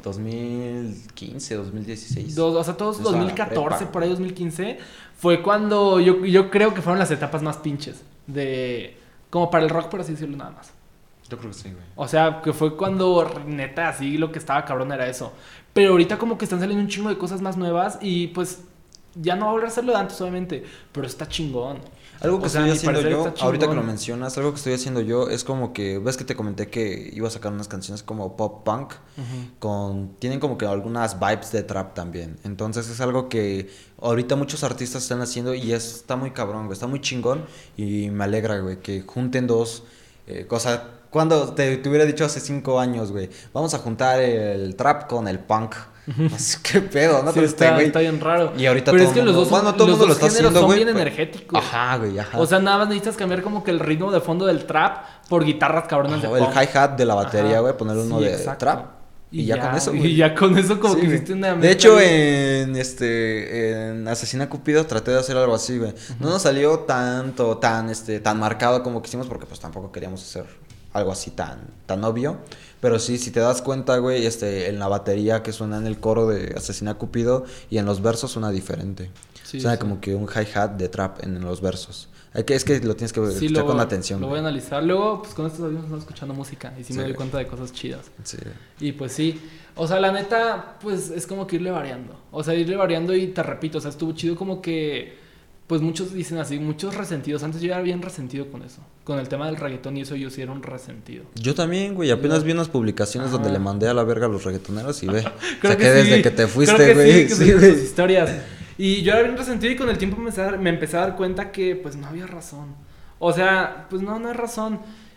2015, 2016. O sea, todos Yo estaba en la 2014, prepa. por ahí 2015, fue cuando yo creo que fueron las etapas más pinches de... Como para el rock, por así decirlo, nada más. Yo creo que sí, güey. O sea, que fue cuando neta así lo que estaba cabrón era eso. Pero ahorita como que están saliendo un chingo de cosas más nuevas y pues ya no va a volver a ser lo de antes, obviamente, pero está chingón. Algo que O sea, estoy a mi haciendo parecer yo, está ahorita que lo chingón. mencionas, algo que estoy haciendo yo es como que, ves que te comenté que iba a sacar unas canciones como pop punk, tienen como que algunas vibes de trap también. Entonces es algo que ahorita muchos artistas están haciendo y está muy cabrón, güey, está muy chingón y me alegra, güey, que junten dos cosas. Cuando te hubiera dicho hace 5 años, güey, vamos a juntar el trap con el punk. Así, ¿qué pedo? No, Sí, pero está bien raro. Y ahorita pero todo es que el mundo... los dos, Bueno, todo el los mundo lo dos está géneros haciendo, son güey. bien energéticos. Ajá, güey, ajá. O sea, nada más necesitas cambiar como que el ritmo de fondo del trap por guitarras cabronas de O el punk. hi-hat de la batería, Ajá. güey, ponerle uno Sí, de exacto. trap. Y ya con eso, güey. Y ya con eso como Sí, que güey. hiciste una De hecho, mezcla en Asesina Cupido traté de hacer algo así, güey. No nos salió tan marcado como quisimos porque pues tampoco queríamos hacer algo así tan obvio. Pero sí, si te das cuenta, güey, en la batería que suena en el coro de Asesina Cupido y en los versos suena diferente. Sí, suena sí. como que un hi-hat de trap en los versos. Es que lo tienes que Sí, escuchar con atención. Lo voy a analizar. Luego, pues con estos audífonos estamos escuchando música y sí me doy Sí. cuenta de cosas chidas. Sí. Y pues sí, o sea, la neta, pues es como que irle variando. O sea, irle variando y te repito, o sea, estuvo chido como que, pues muchos dicen así, muchos resentidos. Antes yo era bien resentido con eso. Con el tema del reggaetón y eso yo sí era un resentido. Yo también, güey, apenas vi unas publicaciones donde le mandé a la verga a los reggaetoneros y ve. Creo Saqué que desde sí. que te fuiste, Creo que güey. Sí, Sí, que güey. tus historias. Y yo era bien resentido y con el tiempo me empecé a dar cuenta que pues no había razón. O sea, pues no hay razón.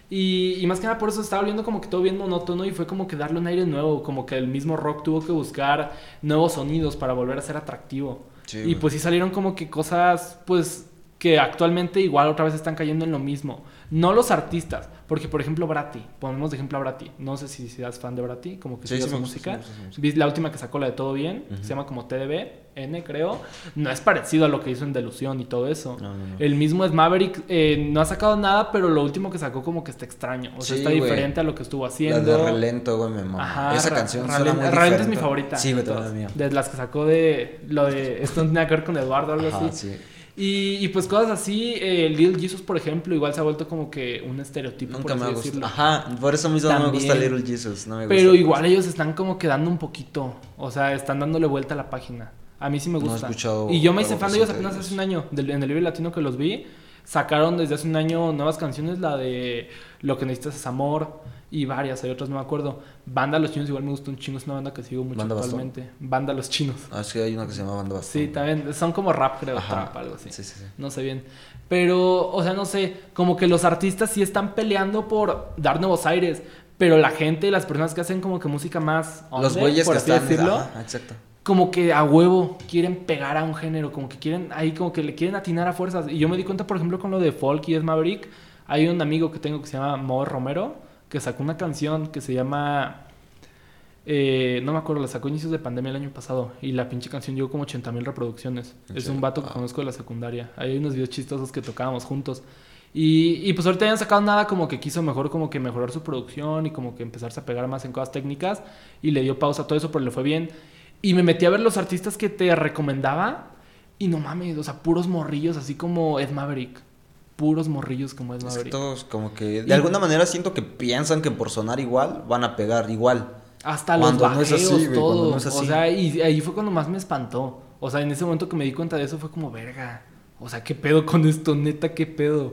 Y más que nada por eso estaba volviendo como que todo bien monótono y fue como que darle un aire nuevo. Como que el mismo rock tuvo que buscar nuevos sonidos para volver a ser atractivo. Sí, y güey. pues sí salieron como que cosas pues que actualmente igual otra vez están cayendo en lo mismo. No los artistas, porque por ejemplo Bratty, ponemos de ejemplo a Bratty. No sé si seas fan de Bratty, como que Sí, sigas sí su me gusta, música. sí me gusta su música. Vi la última que sacó, la de Todo Bien, se llama como TDBN, creo. No es parecido a lo que hizo en Delusión y todo eso. No. El mismo es Maverick, no ha sacado nada, pero lo último que sacó como que está extraño. O sea, Sí, está güey. diferente a lo que estuvo La haciendo. de Relento, güey, me mama. Ajá, Esa canción suena Ralente muy es diferente. mi favorita. Sí, güey, de también todas. la mía. De las que sacó de lo de esto no tiene que ver con Eduardo o algo Ajá, así. sí. Y pues cosas así, Lil Jesus, por ejemplo, igual se ha vuelto como que un estereotipo, Nunca por me ha así gustado. decirlo. Ajá, por eso mismo no me gusta También. Little Jesus. No me Pero gusta, igual ellos están como que dando un poquito, o sea, están dándole vuelta a la página. A mí sí me No he gusta. escuchado Y yo me hice algo fan de ellos reciente de apenas hace ellos. un año, en el Vive Latino que los vi. Sacaron desde hace un año nuevas canciones, la de Lo que necesitas es amor y varias, hay otras no me acuerdo. Banda Los Chinos igual me gusta un chingo, es una banda que sigo mucho ¿Banda actualmente. Banda Los Chinos. Ah, sí, hay una que se llama Banda Bastón. Sí, también, son como rap, creo, Ajá. trap, algo así. Sí, sí, sí. No sé bien. Pero, o sea, no sé, como que los artistas sí están peleando por dar nuevos aires, pero la gente, las personas que hacen como que música más Los under, güeyes por que así están... decirlo, Ajá, exacto. como que a huevo quieren pegar a un género, como que quieren ahí, como que le quieren atinar a fuerzas. Y yo me di cuenta, por ejemplo, con lo de folk y es Maverick. Hay un amigo que tengo que se llama Mo Romero, que sacó una canción que se llama... no me acuerdo, la sacó a inicios de pandemia el año pasado. Y la pinche canción llegó como 80,000 reproducciones. ¿En Es serio? un vato que Ah. conozco de la secundaria. Hay unos videos chistosos que tocábamos juntos. Y pues ahorita ya han sacado nada, como que quiso mejor como que mejorar su producción y como que empezarse a pegar más en cosas técnicas. Y le dio pausa a todo eso, pero le fue bien. Y me metí a ver los artistas que te recomendaba. Y no mames, o sea, puros morrillos, así como Ed Maverick. Puros morrillos como Ed Es que Maverick. todos como que... De alguna manera siento que piensan que por sonar igual van a pegar igual. Hasta Cuando los no es vaqueos, así, güey, todo. cuando no es así. O sea, y ahí fue cuando más me espantó. O sea, en ese momento que me di cuenta de eso fue como, verga. O sea, ¿qué pedo con esto? Neta, ¿qué pedo?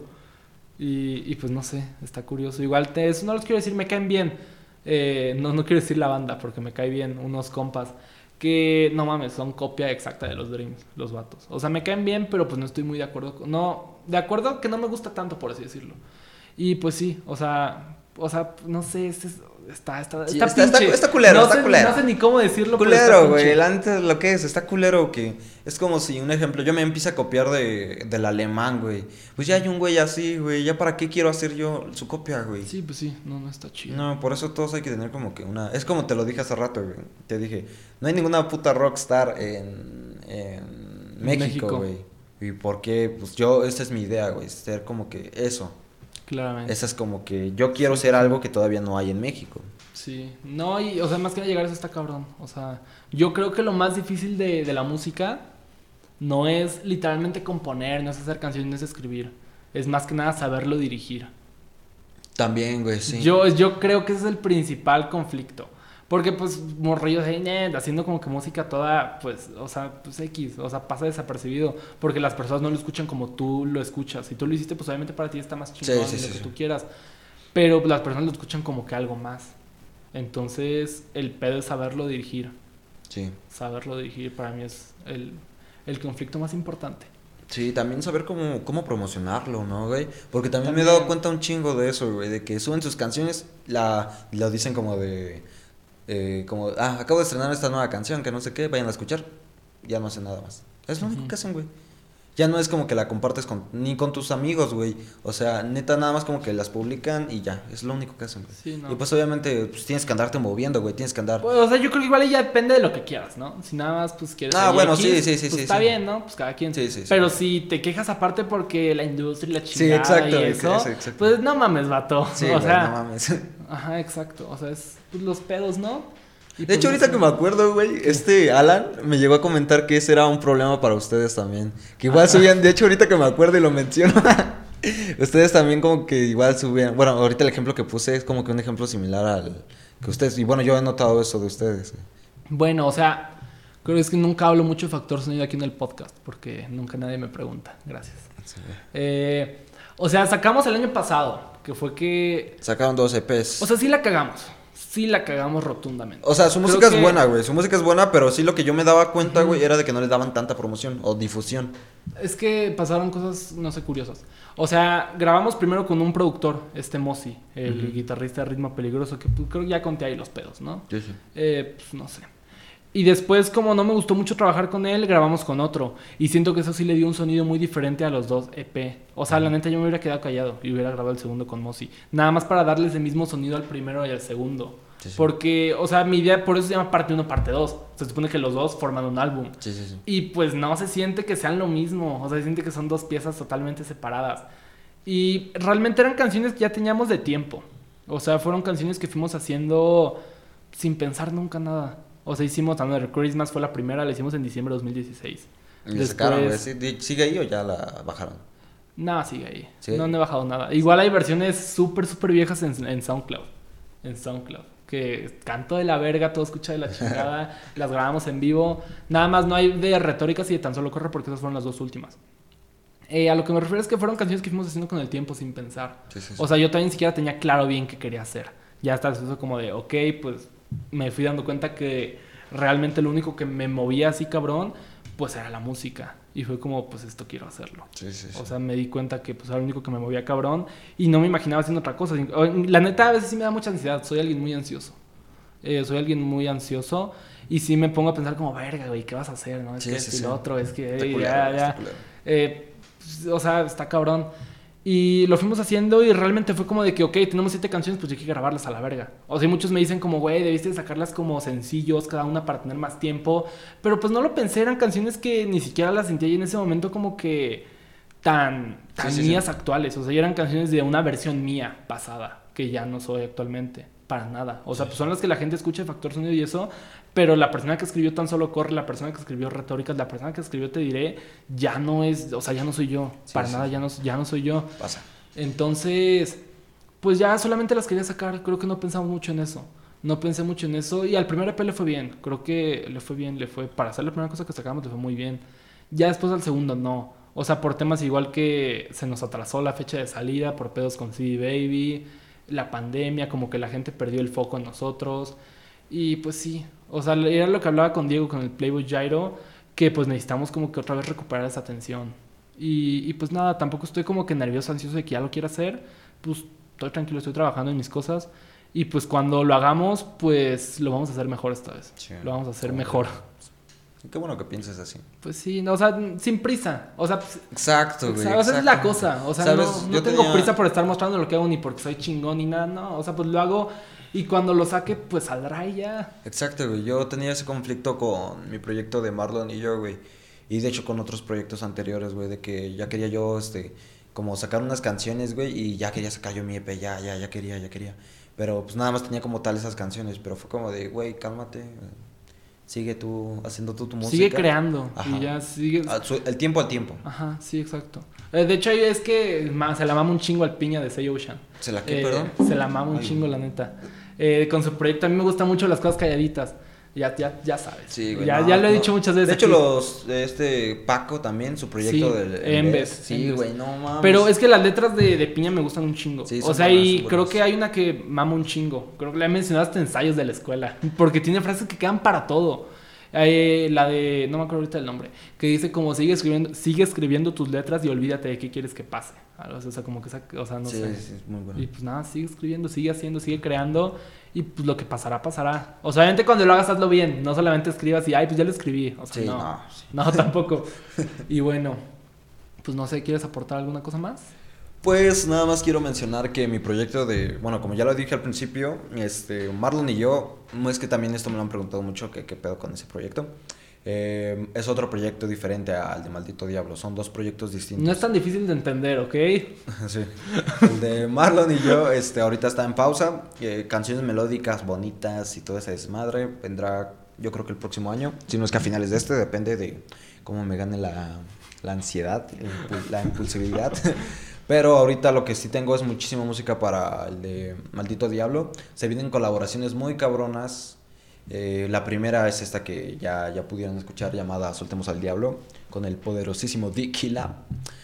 Y pues no sé, está curioso. Igual, eso no los quiero decir, me caen bien. No quiero decir la banda porque me cae bien unos compas. Que no mames, son copia exacta de los Dreams, los vatos. O sea, me caen bien, pero pues no estoy muy de acuerdo. No, de acuerdo que no me gusta tanto, por así decirlo. Y pues sí, o sea, no sé, está Sí, pinche. está culero, no está sé, culero. No sé ni cómo decirlo, pero Culero, está güey, pinche. la neta lo que está culero que es como si, un ejemplo, yo me empiezo a copiar del alemán, güey. Pues ya hay un güey así, güey, ya para qué quiero hacer yo su copia, güey. Sí, pues sí, no está chido. No, por eso todos hay que tener como que una... Es como te lo dije hace rato, güey. Te dije, no hay ninguna puta rockstar en México, güey. ¿Y por qué? Pues esa es mi idea, güey, ser como que eso. Claramente. Esa es como que yo quiero ser algo que todavía no hay en México. Sí, no, y o sea, más que nada llegar a eso está cabrón. O sea, yo creo que lo más difícil de la música no es literalmente componer, no es hacer canciones, no es escribir. Es más que nada saberlo dirigir. También, güey, sí. Yo creo que ese es el principal conflicto. Porque pues morrillos ahí, haciendo como que música toda, pues, o sea, pues X, o sea, pasa desapercibido. Porque las personas no lo escuchan como tú lo escuchas. Si tú lo hiciste, pues obviamente para ti está más chingón Sí, lo que sí. tú quieras. Pero las personas lo escuchan como que algo más. Entonces, el pedo es saberlo dirigir. Sí. Saberlo dirigir para mí es el conflicto más importante. Sí, también saber cómo promocionarlo, ¿no, güey? Porque también me he También. dado cuenta un chingo de eso, güey, de que suben sus canciones, lo dicen como de... como, acabo de estrenar esta nueva canción, que no sé qué, vayan a escuchar. Ya no hacen nada más. Es lo único que hacen, güey. Ya no es como que la compartes ni con tus amigos, güey. O sea, neta, nada más como que las publican y ya. Es lo único que hacen, güey. Sí, no. Y pues obviamente pues, tienes que andarte moviendo, güey. Tienes que andar... Pues, o sea, yo creo que igual ya depende de lo que quieras, ¿no? Si nada más, pues, quieres... bueno, X, sí. Pues está bien, ¿no? Pues cada quien. Sí. Pero si te quejas aparte porque la industria y la Sí, chingada exacto, y eso... exacto. Pues no mames, vato. Sí, o güey, sea... no mames. Ajá, exacto. O sea, es pues, los pedos, ¿no? Y De hecho, pues, ahorita que me acuerdo, güey, Alan me llegó a comentar que ese era un problema para ustedes también. Que igual subían, de hecho, ahorita que me acuerdo y lo menciono, ustedes también como que igual subían. Bueno, ahorita el ejemplo que puse es como que un ejemplo similar al que ustedes. Y bueno, yo he notado eso de ustedes. Bueno, o sea, creo que es que nunca hablo mucho de factor sonido aquí en el podcast, porque nunca nadie me pregunta. Gracias. Sí. O sea, sacamos el año pasado, que fue que... Sacaron 2 EPs. O sea, sí la cagamos. Sí la cagamos rotundamente. O sea, su música es buena, güey. Su música es buena, pero sí lo que yo me daba cuenta, güey, era de que no les daban tanta promoción o difusión. Es que pasaron cosas, no sé, curiosas. O sea, grabamos primero con un productor, Mosi, el guitarrista de Ritmo Peligroso, que pues, creo que ya conté ahí los pedos, ¿no? Sí. Pues no sé. Y después, como no me gustó mucho trabajar con él, grabamos con otro. Y siento que eso sí le dio un sonido muy diferente a los dos EP. O sea, la neta, yo me hubiera quedado callado y hubiera grabado el segundo con Mosi. Nada más para darles el mismo sonido al primero y al segundo. Sí. Porque, o sea, mi idea, por eso se llama parte 1, parte 2. Se supone que los dos forman un álbum. Sí. Y pues no se siente que sean lo mismo. O sea, se siente que son dos piezas totalmente separadas. Y realmente eran canciones que ya teníamos de tiempo. O sea, fueron canciones que fuimos haciendo sin pensar nunca nada. O sea, hicimos Another Christmas, fue la primera, la hicimos en diciembre de 2016. ¿Y la sacaron, güey? ¿Sigue ahí o ya la bajaron? No, sigue ahí. ¿Sí? No he bajado nada. Igual hay versiones súper viejas en SoundCloud. En SoundCloud. Que canto de la verga, todo escucha de la chingada. Las grabamos en vivo. Nada más no hay de retóricas y de Tan Solo Corre porque esas fueron las dos últimas. A lo que me refiero es que fueron canciones que fuimos haciendo con el tiempo sin pensar. Sí. O sea, yo todavía ni siquiera tenía claro bien qué quería hacer. Ya hasta eso como de, ok, pues me fui dando cuenta que realmente lo único que me movía así cabrón, pues era la música. Y fue como, pues esto quiero hacerlo. Sí. O sea, me di cuenta que pues era lo único que me movía cabrón y no me imaginaba haciendo otra cosa. La neta, a veces sí me da mucha ansiedad. Soy alguien muy ansioso. Y sí me pongo a pensar como, verga, güey, ¿qué vas a hacer? ¿No? Es que esto y lo otro, es que ya. O sea, está cabrón. Y lo fuimos haciendo y realmente fue como de que, ok, tenemos 7 canciones, pues hay que grabarlas a la verga. O sea, muchos me dicen como, güey, debiste sacarlas como sencillos, cada una para tener más tiempo. Pero pues no lo pensé, eran canciones que ni siquiera las sentía y en ese momento como que tan mías actuales. O sea, eran canciones de una versión mía pasada, que ya no soy actualmente, para nada. O sea, pues son las que la gente escucha de Factor Sonido y eso, pero la persona que escribió Tan Solo Corre, la persona que escribió Retóricas, la persona que escribió Te Diré, ya no es, o sea, ya no soy yo, para nada, ya no soy yo. Pasa. Entonces, pues ya solamente las quería sacar, creo que no pensamos mucho en eso. No pensé mucho en eso y al primer EP le fue bien, creo que le fue, para hacer la primera cosa que sacamos le fue muy bien. Ya después al segundo no, o sea, por temas igual que se nos atrasó la fecha de salida, por pedos con CD Baby, la pandemia, como que la gente perdió el foco en nosotros. Y pues sí, o sea, era lo que hablaba con Diego, con el Playboy Gyro, que pues necesitamos como que otra vez recuperar esa atención. Y pues nada, tampoco estoy como que nervioso, ansioso de que ya lo quiera hacer. Pues estoy tranquilo, estoy trabajando en mis cosas. Y pues cuando lo hagamos, pues lo vamos a hacer mejor esta vez. Sí, lo vamos a hacer mejor. Qué bueno que pienses así. Pues sí, no, o sea, sin prisa. O sea, exacto, güey. O sea, es la cosa. O sea, no tengo prisa por estar mostrando lo que hago ni porque soy chingón ni nada, no. O sea, pues lo hago y cuando lo saque, pues saldrá y ya. Exacto, güey. Yo tenía ese conflicto con mi proyecto de Marlon y yo, güey. Y de hecho con otros proyectos anteriores, güey, de que ya quería yo, como sacar unas canciones, güey, y ya quería sacar yo mi EP, ya quería. Pero pues nada más tenía como tal esas canciones, pero fue como de, güey, cálmate. Sigue tú haciendo tu música. Sigue creando. Ajá. Y ya sigue. El tiempo al tiempo. Ajá, sí, exacto. De hecho, es que se la mama un chingo al Piña de Say Ocean. ¿Se la qué, perdón? Se la mama un chingo, la neta. Con su proyecto, a mí me gustan mucho las cosas calladitas. Ya sabes. Sí, güey, ya lo he dicho muchas veces. De hecho, Paco también, su proyecto del Embes. Sí, güey, no mames. Pero es que las letras de Piña me gustan un chingo. Sí, o sea, y creo que hay una que mama un chingo. Creo que la he mencionado hasta en ensayos de la escuela. Porque tiene frases que quedan para todo. La de, no me acuerdo ahorita el nombre, que dice como sigue escribiendo tus letras y olvídate de qué quieres que pase. O sea, como que, o sea, no Sí, sé. sí, es muy bueno. Y pues nada, sigue escribiendo, sigue haciendo, sigue creando y pues lo que pasará, pasará. O sea, obviamente cuando lo hagas, hazlo bien, no solamente escribas y, ay, pues ya lo escribí. O sea, Sí, no, sí. no, tampoco. Y bueno, pues no sé, ¿quieres aportar alguna cosa más? Pues nada más quiero mencionar que mi proyecto de, bueno, como ya lo dije al principio, Marlon y yo, es que también esto me lo han preguntado mucho, que qué pedo con ese proyecto. Es otro proyecto diferente al de Maldito Diablo, son dos proyectos distintos. No es tan difícil de entender, ¿ok? Sí. El de Marlon y yo, ahorita está en pausa, canciones melódicas, bonitas y todo ese desmadre, vendrá yo creo que el próximo año, si no es que a finales de depende de cómo me gane la ansiedad, la impulsividad. Pero ahorita lo que sí tengo es muchísima música para el de Maldito Diablo. Se vienen colaboraciones muy cabronas. La primera es esta que ya pudieron escuchar, llamada Soltemos al Diablo, con el poderosísimo Dikila.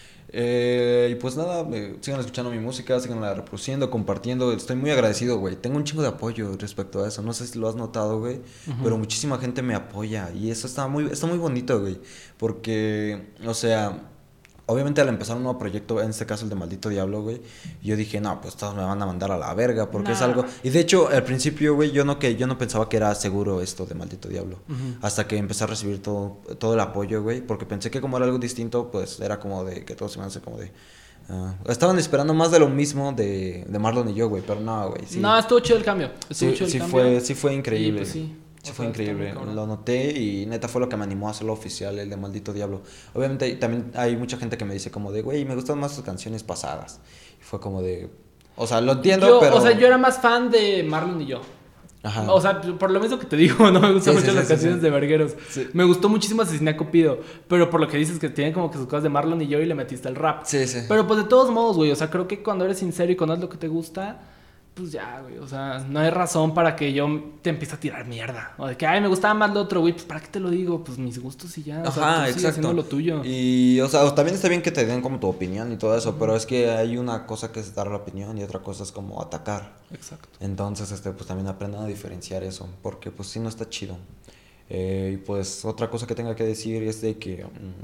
Y pues nada, sigan escuchando mi música, siganla reproduciendo, compartiendo. Estoy muy agradecido, güey. Tengo un chingo de apoyo respecto a eso. No sé si lo has notado, güey. Pero muchísima gente me apoya. Y eso está muy bonito, güey. Porque, o sea, obviamente al empezar un nuevo proyecto, en este caso el de Maldito Diablo, güey, yo dije, no, pues todos me van a mandar a la verga, porque es algo... Y de hecho, al principio, güey, yo no pensaba que era seguro esto de Maldito Diablo. Hasta que empecé a recibir todo el apoyo, güey, porque pensé que como era algo distinto, pues era como de que todos se iban a hacer como de... estaban esperando más de lo mismo de Marlon y yo, güey, pero no, güey. Sí. No, estuvo chido el cambio. Sí fue increíble. Pues sí. Sí, fue increíble, lo noté y neta fue lo que me animó a hacerlo oficial, el de Maldito Diablo. Obviamente también hay mucha gente que me dice como de, güey, me gustan más tus canciones pasadas. Y fue como de, o sea, lo entiendo, pero... O sea, yo era más fan de Marlon y yo. Ajá. O sea, por lo mismo que te digo, no me gustan mucho las canciones de vergueros. Sí. Me gustó muchísimo Asesina Cupido, pero por lo que dices que tienen como que sus cosas de Marlon y yo y le metiste el rap. Sí. Pero pues de todos modos, güey, o sea, creo que cuando eres sincero y conoces lo que te gusta... Pues ya, güey, o sea, no hay razón para que yo te empiece a tirar mierda. O de que, ay, me gustaba más lo otro, güey, pues ¿para qué te lo digo? Pues mis gustos y ya. Ajá, o sea, tú exacto. haciendo lo tuyo. Y, o sea, también está bien que te den como tu opinión y todo eso, pero es que hay una cosa que es dar la opinión y otra cosa es como atacar. Exacto. Entonces, pues también aprendan a diferenciar eso, porque pues sí no está chido. Y pues otra cosa que tenga que decir es de que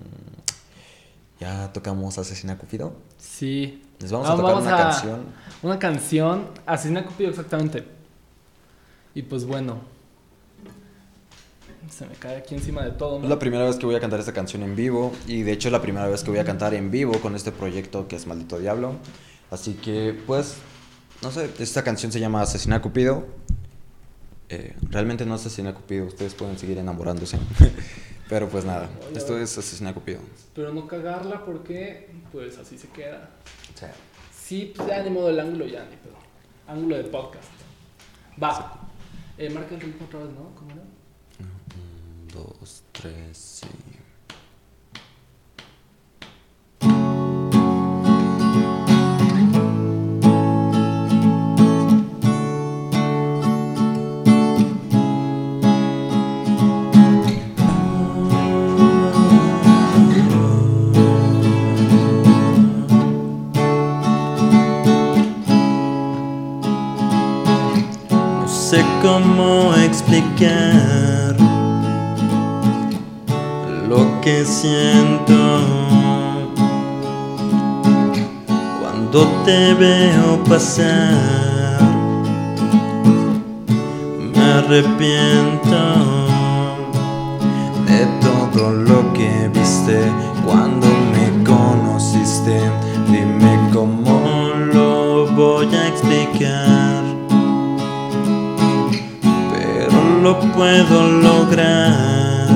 ya tocamos Asesina Cupido. Sí. Les vamos a tocar una canción. Una canción, Asesina Cupido, exactamente. Y pues bueno, se me cae aquí encima de todo, ¿no? Es la primera vez que voy a cantar esta canción en vivo. Y de hecho es la primera vez que voy a cantar en vivo con este proyecto que es Maldito Diablo. Así que pues, no sé, esta canción se llama Asesina Cupido. Realmente no es Asesina Cupido, ustedes pueden seguir enamorándose. Pero pues nada, esto es Asesina Cupido. Pero no cagarla porque pues así se queda. O sea, Sí, pues ya ni modo el ángulo, ya ni pedo. Ángulo de podcast. Va. Marca el ritmo otra vez, ¿no? ¿Cómo era? 1, 2, 3, sí. No sé cómo explicar lo que siento cuando te veo pasar. Me arrepiento de todo lo que viste cuando me conociste. Dime cómo lo voy a explicar, pero lo puedo lograr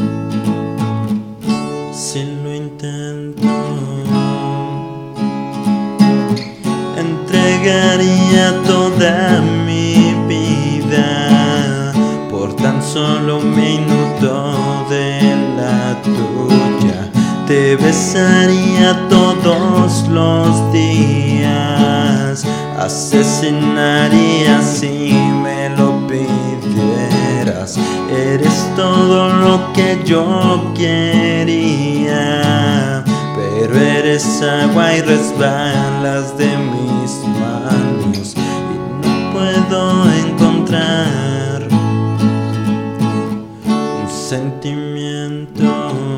si lo intento. Entregaría toda mi vida por tan solo un minuto de la tuya. Te besaría todos los días, asesinaría si me lo pidieras. Eres todo lo que yo quería, pero eres agua y resbalas de mis manos y no puedo encontrar un sentimiento.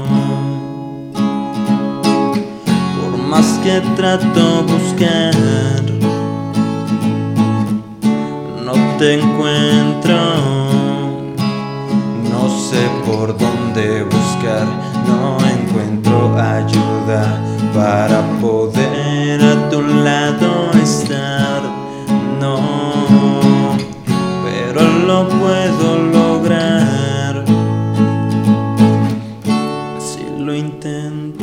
Por más que trato buscar, no te encuentro. No sé por dónde buscar, no encuentro ayuda para poder a tu lado estar. No, pero lo puedo lograr si lo intento.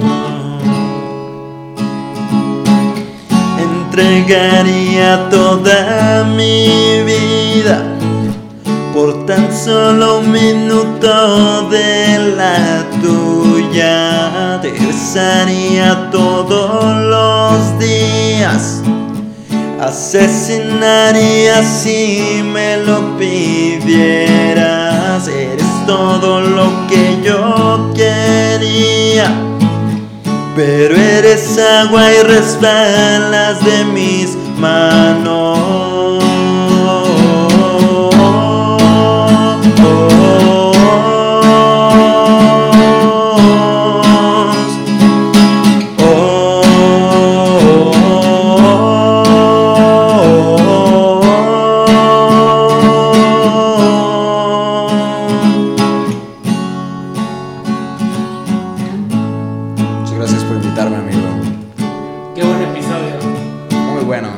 Entregaría toda mi vida por tan solo un minuto de la tuya. Te besaría todos los días, asesinaría si me lo pidieras. Eres todo lo que yo quería, pero eres agua y resbalas de mis manos. Gracias por invitarme, amigo. Qué buen episodio. Muy bueno.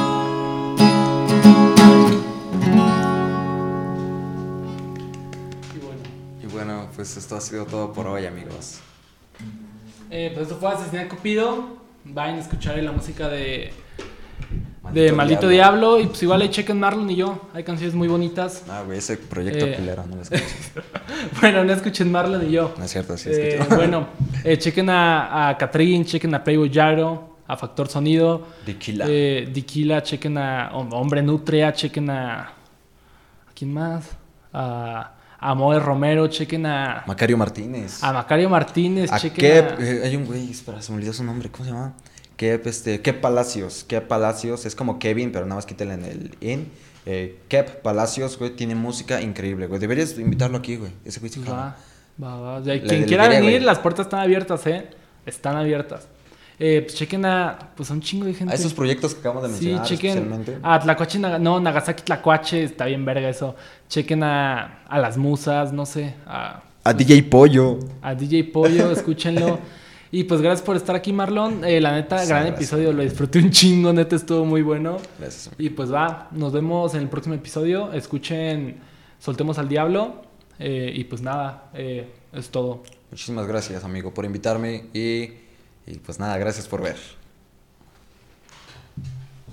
Y bueno, pues esto ha sido todo por hoy, amigos. Pues esto fue Asesinato Cupido. Vayan a escuchar la música de Maldito Diablo. Y pues igual ahí chequen Marlon y yo. Hay canciones muy bonitas. Ah, güey, ese proyecto culero, no lo escuché. Bueno, no escuchen Marlon y yo. No es cierto, sí escuché. Bueno, chequen a Catrín, chequen a Playboy Yaro, a Factor Sonido. Diquila. Diquila, chequen a Hombre Nutria, chequen ¿a quién más? A Moe Romero, chequen a Macario Martínez. Macario Martínez, A chequen Kep, hay un güey, espera, se me olvidó su nombre, ¿cómo se llama? Kep Palacios. Kep Palacios, es como Kevin, pero nada más quítale en el in. Kep Palacios, güey, tiene música increíble, güey. Deberías invitarlo aquí, güey. Ese güey sí jala. Va. O sea, quien quiera venir, güey, las puertas están abiertas, Están abiertas. Pues chequen a un chingo de gente. A esos proyectos que acabamos de mencionar. Sí, chequen a Tlacuache, Nagasaki Tlacuache, está bien verga eso. Chequen a Las Musas, no sé, a DJ Pollo. A DJ Pollo, escúchenlo. Y pues gracias por estar aquí, Marlon. La neta, sí, gran episodio, lo disfruté un chingo, neta, estuvo muy bueno. Gracias. Y pues nos vemos en el próximo episodio. Escuchen Soltemos al Diablo. Y pues nada, es todo. Muchísimas gracias, amigo, por invitarme y pues nada, gracias por ver.